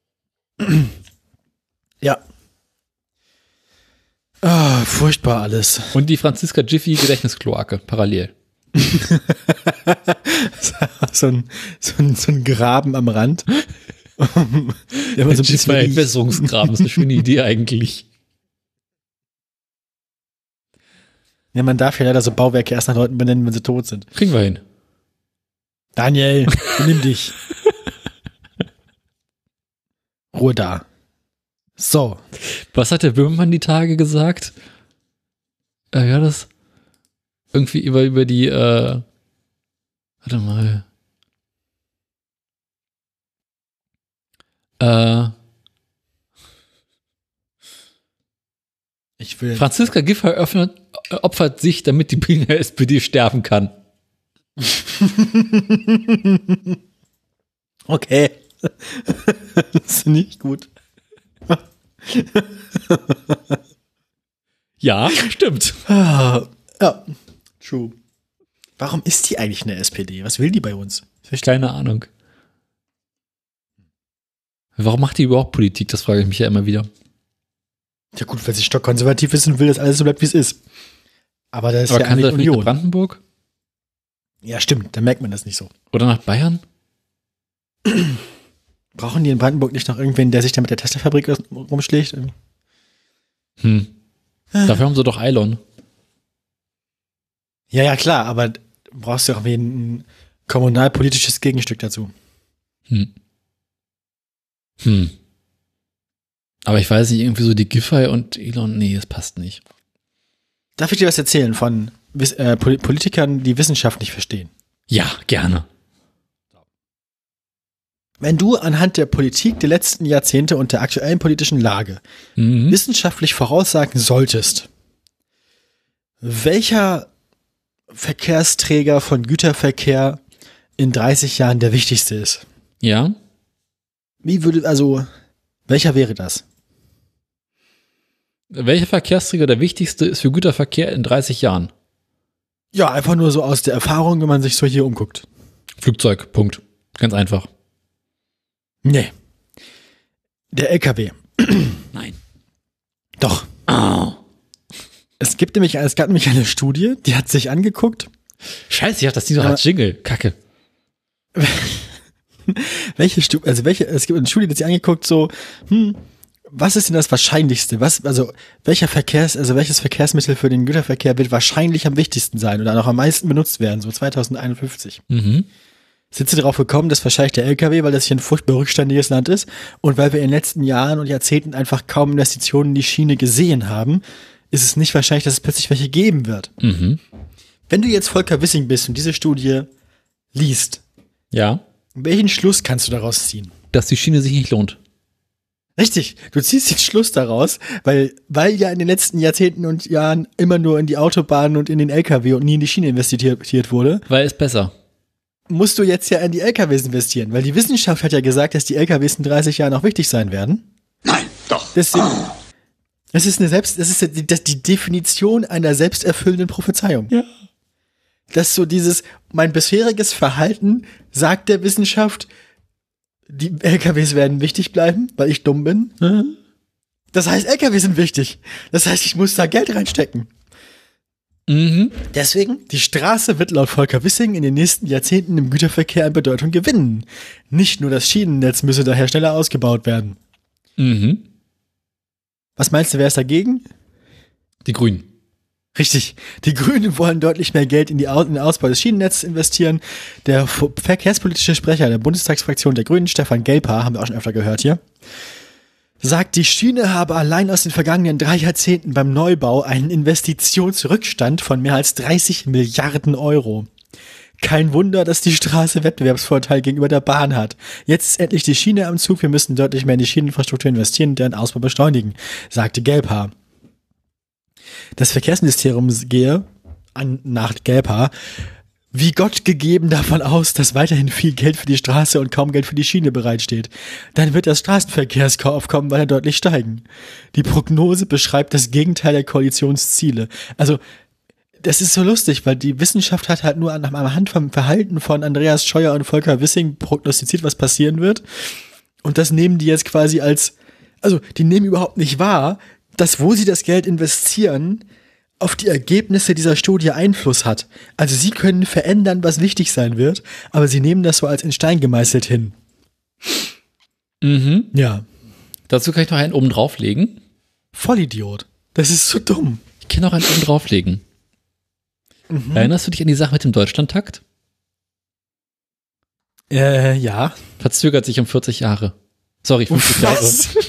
Ja. Ah, furchtbar alles. Und die Franziska Giffey Gedächtniskloake, parallel. so ein Graben am Rand. Der war so ein bisschen riecht. Entwässerungsgraben, ist eine schöne Idee eigentlich. Ja, man darf ja leider so Bauwerke erst nach Leuten benennen, wenn sie tot sind. Kriegen wir hin. Daniel, benimm dich. Ruhe da. So. Was hat der Böhmermann die Tage gesagt? Ja, das irgendwie über die, warte mal. Ich will. Franziska Giffey opfert sich, damit die Berliner SPD sterben kann. Okay. Das ist nicht gut. Ja, stimmt. Ja, true. Warum ist die eigentlich eine SPD? Was will die bei uns? Keine Ahnung. Warum macht die überhaupt Politik? Das frage ich mich ja immer wieder. Ja gut, weil sie stockkonservativ ist und will, dass alles so bleibt, wie es ist. Aber das ist ja kann eigentlich das nicht nach Union. Brandenburg? Ja, stimmt, da merkt man das nicht so. Oder nach Bayern? Brauchen die in Brandenburg nicht noch irgendwen, der sich da mit der Tesla-Fabrik rumschlägt? Dafür haben sie doch Eilon. Ja, klar, aber du brauchst ja auch ein kommunalpolitisches Gegenstück dazu. Aber ich weiß nicht, irgendwie so die Giffey und Elon, nee, das passt nicht. Darf ich dir was erzählen von Politikern, die Wissenschaft nicht verstehen? Ja, gerne. Wenn du anhand der Politik der letzten Jahrzehnte und der aktuellen politischen Lage wissenschaftlich voraussagen solltest, welcher Verkehrsträger von Güterverkehr in 30 Jahren der wichtigste ist. Ja. Welcher wäre das? Welcher Verkehrsträger der wichtigste ist für Güterverkehr in 30 Jahren? Ja, einfach nur so aus der Erfahrung, wenn man sich so hier umguckt. Flugzeug, Punkt. Ganz einfach. Nee. Der LKW. Nein. Doch. Oh. Es gab nämlich eine Studie, die hat sich angeguckt. Scheiße, ich hab das Ding doch als Jingle. Kacke. Es gibt eine Studie, die hat sich angeguckt, was ist denn das Wahrscheinlichste? Welches Verkehrsmittel für den Güterverkehr wird wahrscheinlich am wichtigsten sein oder noch am meisten benutzt werden, so 2051? Sind sie darauf gekommen, dass wahrscheinlich der LKW, weil das hier ein furchtbar rückständiges Land ist und weil wir in den letzten Jahren und Jahrzehnten einfach kaum Investitionen in die Schiene gesehen haben, ist es nicht wahrscheinlich, dass es plötzlich welche geben wird. Wenn du jetzt Volker Wissing bist und diese Studie liest, ja, welchen Schluss kannst du daraus ziehen? Dass die Schiene sich nicht lohnt. Richtig, du ziehst den Schluss daraus, weil ja in den letzten Jahrzehnten und Jahren immer nur in die Autobahnen und in den LKW und nie in die Schiene investiert wurde. Weil es besser. Musst du jetzt ja in die LKWs investieren, weil die Wissenschaft hat ja gesagt, dass die LKWs in 30 Jahren auch wichtig sein werden. Nein, doch. Das ist die Definition einer selbsterfüllenden Prophezeiung. Ja. Dass so mein bisheriges Verhalten sagt der Wissenschaft, die LKWs werden wichtig bleiben, weil ich dumm bin. Das heißt, LKWs sind wichtig. Das heißt, ich muss da Geld reinstecken. Deswegen, die Straße wird laut Volker Wissing in den nächsten Jahrzehnten im Güterverkehr an Bedeutung gewinnen. Nicht nur das Schienennetz müsse daher schneller ausgebaut werden. Was meinst du, wer ist dagegen? Die Grünen. Richtig. Die Grünen wollen deutlich mehr Geld in den Ausbau des Schienennetzes investieren. Der verkehrspolitische Sprecher der Bundestagsfraktion der Grünen, Stefan Gelper, haben wir auch schon öfter gehört hier, sagt, die Schiene habe allein aus den vergangenen 3 Jahrzehnten beim Neubau einen Investitionsrückstand von mehr als 30 Milliarden Euro. Kein Wunder, dass die Straße Wettbewerbsvorteil gegenüber der Bahn hat. Jetzt ist endlich die Schiene am Zug. Wir müssen deutlich mehr in die Schieneninfrastruktur investieren und deren Ausbau beschleunigen, sagte Gelper. Das Verkehrsministerium gehe, nach Gelper, wie Gott gegeben davon aus, dass weiterhin viel Geld für die Straße und kaum Geld für die Schiene bereitsteht. Dann wird das Straßenverkehrsaufkommen weiter deutlich steigen. Die Prognose beschreibt das Gegenteil der Koalitionsziele. Also, das ist so lustig, weil die Wissenschaft hat halt nur anhand vom Verhalten von Andreas Scheuer und Volker Wissing prognostiziert, was passieren wird. Und das nehmen die jetzt quasi die nehmen überhaupt nicht wahr, dass wo sie das Geld investieren, auf die Ergebnisse dieser Studie Einfluss hat. Also sie können verändern, was wichtig sein wird, aber sie nehmen das so als in Stein gemeißelt hin. Ja. Dazu kann ich noch einen oben drauflegen. Vollidiot. Das ist so dumm. Ich kann noch einen oben drauflegen. Erinnerst du dich an die Sache mit dem Deutschlandtakt? Ja. Verzögert sich um 40 Jahre. Sorry, 50 Jahre.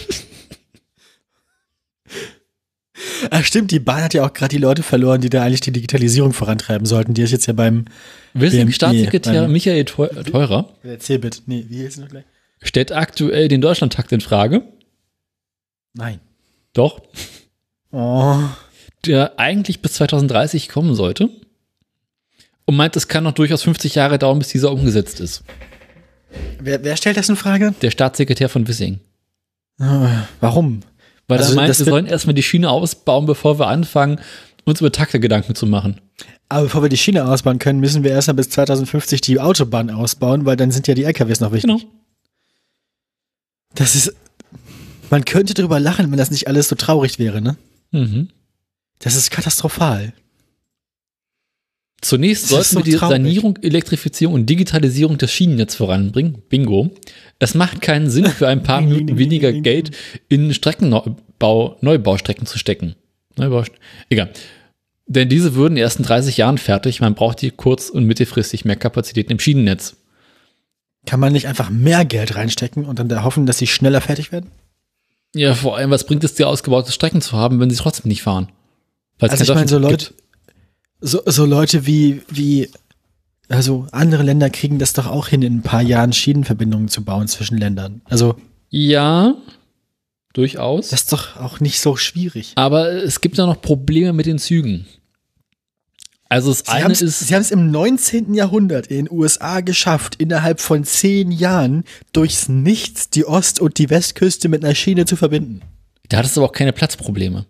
Ach stimmt, die Bahn hat ja auch gerade die Leute verloren, die da eigentlich die Digitalisierung vorantreiben sollten. Die ist jetzt ja beim Staatssekretär Michael Theurer Cebit. Nee, wie hieß es noch gleich? Stellt aktuell den Deutschlandtakt in Frage. Nein. Doch. Oh. der eigentlich bis 2030 kommen sollte. Und meint, es kann noch durchaus 50 Jahre dauern, bis dieser umgesetzt ist. Wer stellt das in Frage? Der Staatssekretär von Wissing. Warum? Weil Also, er meint, das wir wird- sollen erstmal die Schiene ausbauen, bevor wir anfangen, uns über Takte Gedanken zu machen. Aber bevor wir die Schiene ausbauen können, müssen wir erstmal bis 2050 die Autobahn ausbauen, weil dann sind ja die LKWs noch wichtig. Genau. Das ist, man könnte drüber lachen, wenn das nicht alles so traurig wäre, ne? Mhm. Das ist katastrophal. Zunächst Das ist sollten wir so die traurig. Sanierung, Elektrifizierung und Digitalisierung des Schienennetzes voranbringen. Bingo. Es macht keinen Sinn, für ein paar Minuten weniger Geld in Neubaustrecken zu stecken. Egal. Denn diese würden erst in 30 Jahren fertig. Man braucht hier kurz- und mittelfristig mehr Kapazitäten im Schienennetz. Kann man nicht einfach mehr Geld reinstecken und dann da hoffen, dass sie schneller fertig werden? Ja, vor allem, was bringt es dir, ausgebaute Strecken zu haben, wenn sie trotzdem nicht fahren? Weil es Also ich kein meine, so Deutschland Leute, so Leute wie, also andere Länder kriegen das doch auch hin, in ein paar Jahren Schienenverbindungen zu bauen zwischen Ländern. Also gibt. Ja, durchaus. das ist doch auch nicht so schwierig. Aber es gibt ja noch Probleme mit den Zügen. Also das Sie eine haben ist, es im 19. Jahrhundert in den USA geschafft, innerhalb von 10 Jahren durchs Nichts die Ost- und die Westküste mit einer Schiene zu verbinden. da hattest du aber auch keine Platzprobleme.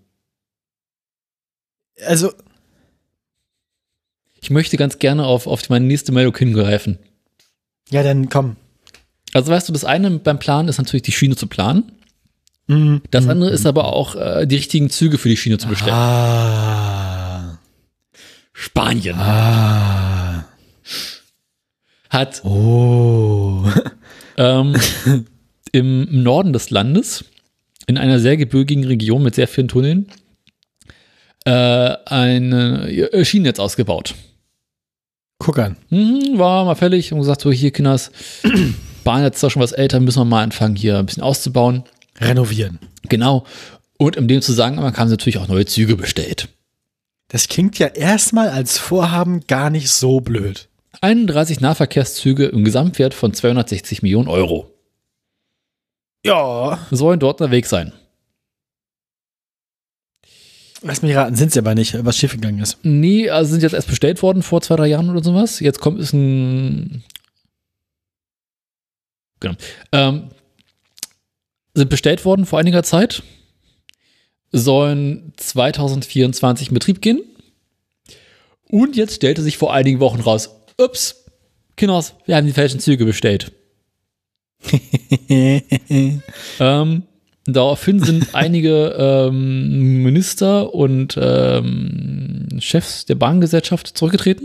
Also, Ich möchte ganz gerne auf meine nächste Meldung hingreifen. ja, dann komm. Also weißt du, das eine beim Planen ist natürlich die Schiene zu planen. Mhm. Das andere ist aber auch die richtigen Züge für die Schiene zu bestellen. Spanien hat im Norden des Landes, in einer sehr gebirgigen Region mit sehr vielen Tunneln, ein Schienennetz ausgebaut. Guck an. War mal fällig und gesagt, so hier Kinders, Bahnnetz ist doch schon was älter, müssen wir mal anfangen hier ein bisschen auszubauen. Renovieren. Genau. Und in dem Zusammenhang haben sie natürlich auch neue Züge bestellt. Das klingt ja erstmal als Vorhaben gar nicht so blöd. 31 Nahverkehrszüge im Gesamtwert von 260 Millionen Euro Ja. sollen dort unterwegs sein. Lass mich raten, sind sie aber nicht, was schiefgegangen ist. Nee, also sind jetzt erst bestellt worden vor 2-3 Jahren oder sowas. Jetzt kommt es ein. Genau. Sind bestellt worden vor einiger Zeit. Sollen 2024 in Betrieb gehen. Und jetzt stellte sich vor einigen Wochen raus: Ups, Kinders, wir haben die falschen Züge bestellt. Daraufhin sind einige Minister und Chefs der Bahngesellschaft zurückgetreten.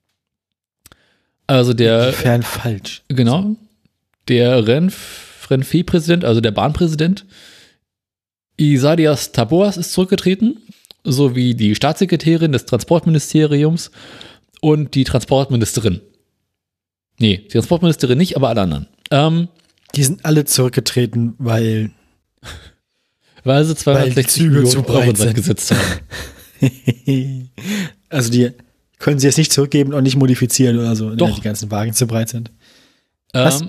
Also der, Inwiefern falsch. genau, der Renfe-Präsident, also der Bahnpräsident, Isaias Taboas ist zurückgetreten, sowie die Staatssekretärin des Transportministeriums und die Transportministerin. Nee, die Transportministerin nicht, aber alle anderen. Die sind alle zurückgetreten, weil Weil sie 260 Züge Millionen zu Euro breit in Sand sind. gesetzt haben. also die können sie jetzt nicht zurückgeben und nicht modifizieren oder so, Doch. wenn die ganzen Wagen zu breit sind. Was?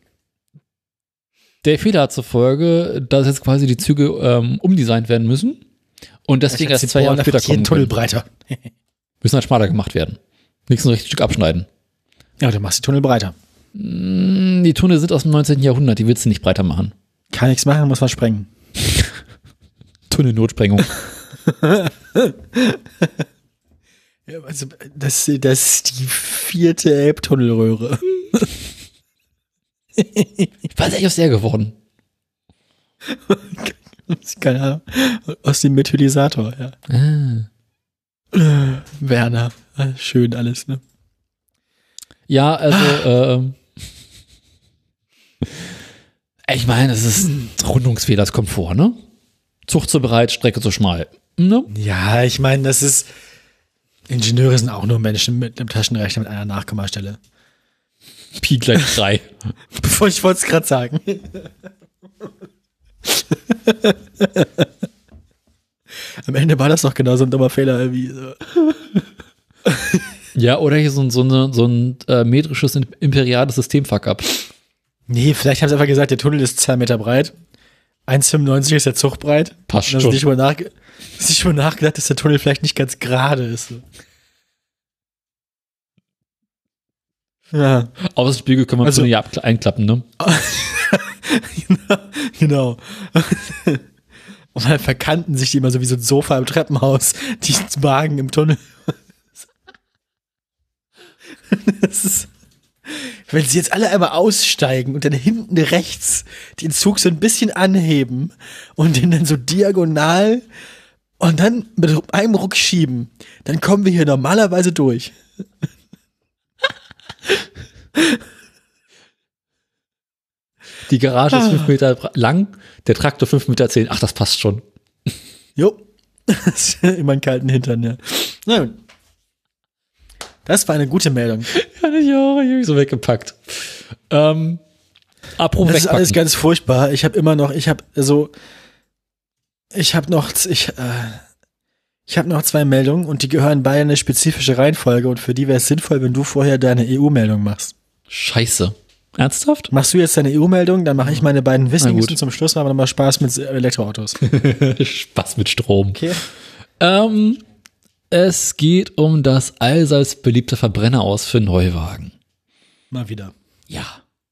Der Fehler hat zur Folge, dass jetzt quasi die Züge umdesignt werden müssen und deswegen erst 2 Jahre später kommen jeden Tunnel können. breiter. Müssen halt schmaler gemacht werden. Nichts ein richtiges Stück abschneiden. Ja, du machst die Tunnel breiter. Die Tunnel sind aus dem 19. Jahrhundert, die willst du nicht breiter machen. Kann nichts machen, muss man sprengen. Tunnelnotsprengung. Ja, also das ist die 4. Elbtunnelröhre. Ich weiß nicht, was der geworden. Keine Ahnung. Aus dem Methylisator, ja. Werner. Schön alles, ne? Ja, also, ich meine, es ist ein Rundungsfehler, es kommt vor, ne? Zug zu breit, Strecke zu schmal. Ne? Ja, ich meine, das ist. Ingenieure sind auch nur Menschen mit einem Taschenrechner mit einer Nachkommastelle. Pi gleich 3. Bevor ich wollte es gerade sagen. Am Ende war das doch genau so ein dummer Fehler wie so. Ja, oder hier so ein metrisches imperiales System-Fuck-up. Nee, vielleicht haben sie einfach gesagt, der Tunnel ist 2 Meter breit 1,95 ist der Zug breit. Passt schon. schon. Hast du nicht mal nachgedacht, dass der Tunnel vielleicht nicht ganz gerade ist. Ja. Außenspiegel können wir Also- Tunnel ja einklappen, ne? Genau. Und dann verkanten sich die immer so wie so ein Sofa im Treppenhaus, die Wagen im Tunnel. Das ist, wenn sie jetzt alle einmal aussteigen und dann hinten rechts den Zug so ein bisschen anheben und den dann so diagonal und dann mit einem Ruck schieben, dann kommen wir hier normalerweise durch. Die Garage ist 5 Meter lang, der Traktor 5,10 Meter. Ach, das passt schon. Jo. Das ist immer einen kalten Hintern, ja. Na gut. Das war eine gute Meldung. Kann ich auch, ich hab mich so weggepackt. Apropos Das ist wegpacken. alles ganz furchtbar. Ich habe noch 2 Meldungen und die gehören beide in eine spezifische Reihenfolge und für die wäre es sinnvoll, wenn du vorher deine EU-Meldung machst. Scheiße. Ernsthaft? Machst du jetzt deine EU-Meldung, dann mache ich meine beiden wichtigsten gut. zum Schluss, haben wir nochmal Spaß mit Elektroautos. Spaß mit Strom. Okay. Es geht um das allseits beliebte Verbrenner aus für Neuwagen. Mal wieder. Ja.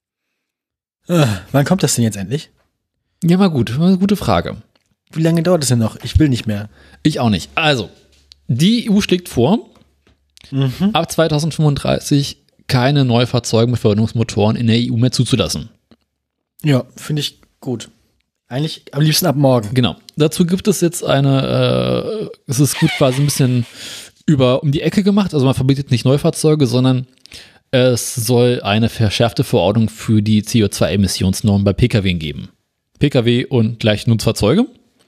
Wann kommt das denn jetzt endlich? Ja, mal gut. Eine gute Frage. Wie lange dauert es denn noch? Ich will nicht mehr. Ich auch nicht. Also, die EU schlägt vor, ab 2035 keine Neufahrzeuge mit Verbrennungsmotoren in der EU mehr zuzulassen. Ja, finde ich gut. Eigentlich am liebsten ab morgen. Genau. Dazu gibt es jetzt es ist gut quasi ein bisschen um die Ecke gemacht. Also man verbietet nicht Neufahrzeuge, sondern es soll eine verschärfte Verordnung für die CO2-Emissionsnormen bei Pkw geben. Pkw und gleich Nutzfahrzeuge.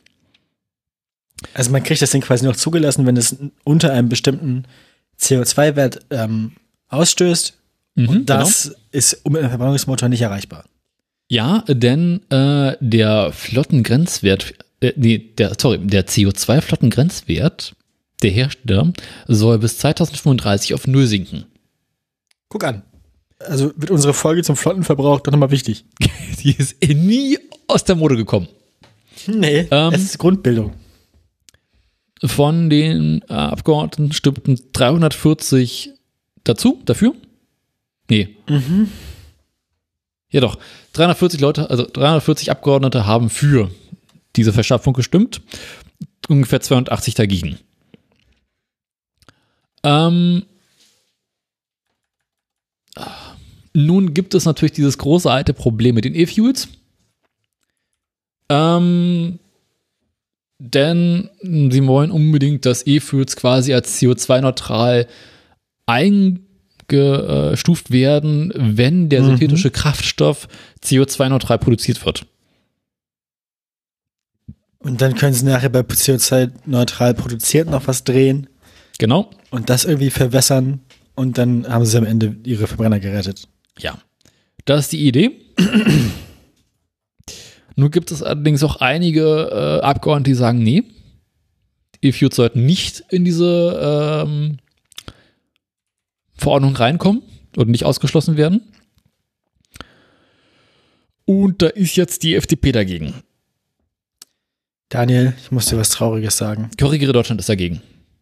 Also man kriegt das Ding quasi noch zugelassen, wenn es unter einem bestimmten CO2-Wert ausstößt. Und das ist mit einem Verbrennungsmotor nicht erreichbar. Ja, denn der Flottengrenzwert, der CO2-Flottengrenzwert der Hersteller soll bis 2035 auf 0 sinken. Guck an. Also wird unsere Folge zum Flottenverbrauch doch nochmal wichtig. Die ist nie aus der Mode gekommen. Nee, es ist Grundbildung. Von den Abgeordneten stimmten 340 dafür? Nee. Ja doch, 340 Abgeordnete haben für diese Verschärfung gestimmt, ungefähr 82 dagegen. Nun gibt es natürlich dieses große alte Problem mit den E-Fuels. Denn sie wollen unbedingt, dass E-Fuels quasi als CO2-neutral eingestuft werden, wenn der synthetische Kraftstoff CO2-neutral produziert wird. Und dann können sie nachher bei CO2-neutral produziert noch was drehen Genau. und das irgendwie verwässern und dann haben sie am Ende ihre Verbrenner gerettet. Ja. Das ist die Idee. Nun gibt es allerdings auch einige Abgeordnete, die sagen, nee, E-Fuels sollten nicht in diese Verordnung reinkommen oder nicht ausgeschlossen werden. Und da ist jetzt die FDP dagegen. Daniel, ich muss dir was Trauriges sagen. Korrigiere, Deutschland ist dagegen.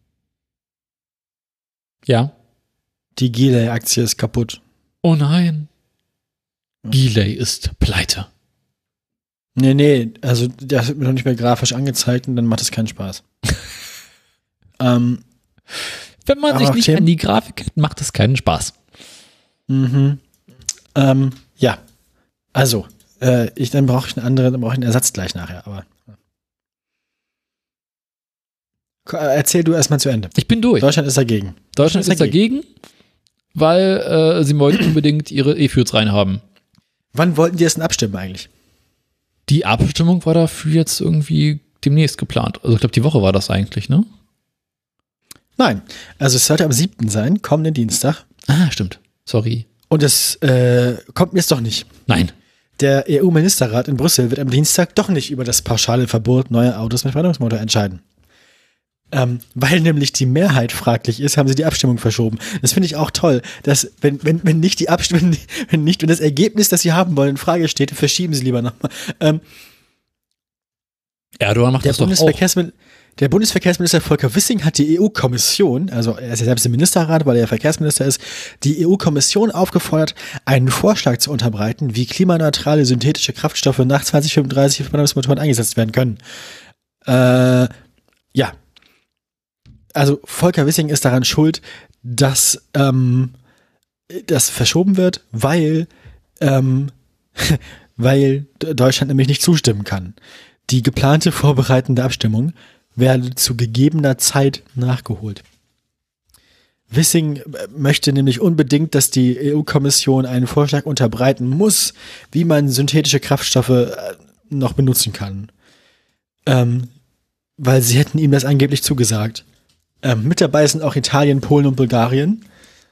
Ja. Die Gilead-Aktie ist kaputt. Oh nein. Gilead ist pleite. Nee, also das wird mir noch nicht mehr grafisch angezeigt und dann macht es keinen Spaß. Wenn man sich nicht an die Grafik hält, macht es keinen Spaß. Ja. Also, dann brauche ich dann brauche ich einen Ersatz gleich nachher, aber. Erzähl du erstmal zu Ende. Ich bin durch. Deutschland ist dagegen. Deutschland ist dagegen, weil sie wollten unbedingt ihre E-Fuels reinhaben. Wann wollten die das denn abstimmen eigentlich? Die Abstimmung war dafür jetzt irgendwie demnächst geplant. Also ich glaube, die Woche war das eigentlich, ne? Nein. Also es sollte am 7. sein, kommenden Dienstag. Ah, stimmt. Sorry. Und es kommt jetzt doch nicht. Nein. Der EU-Ministerrat in Brüssel wird am Dienstag doch nicht über das pauschale Verbot neuer Autos mit Verbrennungsmotor entscheiden. Weil nämlich die Mehrheit fraglich ist, haben sie die Abstimmung verschoben. Das finde ich auch toll, dass wenn nicht die Abstimmung, wenn das Ergebnis, das sie haben wollen, in Frage steht, verschieben sie lieber nochmal. Erdogan macht Der das doch auch. Der Bundesverkehrsminister Volker Wissing hat die EU-Kommission, also er ist ja selbst im Ministerrat, weil er ja Verkehrsminister ist, die EU-Kommission aufgefordert, einen Vorschlag zu unterbreiten, wie klimaneutrale synthetische Kraftstoffe nach 2035 für Verbrennungsmotoren eingesetzt werden können. Ja. Also Volker Wissing ist daran schuld, dass das verschoben wird, weil Deutschland nämlich nicht zustimmen kann. Die geplante vorbereitende Abstimmung werde zu gegebener Zeit nachgeholt. Wissing möchte nämlich unbedingt, dass die EU-Kommission einen Vorschlag unterbreiten muss, wie man synthetische Kraftstoffe noch benutzen kann. Weil sie hätten ihm das angeblich zugesagt. Mit dabei sind auch Italien, Polen und Bulgarien.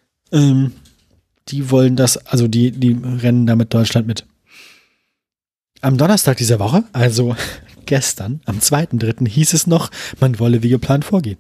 Die wollen das, also die rennen da mit Deutschland mit. Am Donnerstag dieser Woche, also gestern, am 2.3. hieß es noch, man wolle wie geplant vorgehen.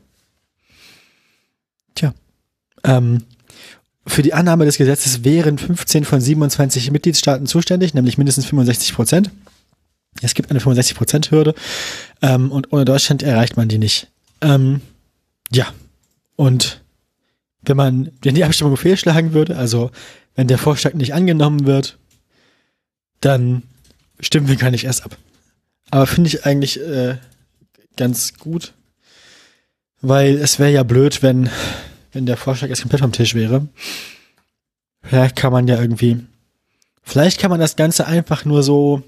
Tja. Für die Annahme des Gesetzes wären 15 von 27 Mitgliedstaaten zuständig, nämlich mindestens 65%. Es gibt eine 65%-Hürde und ohne Deutschland erreicht man die nicht. Ja. Und wenn die Abstimmung fehlschlagen würde, also wenn der Vorschlag nicht angenommen wird, dann stimmen wir gar nicht erst ab. Aber finde ich eigentlich ganz gut, weil es wäre ja blöd, wenn der Vorschlag jetzt komplett vom Tisch wäre. Vielleicht kann man das Ganze einfach nur so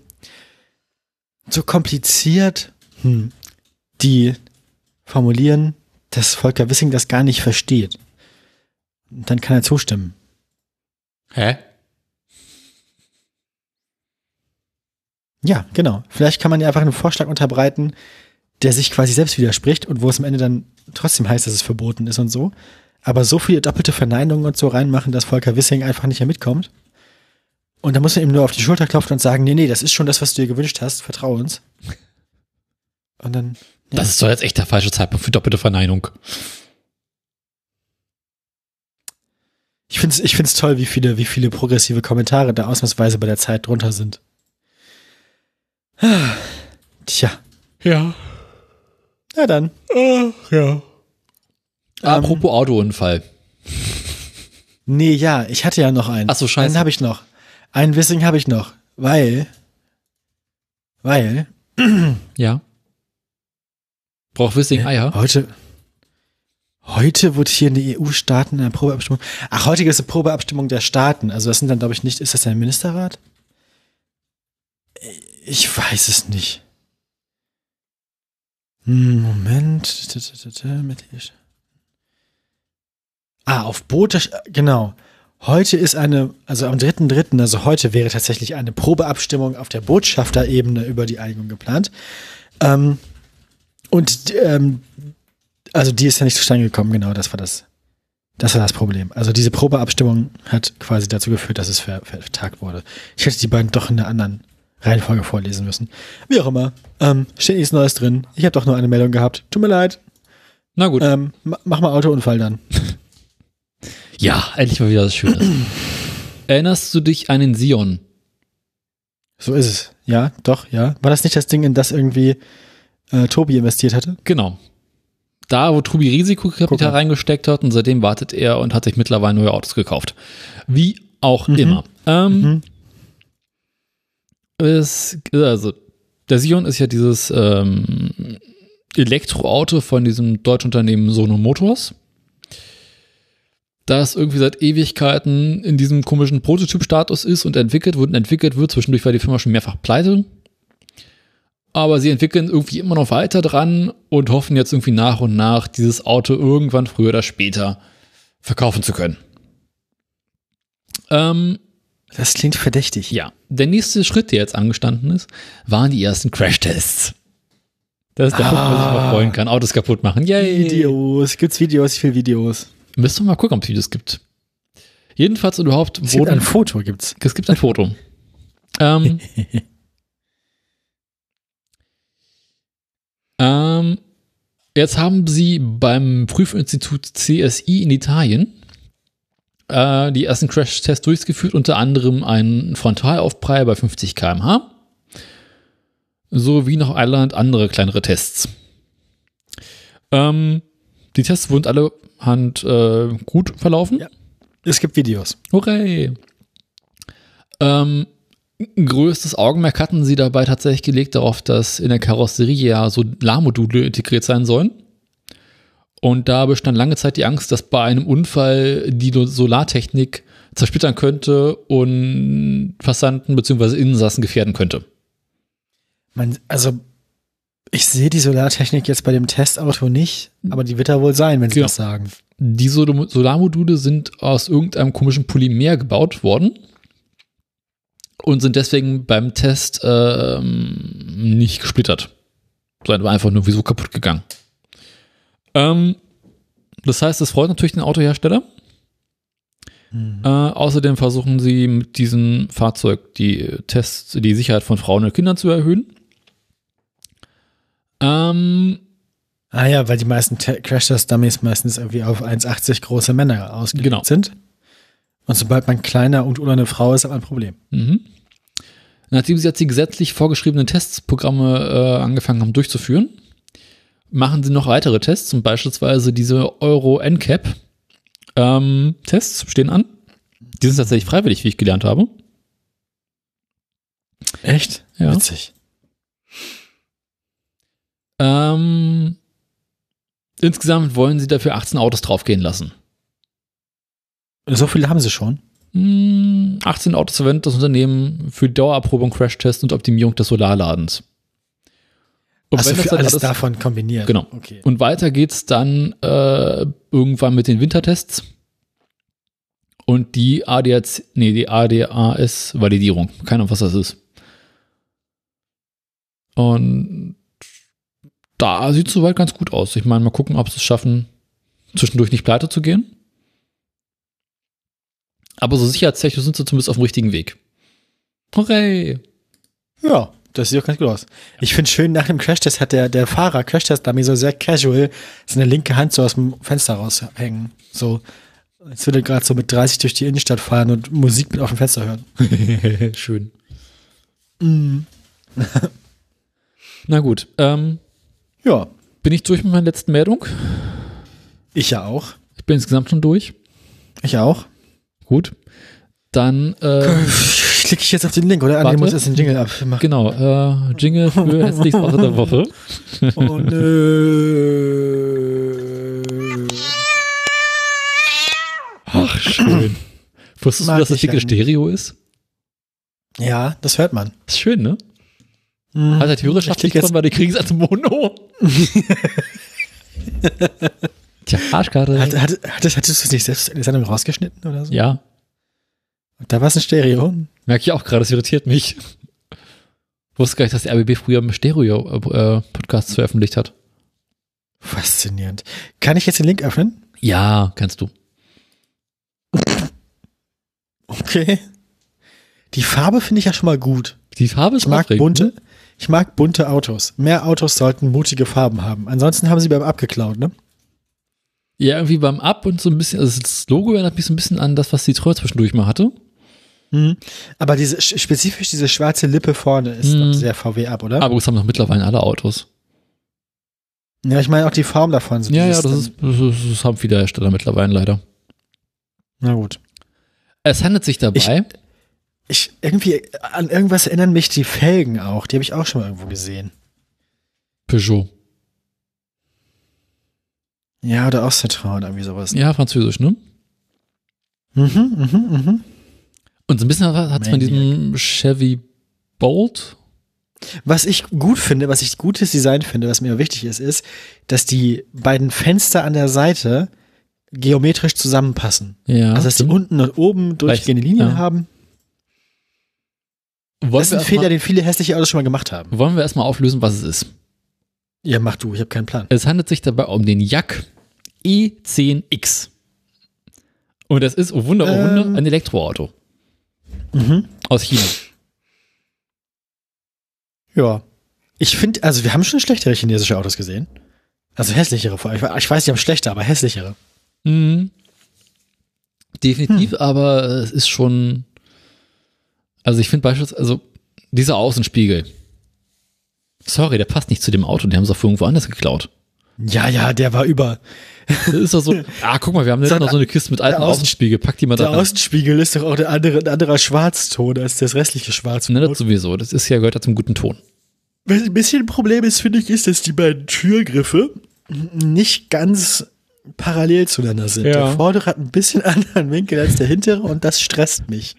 kompliziert die formulieren, dass Volker Wissing das gar nicht versteht. Und dann kann er zustimmen. Hä? Ja, genau. Vielleicht kann man ja einfach einen Vorschlag unterbreiten, der sich quasi selbst widerspricht und wo es am Ende dann trotzdem heißt, dass es verboten ist und so. Aber so viele doppelte Verneinungen und so reinmachen, dass Volker Wissing einfach nicht mehr mitkommt. Und dann muss man ihm nur auf die Schulter klopfen und sagen, nee, das ist schon das, was du dir gewünscht hast, vertrau uns. Und dann... Ja. Das ist doch jetzt echt der falsche Zeitpunkt für doppelte Verneinung. Ich find's toll, wie viele progressive Kommentare da ausnahmsweise bei der Zeit drunter sind. Tja. Ja. Na dann. Ja. Apropos Autounfall. Nee, ja, ich hatte ja noch einen. Ach so, scheiße. Einen habe ich noch. Einen Wissing habe ich noch. Weil. Ja. Braucht Wissing Eier? Heute votieren die EU-Staaten in einer Probeabstimmung. Ach, heute ist eine Probeabstimmung der Staaten. Also das sind dann, glaube ich, nicht, ist das der Ministerrat? Ich weiß es nicht. Moment. Auf Boote, genau. Heute ist also am 3.3., also heute wäre tatsächlich eine Probeabstimmung auf der Botschafterebene über die Einigung geplant. Also die ist ja nicht zustande gekommen, genau, das war das Problem. Also diese Probeabstimmung hat quasi dazu geführt, dass es vertagt wurde. Ich hätte die beiden doch in einer anderen Reihenfolge vorlesen müssen. Wie auch immer. Steht nichts Neues drin. Ich habe doch nur eine Meldung gehabt. Tut mir leid. Na gut. Mach mal Autounfall dann. Ja, endlich mal wieder was Schönes. Erinnerst du dich an den Sion? So ist es. Ja, doch, ja. War das nicht das Ding, in das irgendwie Tobi investiert hatte? Genau. Da, wo Tobi Risikokapital reingesteckt hat und seitdem wartet er und hat sich mittlerweile neue Autos gekauft. Wie auch immer. Also, der Sion ist ja dieses Elektroauto von diesem deutschen Unternehmen Sono Motors, das irgendwie seit Ewigkeiten in diesem komischen Prototyp-Status ist und entwickelt wird. Zwischendurch war die Firma schon mehrfach pleite. Aber sie entwickeln irgendwie immer noch weiter dran und hoffen jetzt irgendwie nach und nach, dieses Auto irgendwann früher oder später verkaufen zu können. Das klingt verdächtig. Ja, der nächste Schritt, der jetzt angestanden ist, waren die ersten Crashtests. Das ist der Punkt, wo ich mal freuen kann. Autos kaputt machen. Yay! Videos. Gibt's Videos? Wie viele Videos? Müsst ihr mal gucken, ob es Videos gibt. Jedenfalls überhaupt. Es gibt ein Foto, gibt's. Es gibt ein Foto. Jetzt haben sie beim Prüfinstitut CSI in Italien die ersten Crash-Tests durchgeführt, unter anderem einen Frontalaufprall bei 50 km/h. sowie noch allerhand andere kleinere Tests. Die Tests wurden allerhand gut verlaufen. Ja. Es gibt Videos. Hooray! Größtes Augenmerk hatten sie dabei tatsächlich gelegt darauf, dass in der Karosserie ja Solarmodule integriert sein sollen. Und da bestand lange Zeit die Angst, dass bei einem Unfall die Solartechnik zersplittern könnte und Passanten bzw. Insassen gefährden könnte. Ich sehe die Solartechnik jetzt bei dem Testauto nicht, aber die wird da wohl sein, wenn sie das sagen. Die Solarmodule sind aus irgendeinem komischen Polymer gebaut worden und sind deswegen beim Test nicht gesplittert, sondern einfach nur wie so kaputt gegangen. Das heißt, es freut natürlich den Autohersteller. Außerdem versuchen sie mit diesem Fahrzeug die Sicherheit von Frauen und Kindern zu erhöhen. Weil die meisten Crash-Test-Dummies meistens irgendwie auf 1,80 große Männer ausgelegt sind. Und sobald man kleiner und oder eine Frau ist, hat man ein Problem. Nachdem sie jetzt die gesetzlich vorgeschriebenen Testprogramme angefangen haben durchzuführen, machen sie noch weitere Tests, zum beispielsweise diese Euro NCAP Tests stehen an. Die sind tatsächlich freiwillig, wie ich gelernt habe. Echt? Ja. Witzig. Insgesamt wollen sie dafür 18 Autos draufgehen lassen. So viele haben sie schon? 18 Autos verwendet das Unternehmen für die Dauererprobung, Crashtest und Optimierung des Solarladens. Und also für alles davon kombiniert. Genau. Okay. Und weiter geht's dann irgendwann mit den Wintertests und die ADAS-Validierung. Keine Ahnung, was das ist. Und da sieht es soweit ganz gut aus. Ich meine, mal gucken, ob sie es schaffen, zwischendurch nicht pleite zu gehen. Aber so sicherheitstechnisch sind sie zumindest auf dem richtigen Weg. Hooray! Ja. Das sieht auch ganz gut aus. Ich finde schön, nach dem Crashtest hat der Fahrer, Crashtest-Dummy, so sehr casual seine linke Hand so aus dem Fenster raushängen. So, als würde er gerade so mit 30 durch die Innenstadt fahren und Musik mit auf dem Fenster hören. Schön. Na gut. Ja. Bin ich durch mit meiner letzten Meldung? Ich ja auch. Ich bin insgesamt schon durch. Ich auch. Gut. Dann klicke ich jetzt auf den Link, oder? Warte. Ich muss erst den Jingle abmachen. Genau, Jingle für hässlichste Sache der Woche. Oh nö. Ach, schön. Wusstest du, dass das dicke Stereo ist? Ja, das hört man. Ist schön, ne? Hat der Hörerschaft nicht von, weil die kriegen es als Mono. Tja, Arschkarte. Hattest du das nicht selbst in der Sendung rausgeschnitten oder so? Ja. Da war es ein Stereo. Merke ich auch gerade, das irritiert mich. Ich wusste gar nicht, dass der RBB früher Stereo-Podcasts veröffentlicht hat. Faszinierend. Kann ich jetzt den Link öffnen? Ja, kannst du. Okay. Die Farbe finde ich ja schon mal gut. Die Farbe ist aufregend. Ich mag bunte Autos. Mehr Autos sollten mutige Farben haben. Ansonsten haben sie beim abgeklaut, ne? Ja, irgendwie beim Ab und so ein bisschen, also das Logo erinnert mich so ein bisschen an das, was die Treue zwischendurch mal hatte. Aber spezifisch diese schwarze Lippe vorne ist doch sehr VW ab, oder? Aber das haben doch mittlerweile alle Autos. Ja, ich meine auch die Form davon. So ja, das haben viele Hersteller mittlerweile leider. Na gut. Es handelt sich dabei. Irgendwie an irgendwas erinnern mich die Felgen auch. Die habe ich auch schon mal irgendwo gesehen. Peugeot. Ja, oder auch Citroën, irgendwie sowas. Ja, französisch, ne? Und so ein bisschen hat es von diesem Chevy Bolt. Was ich gut finde, was ich gutes Design finde, was mir wichtig ist, dass die beiden Fenster an der Seite geometrisch zusammenpassen. Ja, also, dass die unten und oben durchgehende Linien haben. Das ist ein Fehler, den viele hässliche Autos schon mal gemacht haben. Wollen wir erstmal auflösen, was es ist? Ja, mach du, ich habe keinen Plan. Es handelt sich dabei um den YAK E10X. Und das ist, oh Wunder, ein Elektroauto. Aus China. Ja. Ich finde, also wir haben schon schlechtere chinesische Autos gesehen. Also hässlichere vor allem. Ich weiß, die haben schlechter, aber hässlichere. Definitiv, aber es ist schon. Also ich finde beispielsweise, also dieser Außenspiegel. Sorry, der passt nicht zu dem Auto, den haben sie doch irgendwo anders geklaut. Ja, der war über. Das ist doch so, guck mal, wir haben noch so eine Kiste mit alten Außenspiegel, pack die mal da rein. Der Außenspiegel ist doch auch ein anderer Schwarzton als das restliche Schwarzton. Ne, das sowieso, das ist ja, gehört ja zum guten Ton. Was ein bisschen ein Problem ist, finde ich, ist, dass die beiden Türgriffe nicht ganz parallel zueinander sind. Ja. Der vordere hat ein bisschen anderen Winkel als der hintere und das stresst mich.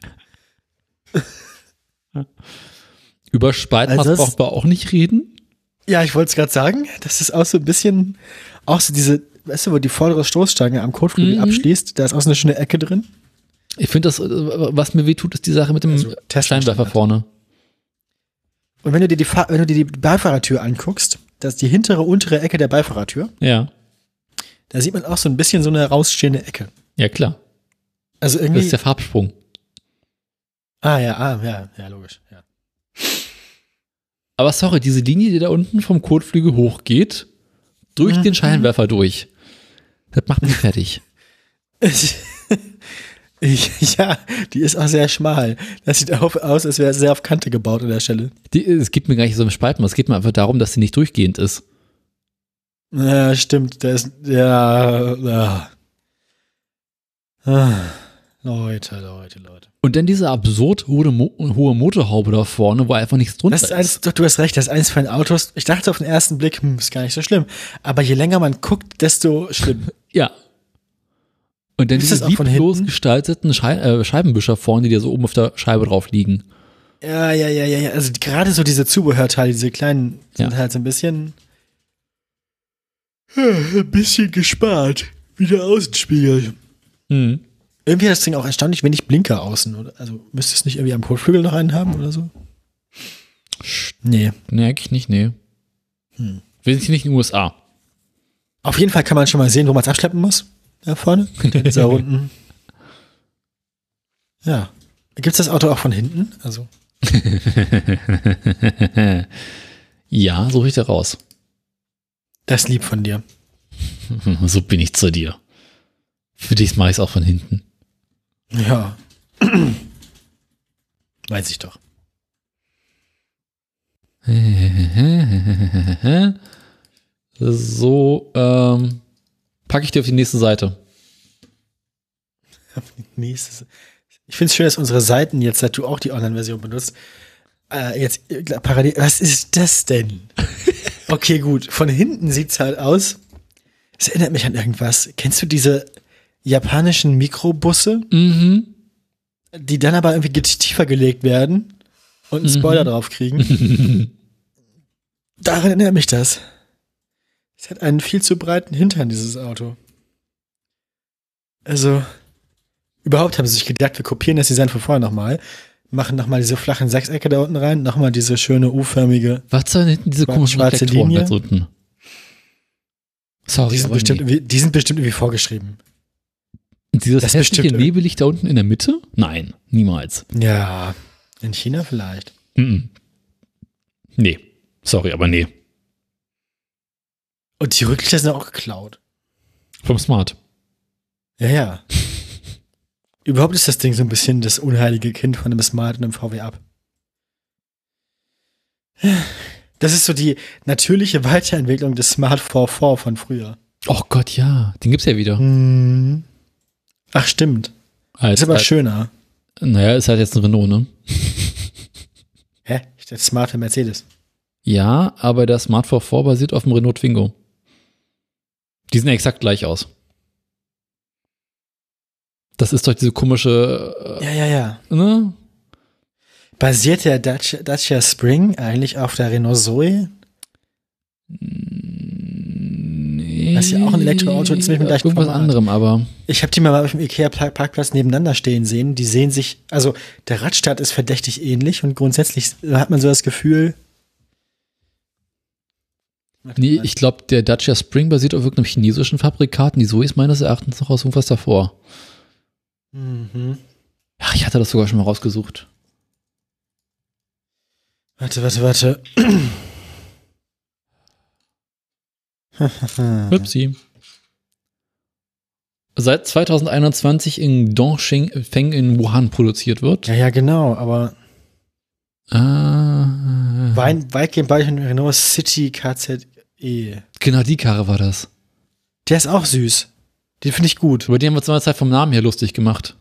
Über Spaltmaß braucht man auch nicht reden. Ja, ich wollte es gerade sagen, das ist auch so ein bisschen, auch so diese, weißt du, wo die vordere Stoßstange am Kotflügel abschließt, da ist auch so eine schöne Ecke drin. Ich finde das, was mir wehtut, ist die Sache mit dem Scheinwerfer vorne. Und wenn du dir die Beifahrertür anguckst, das ist die hintere, untere Ecke der Beifahrertür. Ja. Da sieht man auch so ein bisschen so eine herausstehende Ecke. Ja, klar. Also irgendwie. Das ist der Farbsprung. Ja, logisch, ja. Aber sorry, diese Linie, die da unten vom Kotflügel hochgeht, durch den Scheinwerfer durch, das macht mich fertig. Ja, die ist auch sehr schmal. Das sieht aus, als wäre es sehr auf Kante gebaut an der Stelle. Es geht mir gar nicht so um Spalten, es geht mir einfach darum, dass sie nicht durchgehend ist. Ja, stimmt. Das ist, ja. Leute. Und dann diese absurd hohe Motorhaube da vorne, wo einfach nichts drunter ist. Du hast recht, das ist eins von den Autos. Ich dachte auf den ersten Blick, ist gar nicht so schlimm. Aber je länger man guckt, desto schlimm. Ja. Und dann diese lieblos gestalteten Scheibenwischer vorne, die da so oben auf der Scheibe drauf liegen. Ja. Also gerade so diese Zubehörteile, diese kleinen, sind halt so ein bisschen gespart. Wie der Außenspiegel. Mhm. Irgendwie hat das Ding auch erstaunlich wenig Blinker außen. Oder? Also müsste es nicht irgendwie am Kotflügel noch einen haben oder so? Nee. Nee, eigentlich nicht, nee. Wir sind hier nicht in den USA. Auf jeden Fall kann man schon mal sehen, wo man es abschleppen muss. Da vorne. In dieser Runden. Ja. Gibt's das Auto auch von hinten? Also. Ja, suche ich da raus. Das ist lieb von dir. So bin ich zu dir. Für dich mache ich es auch von hinten. Ja. Weiß ich doch. So, packe ich dir auf die nächste Seite. Ich finde es schön, dass unsere Seiten jetzt, seit du auch die Online-Version benutzt, jetzt parallel. Was ist das denn? Okay, gut. Von hinten sieht's halt aus. Es erinnert mich an irgendwas. Kennst du diese japanischen Mikrobusse? Mhm. Die dann aber irgendwie tiefer gelegt werden und einen Spoiler drauf kriegen. Daran erinnert mich das. Es hat einen viel zu breiten Hintern, dieses Auto. Also, überhaupt haben sie sich gedacht, wir kopieren das Design von vorher nochmal, machen nochmal diese flachen Sechsecke da unten rein, nochmal diese schöne U-förmige. Was soll denn diese komischen schwarze Linie? Ganz unten? Sorry, die sind bestimmt irgendwie vorgeschrieben. Dieses hässliche Nebellicht da unten in der Mitte? Nein, niemals. Ja, in China vielleicht. Nee, sorry, aber nee. Und die Rücklichter sind auch geklaut. Vom Smart. Ja. Überhaupt ist das Ding so ein bisschen das unheilige Kind von einem Smart und einem VW Up. Das ist so die natürliche Weiterentwicklung des Smart 4.4 von früher. Oh Gott, ja. Den gibt's ja wieder. Ach, stimmt. Ist aber schöner. Naja, ist halt jetzt ein Renault, ne? Hä? Der smarte Mercedes. Ja, aber der Smart 4.4 basiert auf dem Renault Twingo. Die sehen exakt gleich aus. Das ist doch diese komische. Ja. Ne? Basiert der Dacia Spring eigentlich auf der Renault Zoe? Nee. Das ist ja auch ein Elektroauto, ziemlich mit gleichem irgendwas Format. anderem, aber. Ich habe die mal auf dem Ikea-Parkplatz nebeneinander stehen sehen. Die sehen sich, also der Radstart ist verdächtig ähnlich und grundsätzlich hat man so das Gefühl. Nee, ich glaube, der Dacia Spring basiert auf irgendeinem chinesischen Fabrikaten. Die Zoe ist meines Erachtens noch aus irgendwas davor. Ja, ich hatte das sogar schon mal rausgesucht. Warte. Upsi. Seit 2021 in Dongfeng in Wuhan produziert wird. Ja, genau, aber Weitgehend bei Renault City KZE. Genau, die Karre war das. Der ist auch süß. Den finde ich gut. Über den haben wir uns in der Zeit vom Namen her lustig gemacht.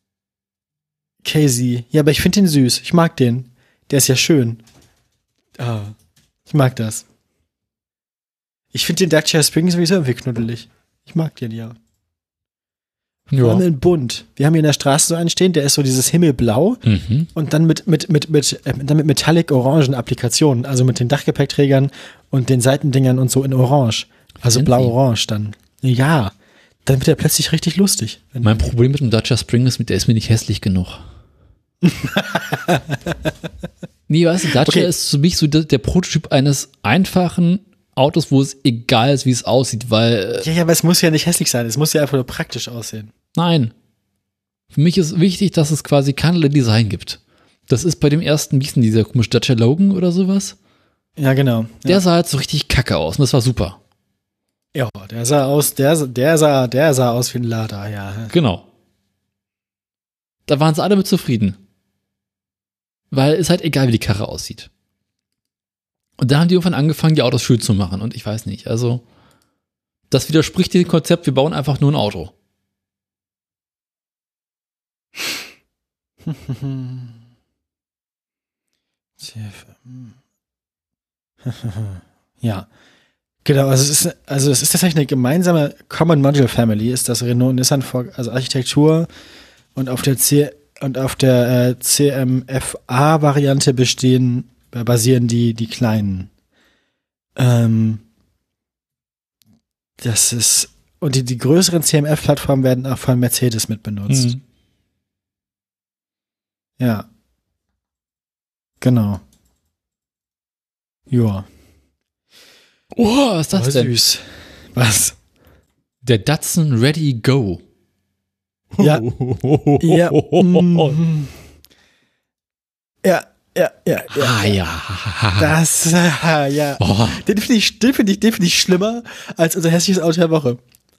Casey. Ja, aber ich finde den süß. Ich mag den. Der ist ja schön. Ich mag das. Ich finde den Dacia Spring sowieso irgendwie knuddelig. Ich mag den, ja. Vor allem in bunt. Wir haben hier in der Straße so einen stehen, der ist so dieses Himmelblau und dann mit Metallic-Orangen-Applikationen, also mit den Dachgepäckträgern und den Seitendingern und so in Orange. Also blau-orange dann. Ja, dann wird er plötzlich richtig lustig. Mein Problem mit dem Dacia Spring ist, der ist mir nicht hässlich genug. Nee, weißt du, Dacia ist für mich so der Prototyp eines einfachen Autos, wo es egal ist, wie es aussieht, weil... Ja, aber es muss ja nicht hässlich sein, es muss ja einfach nur praktisch aussehen. Nein. Für mich ist wichtig, dass es quasi keinerlei Design gibt. Das ist bei dem ersten, wie hieß denn dieser komische Dacia Logan oder sowas? Ja, genau. Der sah halt so richtig kacke aus und das war super. Ja, der sah aus wie ein Lada, ja. Genau. Da waren sie alle mit zufrieden. Weil es halt egal, wie die Karre aussieht. Und dann haben die irgendwann angefangen, die Autos schön zu machen. Und ich weiß nicht, also das widerspricht dem Konzept, wir bauen einfach nur ein Auto. Ja. Genau, also es ist tatsächlich eine gemeinsame Common Module Family, ist das Renault und Nissan, also Architektur und auf der CMFA-Variante basieren die kleinen. Das ist, und die größeren CMF-Plattformen werden auch von Mercedes mit benutzt. Ja. Genau. Joa. Oh, was ist das denn? Süß. Was? Der Datsun Ready Go. Ja. Ja. Ja. Ah, ja. Das, ja. Oh. Den finde ich schlimmer als unser hässliches Auto der Woche.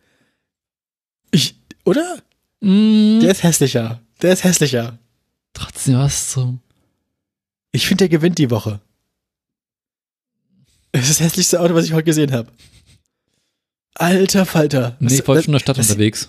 Oder? Der ist hässlicher. Trotzdem was so. Ich finde, der gewinnt die Woche. Es ist das hässlichste Auto, was ich heute gesehen habe. Alter Falter. Nee, ich war schon in der Stadt unterwegs.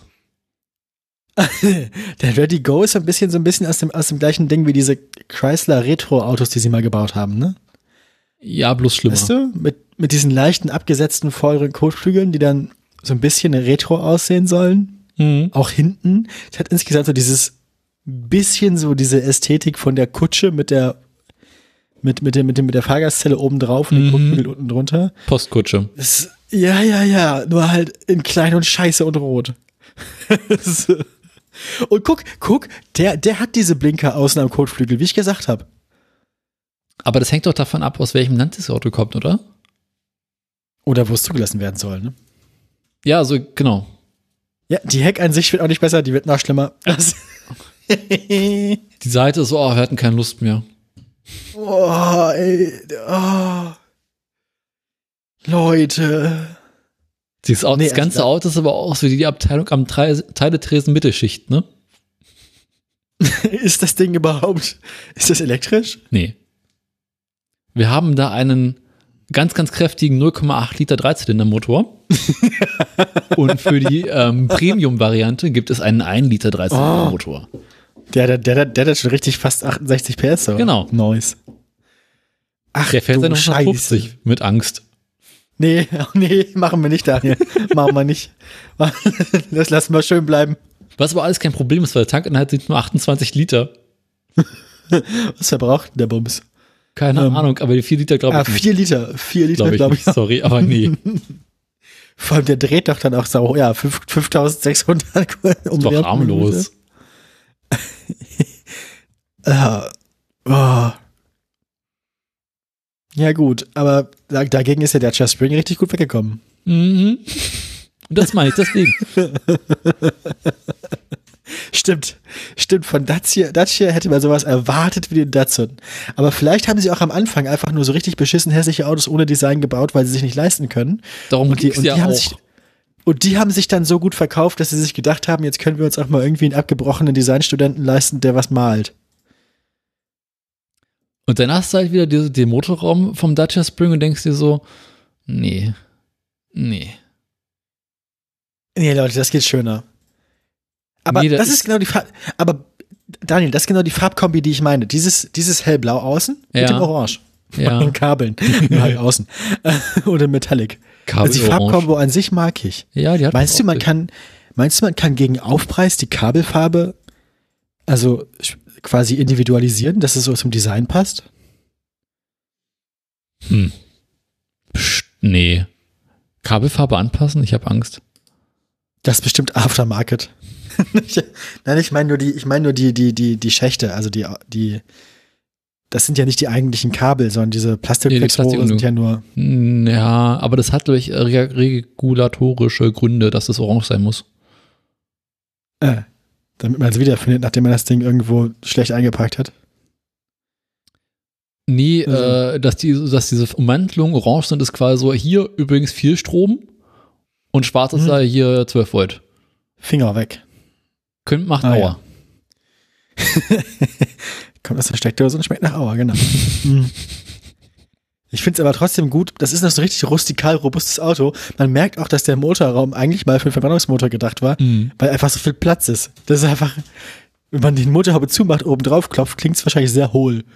Der Ready Go ist so ein bisschen aus dem gleichen Ding wie diese Chrysler Retro-Autos, die sie mal gebaut haben, ne? Ja, bloß schlimmer. Weißt du? Mit diesen leichten, abgesetzten vorderen Kotflügeln, die dann so ein bisschen Retro aussehen sollen. Auch hinten. Es hat insgesamt so dieses bisschen so diese Ästhetik von der Kutsche mit der Fahrgastzelle oben drauf und den Kotflügel unten drunter. Postkutsche. Ja. Nur halt in klein und scheiße und rot. Und guck, der hat diese Blinker außen am Kotflügel, wie ich gesagt habe. Aber das hängt doch davon ab, aus welchem Land das Auto kommt, oder? Oder wo es zugelassen werden soll, ne? Ja, so, genau. Ja, die Heckansicht wird auch nicht besser, die wird noch schlimmer. Die Seite ist so, wir hatten keine Lust mehr. Oh, ey. Oh. Leute. Das ganze Auto ist aber auch so wie die Abteilung am Teiletresen Mittelschicht, ne? Ist das Ding überhaupt, ist das elektrisch? Nee. Wir haben da einen ganz, ganz kräftigen 0,8 Liter Dreizylindermotor. Und für die Premium-Variante gibt es einen 1 Liter Dreizylindermotor. Der hat schon richtig fast 68 PS. So. Genau. Nice. Ach, der fährt du dann 150 mit Angst. Nee, machen wir nicht, Daniel. Machen wir nicht. Das lassen wir schön bleiben. Was aber alles kein Problem ist, weil der Tankinhalt sind nur 28 Liter. Was verbraucht denn der Bums? Keine Ahnung, aber die 4 Liter glaube ich nicht. 4 Liter, glaube ich. Sorry, aber nee. Vor allem, der dreht doch dann auch so, ja, 5600 um. Ist doch harmlos. Ja gut, aber dagegen ist ja der Dacia Spring richtig gut weggekommen. Und das meine ich deswegen. Stimmt, von Dacia hätte man sowas erwartet wie den Datsun. Aber vielleicht haben sie auch am Anfang einfach nur so richtig beschissen hässliche Autos ohne Design gebaut, weil sie sich nicht leisten können. Darum ging's ja auch. Und die haben sich dann so gut verkauft, dass sie sich gedacht haben, jetzt können wir uns auch mal irgendwie einen abgebrochenen Designstudenten leisten, der was malt. Und dann hast du halt wieder den Motorraum vom Dacia Spring und denkst dir so, nee. Nee, Leute, das geht schöner. Aber Nee, das ist genau die aber Daniel, das ist genau die Farbkombi, die ich meine. Dieses hellblau außen mit dem Orange. Ja. Und Kabeln halt außen. Oder Metallic. Kabel Also die orange. Farbkombo an sich mag ich. Ja, die hat Meinst du, man kann gegen Aufpreis die Kabelfarbe also quasi individualisieren, dass es so zum Design passt? Psst, nee. Kabelfarbe anpassen? Ich habe Angst. Das ist bestimmt Aftermarket. Nein, ich meine nur die Schächte, also die das sind ja nicht die eigentlichen Kabel, sondern diese Plastikrohre sind ja nur. Ja, aber das hat durch regulatorische Gründe, dass das orange sein muss. Damit man es wiederfindet, nachdem man das Ding irgendwo schlecht eingepackt hat. Nee, dass diese Ummantelungen orange sind, ist quasi so, hier übrigens viel Strom und schwarz ist da hier 12 Volt. Finger weg. Macht Aua. Ja. Kommt aus der Steckdose und schmeckt nach Aua, genau. Ich finde es aber trotzdem gut, das ist noch so ein richtig rustikal robustes Auto. Man merkt auch, dass der Motorraum eigentlich mal für einen Verbrennungsmotor gedacht war, weil einfach so viel Platz ist. Das ist einfach, wenn man den Motorhaube zumacht, oben drauf klopft, klingt es wahrscheinlich sehr hohl.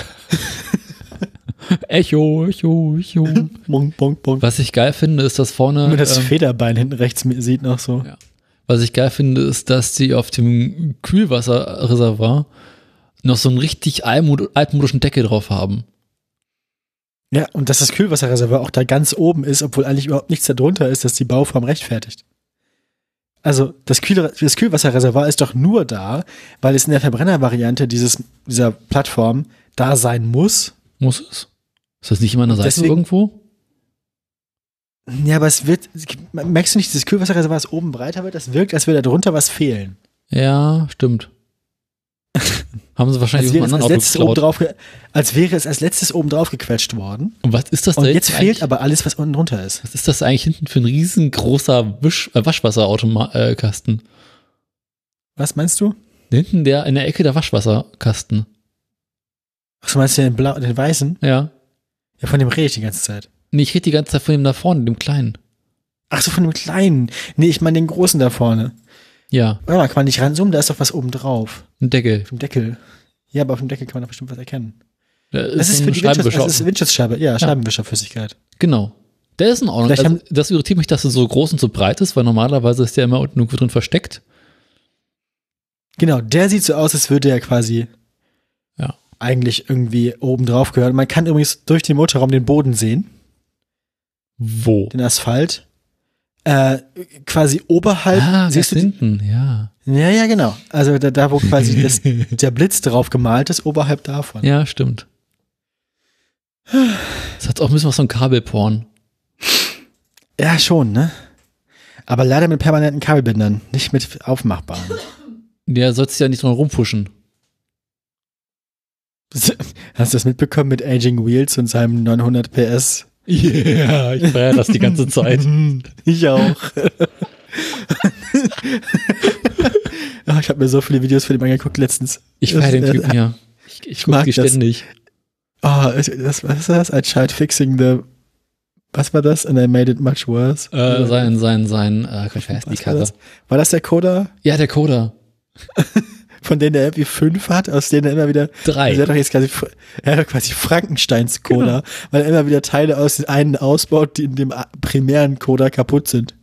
Echo. Bonk, bonk, bonk. Was ich geil finde, ist, dass vorne. Wenn man das Federbein hinten rechts sieht noch so. Ja. Was ich geil finde, ist, dass sie auf dem Kühlwasserreservoir noch so einen richtig altmodischen Deckel drauf haben. Ja, und dass das Kühlwasserreservoir auch da ganz oben ist, obwohl eigentlich überhaupt nichts darunter ist, dass die Bauform rechtfertigt. Also das Kühlwasserreservoir ist doch nur da, weil es in der Verbrennervariante dieser Plattform da sein muss. Muss es? Ist das nicht immer an der Seite Deswegen, irgendwo? Ja, aber merkst du nicht, dieses Kühlwasserreservoir, das oben breiter wird, das wirkt, als würde da drunter was fehlen. Ja, stimmt. Haben sie wahrscheinlich als wäre es als letztes oben drauf gequetscht worden. Und was ist das Und da jetzt fehlt aber alles, was unten drunter ist. Was ist das eigentlich hinten für ein riesengroßer Waschwasserkasten? Was meinst du? Hinten in der Ecke der Waschwasserkasten. Ach, du meinst den den weißen? Ja. Ja, von dem rede ich die ganze Zeit. Nee, ich rede die ganze Zeit von dem da vorne, dem kleinen. Ach so, von dem kleinen. Nee, ich meine den großen da vorne. Ja. Warte mal, kann man nicht ranzoomen? Da ist doch was oben drauf. Ein Deckel. Auf dem Deckel. Ja, aber auf dem Deckel kann man doch bestimmt was erkennen. Das ist für die Windschutzscheibe. Ja, Scheibenwischerflüssigkeit. Genau. Der ist in Ordnung. Also, das irritiert mich, dass er so groß und so breit ist, weil normalerweise ist der immer unten irgendwo drin versteckt. Genau, der sieht so aus, als würde er quasi eigentlich irgendwie oben drauf gehören. Man kann übrigens durch den Motorraum den Boden sehen. Wo? Den Asphalt. Quasi oberhalb. Siehst du hinten, ja. Ja, genau. Also da wo quasi der Blitz drauf gemalt ist, oberhalb davon. Ja, stimmt. Das hat auch ein bisschen was von Kabelporn. Ja, schon, ne? Aber leider mit permanenten Kabelbindern, nicht mit aufmachbaren. Der sollst ja nicht dran rumfuschen. Hast du das mitbekommen mit Aging Wheels und seinem 900 PS? Ja, ich feiere das die ganze Zeit. Ich auch. Ich habe mir so viele Videos von dem angeguckt letztens. Ich feiere den Typen, ja. Ich gucke die ständig. Was ist das? I tried fixing was war das? And I made it much worse. Sein, Gott, wer heißt die Karre? War das der Coda? Ja, der Coda. Von denen er irgendwie 5 hat, aus denen er immer wieder 3. Also er hat quasi Frankensteins Coda, weil er immer wieder Teile aus dem einen ausbaut, die in dem primären Coda kaputt sind.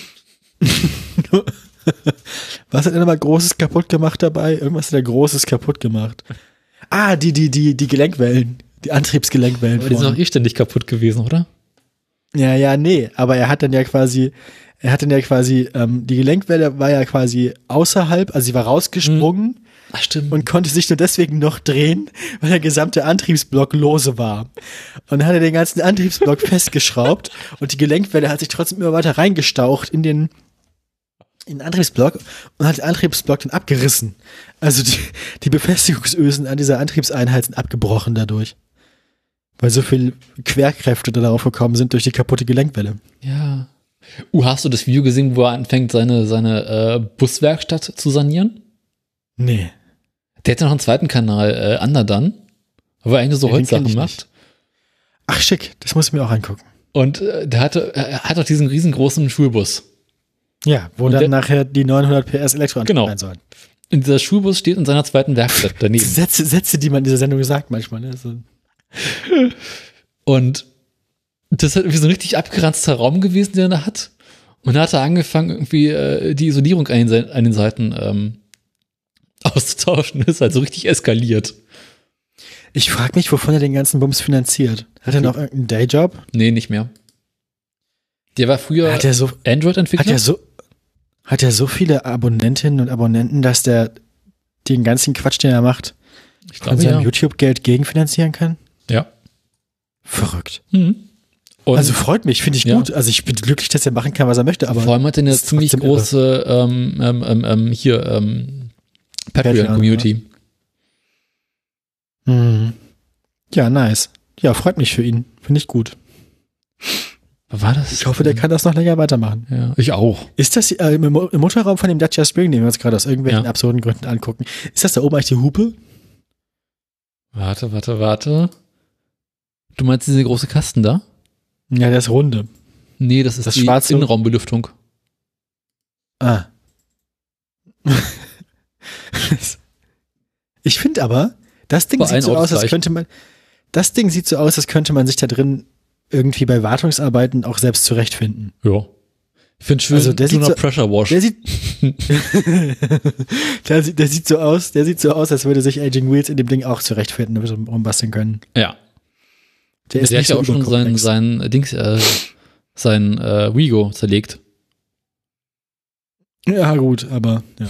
Was hat er nochmal Großes kaputt gemacht dabei? Irgendwas hat er Großes kaputt gemacht. Die Gelenkwellen, die Antriebsgelenkwellen. Aber die sind auch ständig kaputt gewesen, oder? Ja, nee, aber er hat dann ja quasi, die Gelenkwelle war ja quasi außerhalb, also sie war rausgesprungen. Ach, stimmt. Und konnte sich nur deswegen noch drehen, weil der gesamte Antriebsblock lose war. Und dann hat er den ganzen Antriebsblock festgeschraubt und die Gelenkwelle hat sich trotzdem immer weiter reingestaucht in den Antriebsblock und hat den Antriebsblock dann abgerissen. Also die Befestigungsösen an dieser Antriebseinheit sind abgebrochen dadurch. Weil so viel Querkräfte da darauf gekommen sind durch die kaputte Gelenkwelle. Ja. Hast du das Video gesehen, wo er anfängt, seine Buswerkstatt zu sanieren? Nee. Der hat ja noch einen zweiten Kanal, Underdone, Wo er eigentlich so Den kenn Holzsachen ich macht. nicht. Ach, schick. Das muss ich mir auch angucken. Und er hat auch diesen riesengroßen Schulbus. Ja, wo Und dann der- nachher die 900 PS Elektroantrieb Genau. rein sollen. Und dieser Schulbus steht in seiner zweiten Werkstatt daneben. Sätze, die man in dieser Sendung sagt manchmal. Ne? So. Und das ist halt irgendwie so ein richtig abgeranzter Raum gewesen, den er hat. Und da hat er angefangen, irgendwie die Isolierung an den Seiten auszutauschen. Das ist halt so richtig eskaliert. Ich frage mich, wovon er den ganzen Bums finanziert. Hat er noch irgendeinen Dayjob? Nee, nicht mehr. Der war früher Hat er so Android-Entwickler. Hat er so viele Abonnentinnen und Abonnenten, dass der den ganzen Quatsch, den er macht, Ich von glaube, seinem ja. YouTube-Geld gegenfinanzieren kann? Ja. Verrückt. Mhm. Und Also freut mich, finde ich Ja. gut. Also ich bin glücklich, dass er machen kann, was er möchte, aber vor allem hat er eine das ist ziemlich trotzdem große Patreon-Community. Mhm. Ja, nice. Ja, freut mich für ihn. Finde ich gut. War das? Ich hoffe, der kann das noch länger weitermachen. Ja, ich auch. Ist das im Motorraum von dem Dacia Spring, den wir uns gerade aus irgendwelchen Ja. absurden Gründen angucken, ist das da oben eigentlich die Hupe? Warte. Du meinst diese große Kasten da? Ja, der ist runde. Nee, das ist Das die schwarze- Innenraumbelüftung. Ah. Ich finde aber, das Ding Bei sieht allen so Autos aus, als gleich. könnte man, das Ding sieht so aus, als könnte man sich da drin irgendwie bei Wartungsarbeiten auch selbst zurechtfinden. Ja. Ich finde schön, Also der Do sieht Not so- Pressure Wash. Der sieht, der sieht so aus, als würde sich Aging Wheels in dem Ding auch zurechtfinden und rumbasteln können. Ja. Der ist Der hat nicht ja so auch schon überkomplex. sein Wigo zerlegt. Ja, gut, aber ja.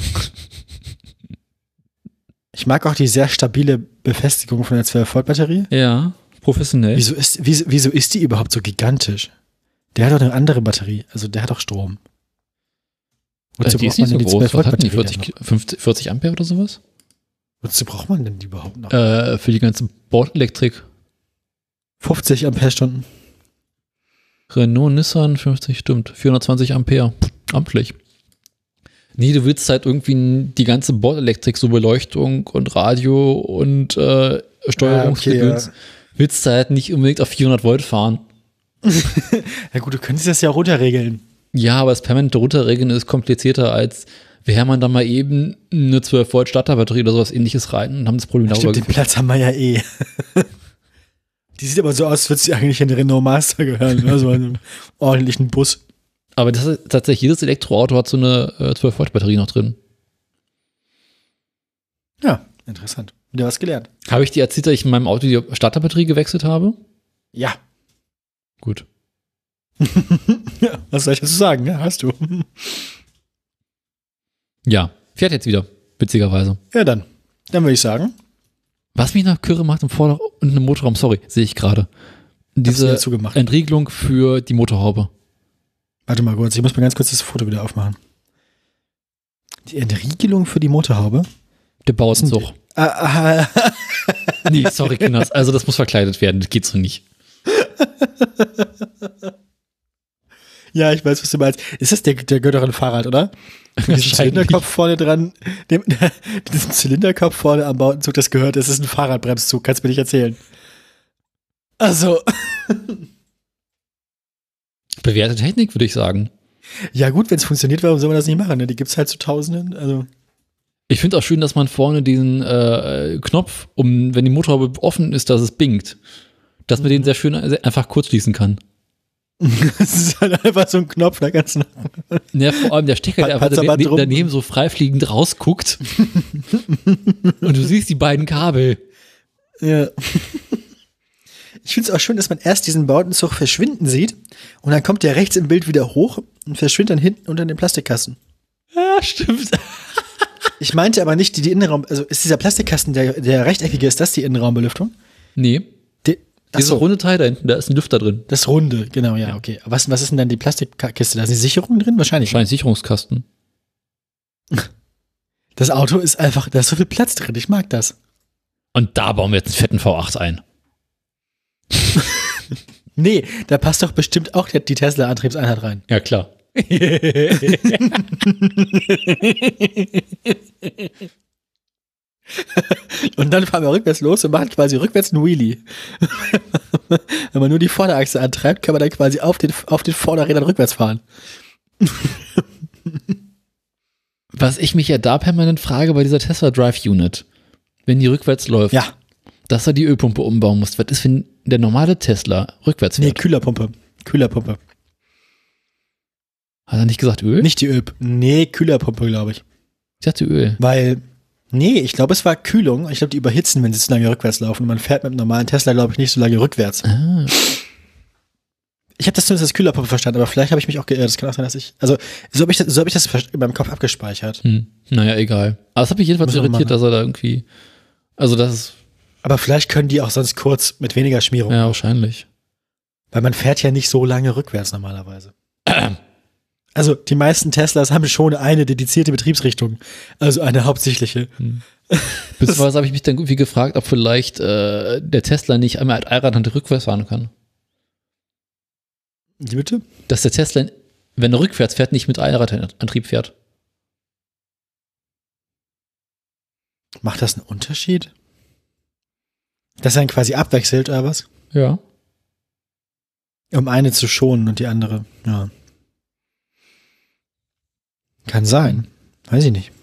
Ich mag auch die sehr stabile Befestigung von der 12-Volt-Batterie. Ja, professionell. Wieso ist die überhaupt so gigantisch? Der hat doch eine andere Batterie, also der hat auch Strom. Wozu Die ist braucht nicht man so denn die groß. Was hat die? 12-Volt-Batterie? 40 Ampere oder sowas? Wozu braucht man denn die überhaupt noch? Für die ganze Bordelektrik. 50 Ampere-Stunden. Renault, Nissan, 50, stimmt. 420 Ampere. Amtlich. Nee, du willst halt irgendwie die ganze Bordelektrik, so Beleuchtung und Radio und Steuerungsgedöns, willst du halt nicht unbedingt auf 400 Volt fahren. Ja gut, du könntest das ja runterregeln. Ja, aber das permanente Runterregeln ist komplizierter, als wir hämmern da mal eben eine 12 Volt Starterbatterie oder sowas ähnliches rein und haben das Problem Ja, darüber stimmt, den Platz haben wir ja eh. Die sieht aber so aus, als würde sie eigentlich in den Renault Master gehören, ne? So einen ordentlichen Bus. Aber das ist tatsächlich, jedes Elektroauto hat so eine 12 Volt Batterie noch drin. Ja, interessant. Wieder was gelernt. Habe ich dir erzählt, dass ich in meinem Auto die Starterbatterie gewechselt habe? Ja. Gut. Ja, was soll ich dazu sagen? Ja, hast du. Ja, fährt jetzt wieder, witzigerweise. Ja, dann. Dann würde ich sagen, Was mich nach Kürre macht im Vorder- und im Motorraum, sorry, sehe ich gerade. Diese Diese zugemacht. Entriegelung für die Motorhaube. Warte mal kurz, ich muss mal ganz kurz das Foto wieder aufmachen. Die Entriegelung für die Motorhaube? Der Bauenzug. Nee, sorry, Kinders. Also das muss verkleidet werden, das geht so nicht. Ja, ich weiß, was du meinst. Ist das der gehört doch ein Fahrrad, oder? Mit diesem Zylinderkopf vorne dran, diesem Zylinderkopf vorne am Bauenzug, das gehört, das ist ein Fahrradbremszug, kannst du mir nicht erzählen. Also, Bewährte Technik, würde ich sagen. ja gut, wenn es funktioniert, warum soll man das nicht machen? Ne? Die gibt's halt zu Tausenden, also. Ich finde auch schön, dass man vorne diesen Knopf, wenn die Motorhaube offen ist, dass es bingt. Dass man den sehr schön einfach kurz schließen kann. Das ist halt einfach so ein Knopf, da kannst du noch. Ja, vor allem der Stecker, der einfach Hat's aber drum. daneben so freifliegend rausguckt. Und du siehst die beiden Kabel. Ja. Ich finde es auch schön, dass man erst diesen Bowdenzug verschwinden sieht und dann kommt der rechts im Bild wieder hoch und verschwindet dann hinten unter dem Plastikkasten. Ja, stimmt. Ich meinte aber nicht die Innenraum, also ist dieser Plastikkasten, der rechteckige, ist das die Innenraumbelüftung? Nee, Achso, diese runde Teil da hinten, da ist ein Lüfter drin. das Runde, genau, ja, okay. Was ist denn dann die Plastikkiste? Da ist die Sicherung drin? Wahrscheinlich. Wahrscheinlich Sicherungskasten. Das Auto ist einfach, da ist so viel Platz drin, ich mag das. Und da bauen wir jetzt einen fetten V8 ein. Nee, da passt doch bestimmt auch die Tesla-Antriebseinheit rein. Ja, klar. Und dann fahren wir rückwärts los und machen quasi rückwärts einen Wheelie. Wenn man nur die Vorderachse antreibt, kann man dann quasi auf den Vorderrädern rückwärts fahren. Was ich mich ja da permanent frage bei dieser Tesla Drive Unit, wenn die rückwärts läuft, Ja. dass er die Ölpumpe umbauen muss. Was ist, wenn der normale Tesla rückwärts Nee, fährt? Kühlerpumpe. Hat er nicht gesagt Öl? Nicht die Kühlerpumpe, glaube ich. Ich dachte Öl. Weil, ich glaube, es war Kühlung. Ich glaube, die überhitzen, wenn sie zu lange rückwärts laufen. Und man fährt mit einem normalen Tesla, glaube ich, nicht so lange rückwärts. Ah. Ich habe das zumindest als Kühlerpumpe verstanden, aber vielleicht habe ich mich auch geirrt. Das kann auch sein, dass so habe ich das in meinem Kopf abgespeichert. Naja, egal. Aber es hat mich jedenfalls Müssen wir irritiert, machen. dass er da irgendwie, also das ist, Aber vielleicht können die auch sonst kurz mit weniger Schmierung. ja, wahrscheinlich. Weil man fährt ja nicht so lange rückwärts normalerweise. Also die meisten Teslas haben schon eine dedizierte Betriebsrichtung. Also eine hauptsächliche. Beziehungsweise habe ich mich dann irgendwie gefragt, ob vielleicht der Tesla nicht einmal als Allradhand rückwärts fahren kann. Wie bitte? Dass der Tesla, wenn er rückwärts fährt, nicht mit Allradantrieb fährt. Macht das einen Unterschied? Dass er dann quasi abwechselt oder was? Ja. Um eine zu schonen und die andere, ja. Kann sein. Weiß ich nicht.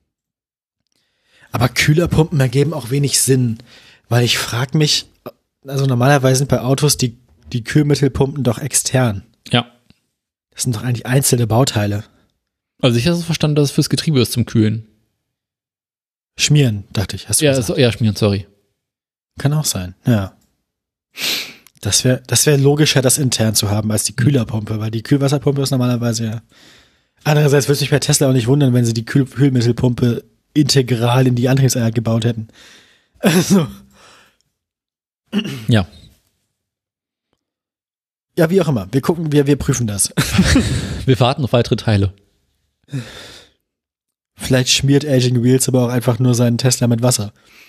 Aber Kühlerpumpen ergeben auch wenig Sinn, weil ich frage mich, also normalerweise sind bei Autos die Kühlmittelpumpen doch extern. Ja. Das sind doch eigentlich einzelne Bauteile. Also ich habe so verstanden, dass es fürs Getriebe ist zum Kühlen. Schmieren, dachte ich. Hast du gesagt. Ja, schmieren, sorry. Kann auch sein, ja. Das wär logischer, das intern zu haben, als die Kühlerpumpe, weil die Kühlwasserpumpe ist normalerweise ja. Andererseits würde es mich bei Tesla auch nicht wundern, wenn sie die Kühlmittelpumpe integral in die Antriebseinheit gebaut hätten. Also. Ja. Ja, wie auch immer. Wir gucken, wir prüfen das. Wir warten auf weitere Teile. Vielleicht schmiert Aging Wheels aber auch einfach nur seinen Tesla mit Wasser.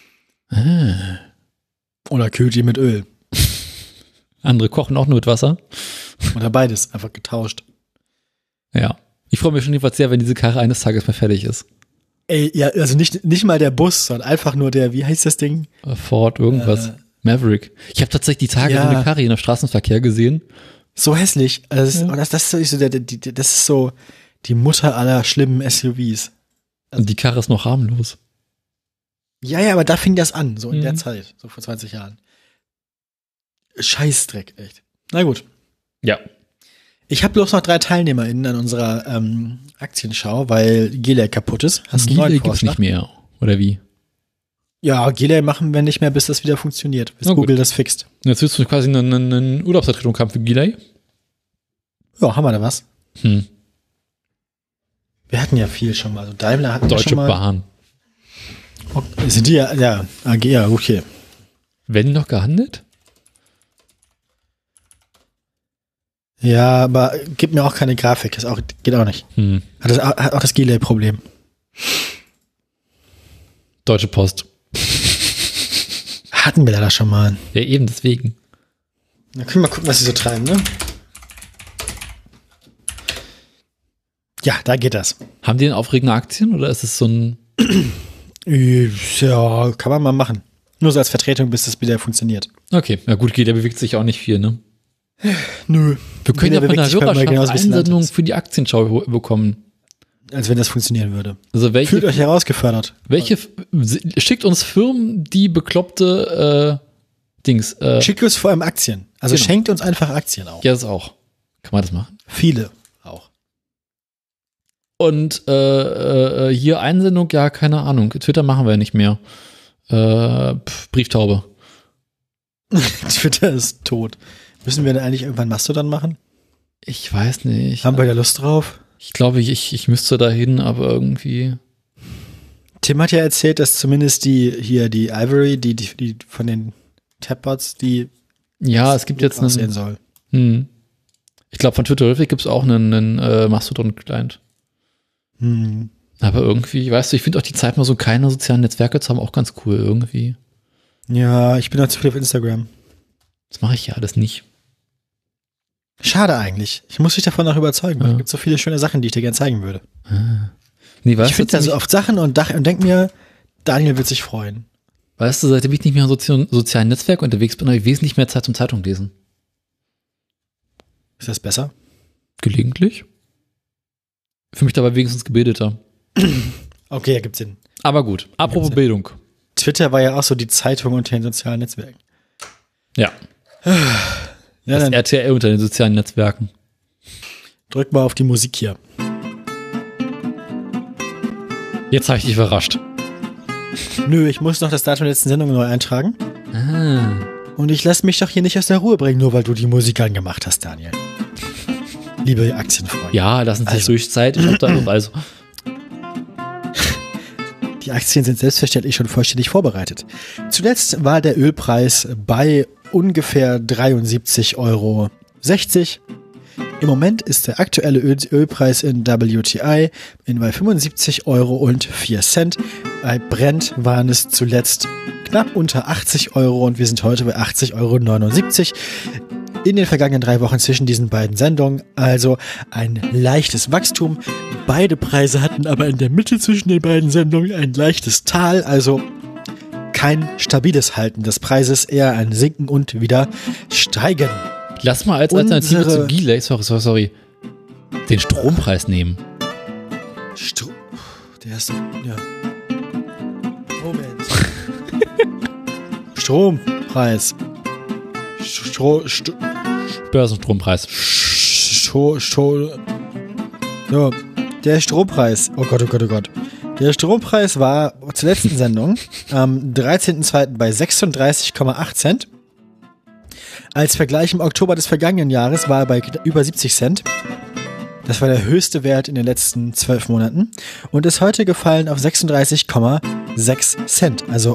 Oder kühlt ihn mit Öl. Andere kochen auch nur mit Wasser. Oder beides, einfach getauscht. Ja. Ich freue mich schon jedenfalls sehr, wenn diese Karre eines Tages mal fertig ist. Ey, ja, also nicht mal der Bus, sondern einfach nur der, wie heißt das Ding? Ford, irgendwas. Maverick. Ich habe tatsächlich die Tage so eine Karre hier im Straßenverkehr gesehen. So hässlich. Also das ist so, das ist so die Mutter aller schlimmen SUVs. Und die Karre ist noch harmlos. Ja, aber da fing das an, so in der Zeit, so vor 20 Jahren. Scheißdreck, echt. Na gut. Ja. Ich habe bloß noch 3 TeilnehmerInnen an unserer Aktienschau, weil Gilei kaputt ist. Hast du einen neuen gibt's Vorschlag? nicht mehr. Oder wie? Ja, Gilei machen wir nicht mehr, bis das wieder funktioniert. Bis Na gut. Google das fixt. Jetzt willst du quasi eine Urlaubsvertretung haben für Gilei? Ja, haben wir da was? Wir hatten ja viel schon mal. Also Daimler hatten wir Deutsche schon mal. Bahn. Okay, sind die ja, AG, ja, okay. Werden die noch gehandelt? Ja, aber gib mir auch keine Grafik. Geht auch nicht. Hat auch das Gilei-Problem. Deutsche Post. Hatten wir da schon mal. Ja, eben deswegen. Dann können wir mal gucken, was sie so treiben, ne? Ja, da geht das. Haben die denn aufregende Aktien oder ist es so ein. Ja, kann man mal machen. Nur so als Vertretung, bis das wieder funktioniert. Okay, ja gut, Gilei bewegt sich auch nicht viel, ne? Nö. Wir können ja von der bewegt sich bei mir Hörerschaft genauso wie Einsendungen Stellantis. für die Aktienschau bekommen. Als wenn das funktionieren würde. Also Fühlt euch herausgefördert. Schickt uns Firmen, die bekloppte Dings. Schickt uns vor allem Aktien. Also Genau. schenkt uns einfach Aktien auch. Ja, das auch. Kann man das machen? Viele auch. Und hier Einsendung, ja, keine Ahnung. Twitter machen wir nicht mehr. Brieftaube. Twitter ist tot. Müssen wir denn eigentlich irgendwann Mastodon machen? Ich weiß nicht. Haben wir da Lust drauf? Ich glaube, ich müsste da hin, aber irgendwie. Tim hat ja erzählt, dass zumindest die Ivory, die von den Tabbots, die Ja, es gibt jetzt aussehen soll. Ich glaube, von Twitterific gibt es auch einen Mastodon-Client. Aber irgendwie, weißt du, ich finde auch die Zeit, mal so keine sozialen Netzwerke zu haben, auch ganz cool irgendwie. Ja, ich bin noch zu viel auf Instagram. Das mache ich ja alles nicht. Schade eigentlich. Ich muss dich davon noch überzeugen, weil es gibt so viele schöne Sachen, die ich dir gerne zeigen würde. Nee, weißt Ich finde da so oft Sachen und denke mir, Daniel wird sich freuen. Weißt du, seitdem ich nicht mehr im sozialen Netzwerk unterwegs bin, habe ich wesentlich mehr Zeit zum Zeitung lesen. Ist das besser? Gelegentlich. Für mich dabei wenigstens gebildeter. Okay, ja, gibt's Sinn. Aber gut, apropos Bildung. Twitter war ja auch so die Zeitung unter den sozialen Netzwerken. Ja. Ja, Das dann RTL unter den sozialen Netzwerken. drück mal auf die Musik hier. Jetzt habe ich dich überrascht. Nö, ich muss noch das Datum der letzten Sendung neu eintragen. Ah. Und ich lasse mich doch hier nicht aus der Ruhe bringen, nur weil du die Musik angemacht hast, Daniel. Liebe Aktienfreunde. Ja, lassen sich Also. durch Zeit. Ich hab da also. Die Aktien sind selbstverständlich schon vollständig vorbereitet. Zuletzt war der Ölpreis bei ungefähr 73,60 Euro. Im Moment ist der aktuelle Ölpreis in WTI bei 75,04 Euro. Bei Brent waren es zuletzt knapp unter 80 Euro und wir sind heute bei 80,79 Euro. In den vergangenen 3 Wochen zwischen diesen beiden Sendungen also ein leichtes Wachstum. Beide Preise hatten aber in der Mitte zwischen den beiden Sendungen ein leichtes Tal, also kein stabiles Halten des Preises, eher ein Sinken und wieder Steigen. Lass mal als Alternative zu Gile, sorry, den Strompreis nehmen. Der ist ja. Moment. Strompreis. Börsenstrompreis. So, der Strompreis. Oh Gott, oh Gott, oh Gott. Der Strompreis war zur letzten Sendung am 13.02. bei 36,8 Cent. Als Vergleich im Oktober des vergangenen Jahres war er bei über 70 Cent. Das war der höchste Wert in den letzten 12 Monaten und ist heute gefallen auf 36,6 Cent. Also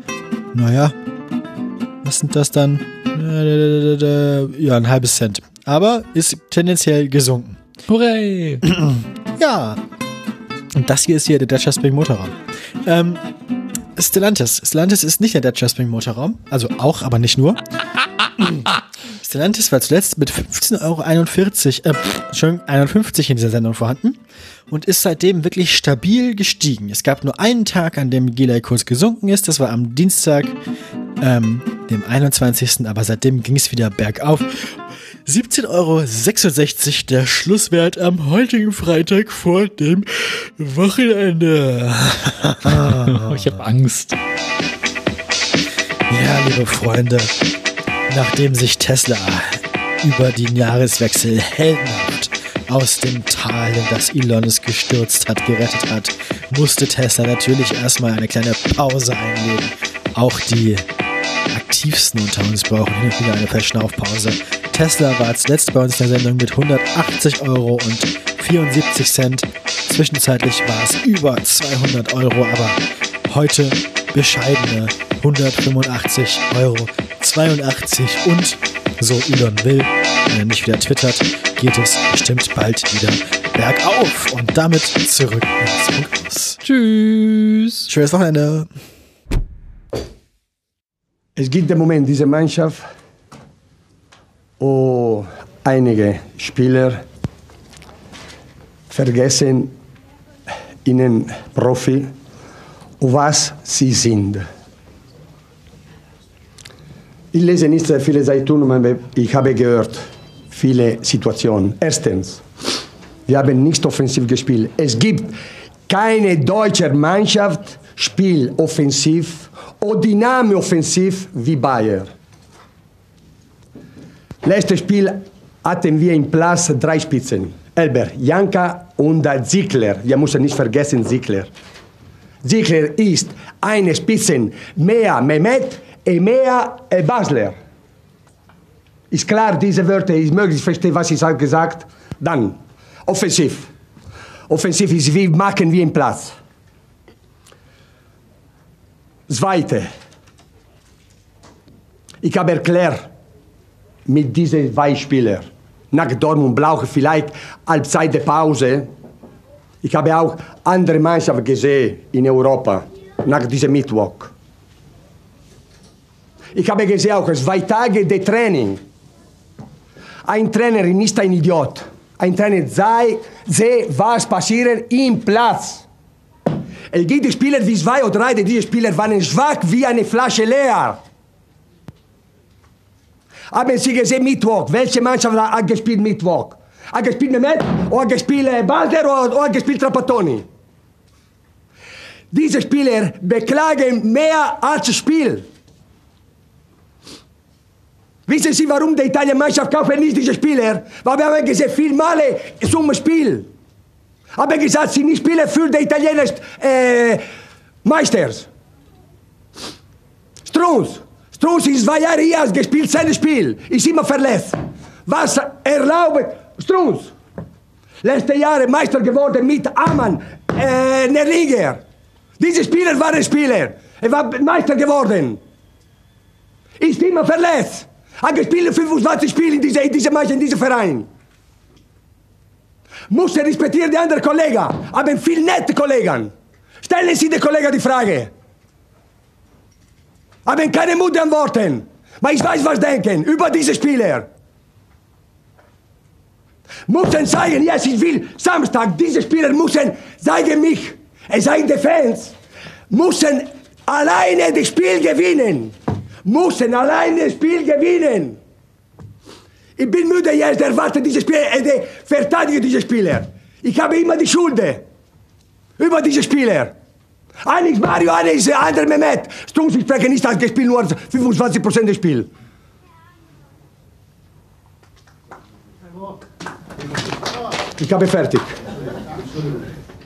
was sind das dann? Ja, ein halbes Cent. Aber ist tendenziell gesunken. Hooray! Ja. Und das hier ist der Dacia Spring Motorraum. Stellantis. Stellantis ist nicht der Dacia Spring Motorraum. Also auch, aber nicht nur. Stellantis war zuletzt mit 15,51 Euro 51 in dieser Sendung vorhanden und ist seitdem wirklich stabil gestiegen. Es gab nur einen Tag, an dem Gilei-Kurs gesunken ist. Das war am Dienstag, dem 21. Aber seitdem ging es wieder bergauf. 17,66 Euro der Schlusswert am heutigen Freitag vor dem Wochenende. Ich habe Angst. Ja, liebe Freunde, nachdem sich Tesla über den Jahreswechsel heldenhaft aus dem Tal, in das Elon es gestürzt hat, gerettet hat, musste Tesla natürlich erstmal eine kleine Pause einlegen. Auch die aktivsten unter uns brauchen hin und wieder eine Verschnaufpause. Tesla war zuletzt bei uns in der Sendung mit 180,74 Euro. Zwischenzeitlich war es über 200 Euro, aber heute bescheidene 185,82 Euro. Und so Elon will, wenn er nicht wieder twittert, geht es bestimmt bald wieder bergauf. Und damit zurück ins Funkhaus. Tschüss. Schönes Wochenende. Es gibt im Moment diese Mannschaft, wo einige Spieler vergessen, ihnen Profi, was sie sind. Ich lese nicht sehr viele Zeitungen, aber ich habe gehört, viele Situationen. Erstens, wir haben nicht offensiv gespielt. Es gibt keine deutsche Mannschaft, spielt offensiv oder dynamisch offensiv wie Bayern. Letztes Spiel hatten wir im Platz 3 Spitzen. Elber, Janka und Ziegler. Wir müssen nicht vergessen Ziegler. Ziegler ist eine Spitze mehr Mehmet und mehr Basler. Ist klar, diese Wörter ist möglich, ich verstehe, was ich habe gesagt. Dann, offensiv. Offensiv ist, wie machen wir im Platz. Zweite. Ich habe erklärt, mit diesen 2 Spielern, nach Dortmund brauche ich vielleicht Halbzeit der Pause. Ich habe auch andere Mannschaften gesehen in Europa, nach diesem Mittwoch. Ich habe gesehen auch 2 Tage de Training. Ein Trainer ist nicht ein Idiot. Ein Trainer sieht, was passiert im Platz. Es gibt Spieler wie 2 oder 3, diese Spieler waren schwach wie eine Flasche leer. Haben Sie gesehen Mittwoch? Welche Mannschaft hat gespielt Mittwoch? Hat gespielt Mehmet, oder hat gespielt Balder, oder hat gespielt Trapattoni? Diese Spieler beklagen mehr als Spiel. Wissen Sie, warum die Italien-Mannschaft kaufen nicht diese Spieler? Weil wir haben gesehen, viel Male zum Spiel. Haben gesagt, sie nicht spielen für die Italiener Meisters. Strunz ist 2 Jahre hier, hat gespielt sein Spiel. Ist immer verletzt. Was erlaubt Strunz? Letzte Jahre Meister geworden mit Amann, Nerlinger. Diese Spieler waren Spieler. Er war Meister geworden. Ist immer verletzt. Hat gespielt 25 Spiele in diese Mannschaft, in diesem Verein. Muss er respektieren die anderen Kollegen. Haben viel nette Kollegen. Stellen Sie den Kollegen die Frage. Haben keine Mut antworten. Aber ich weiß, was denken über diese Spieler. Müssen sagen, yes, ich will Samstag, diese Spieler müssen, sagen mich, es seien die Fans, müssen alleine das Spiel gewinnen. Müssen alleine das Spiel gewinnen. Ich bin müde jetzt, erwarte diese Spieler, verteidige diese Spieler. Ich habe immer die Schuld über diese Spieler. Einer ist Mario, einer ist der andere Mehmet. Strunz, ich spreche nicht, als gespielt nur 25% des Spiels. Ich habe fertig.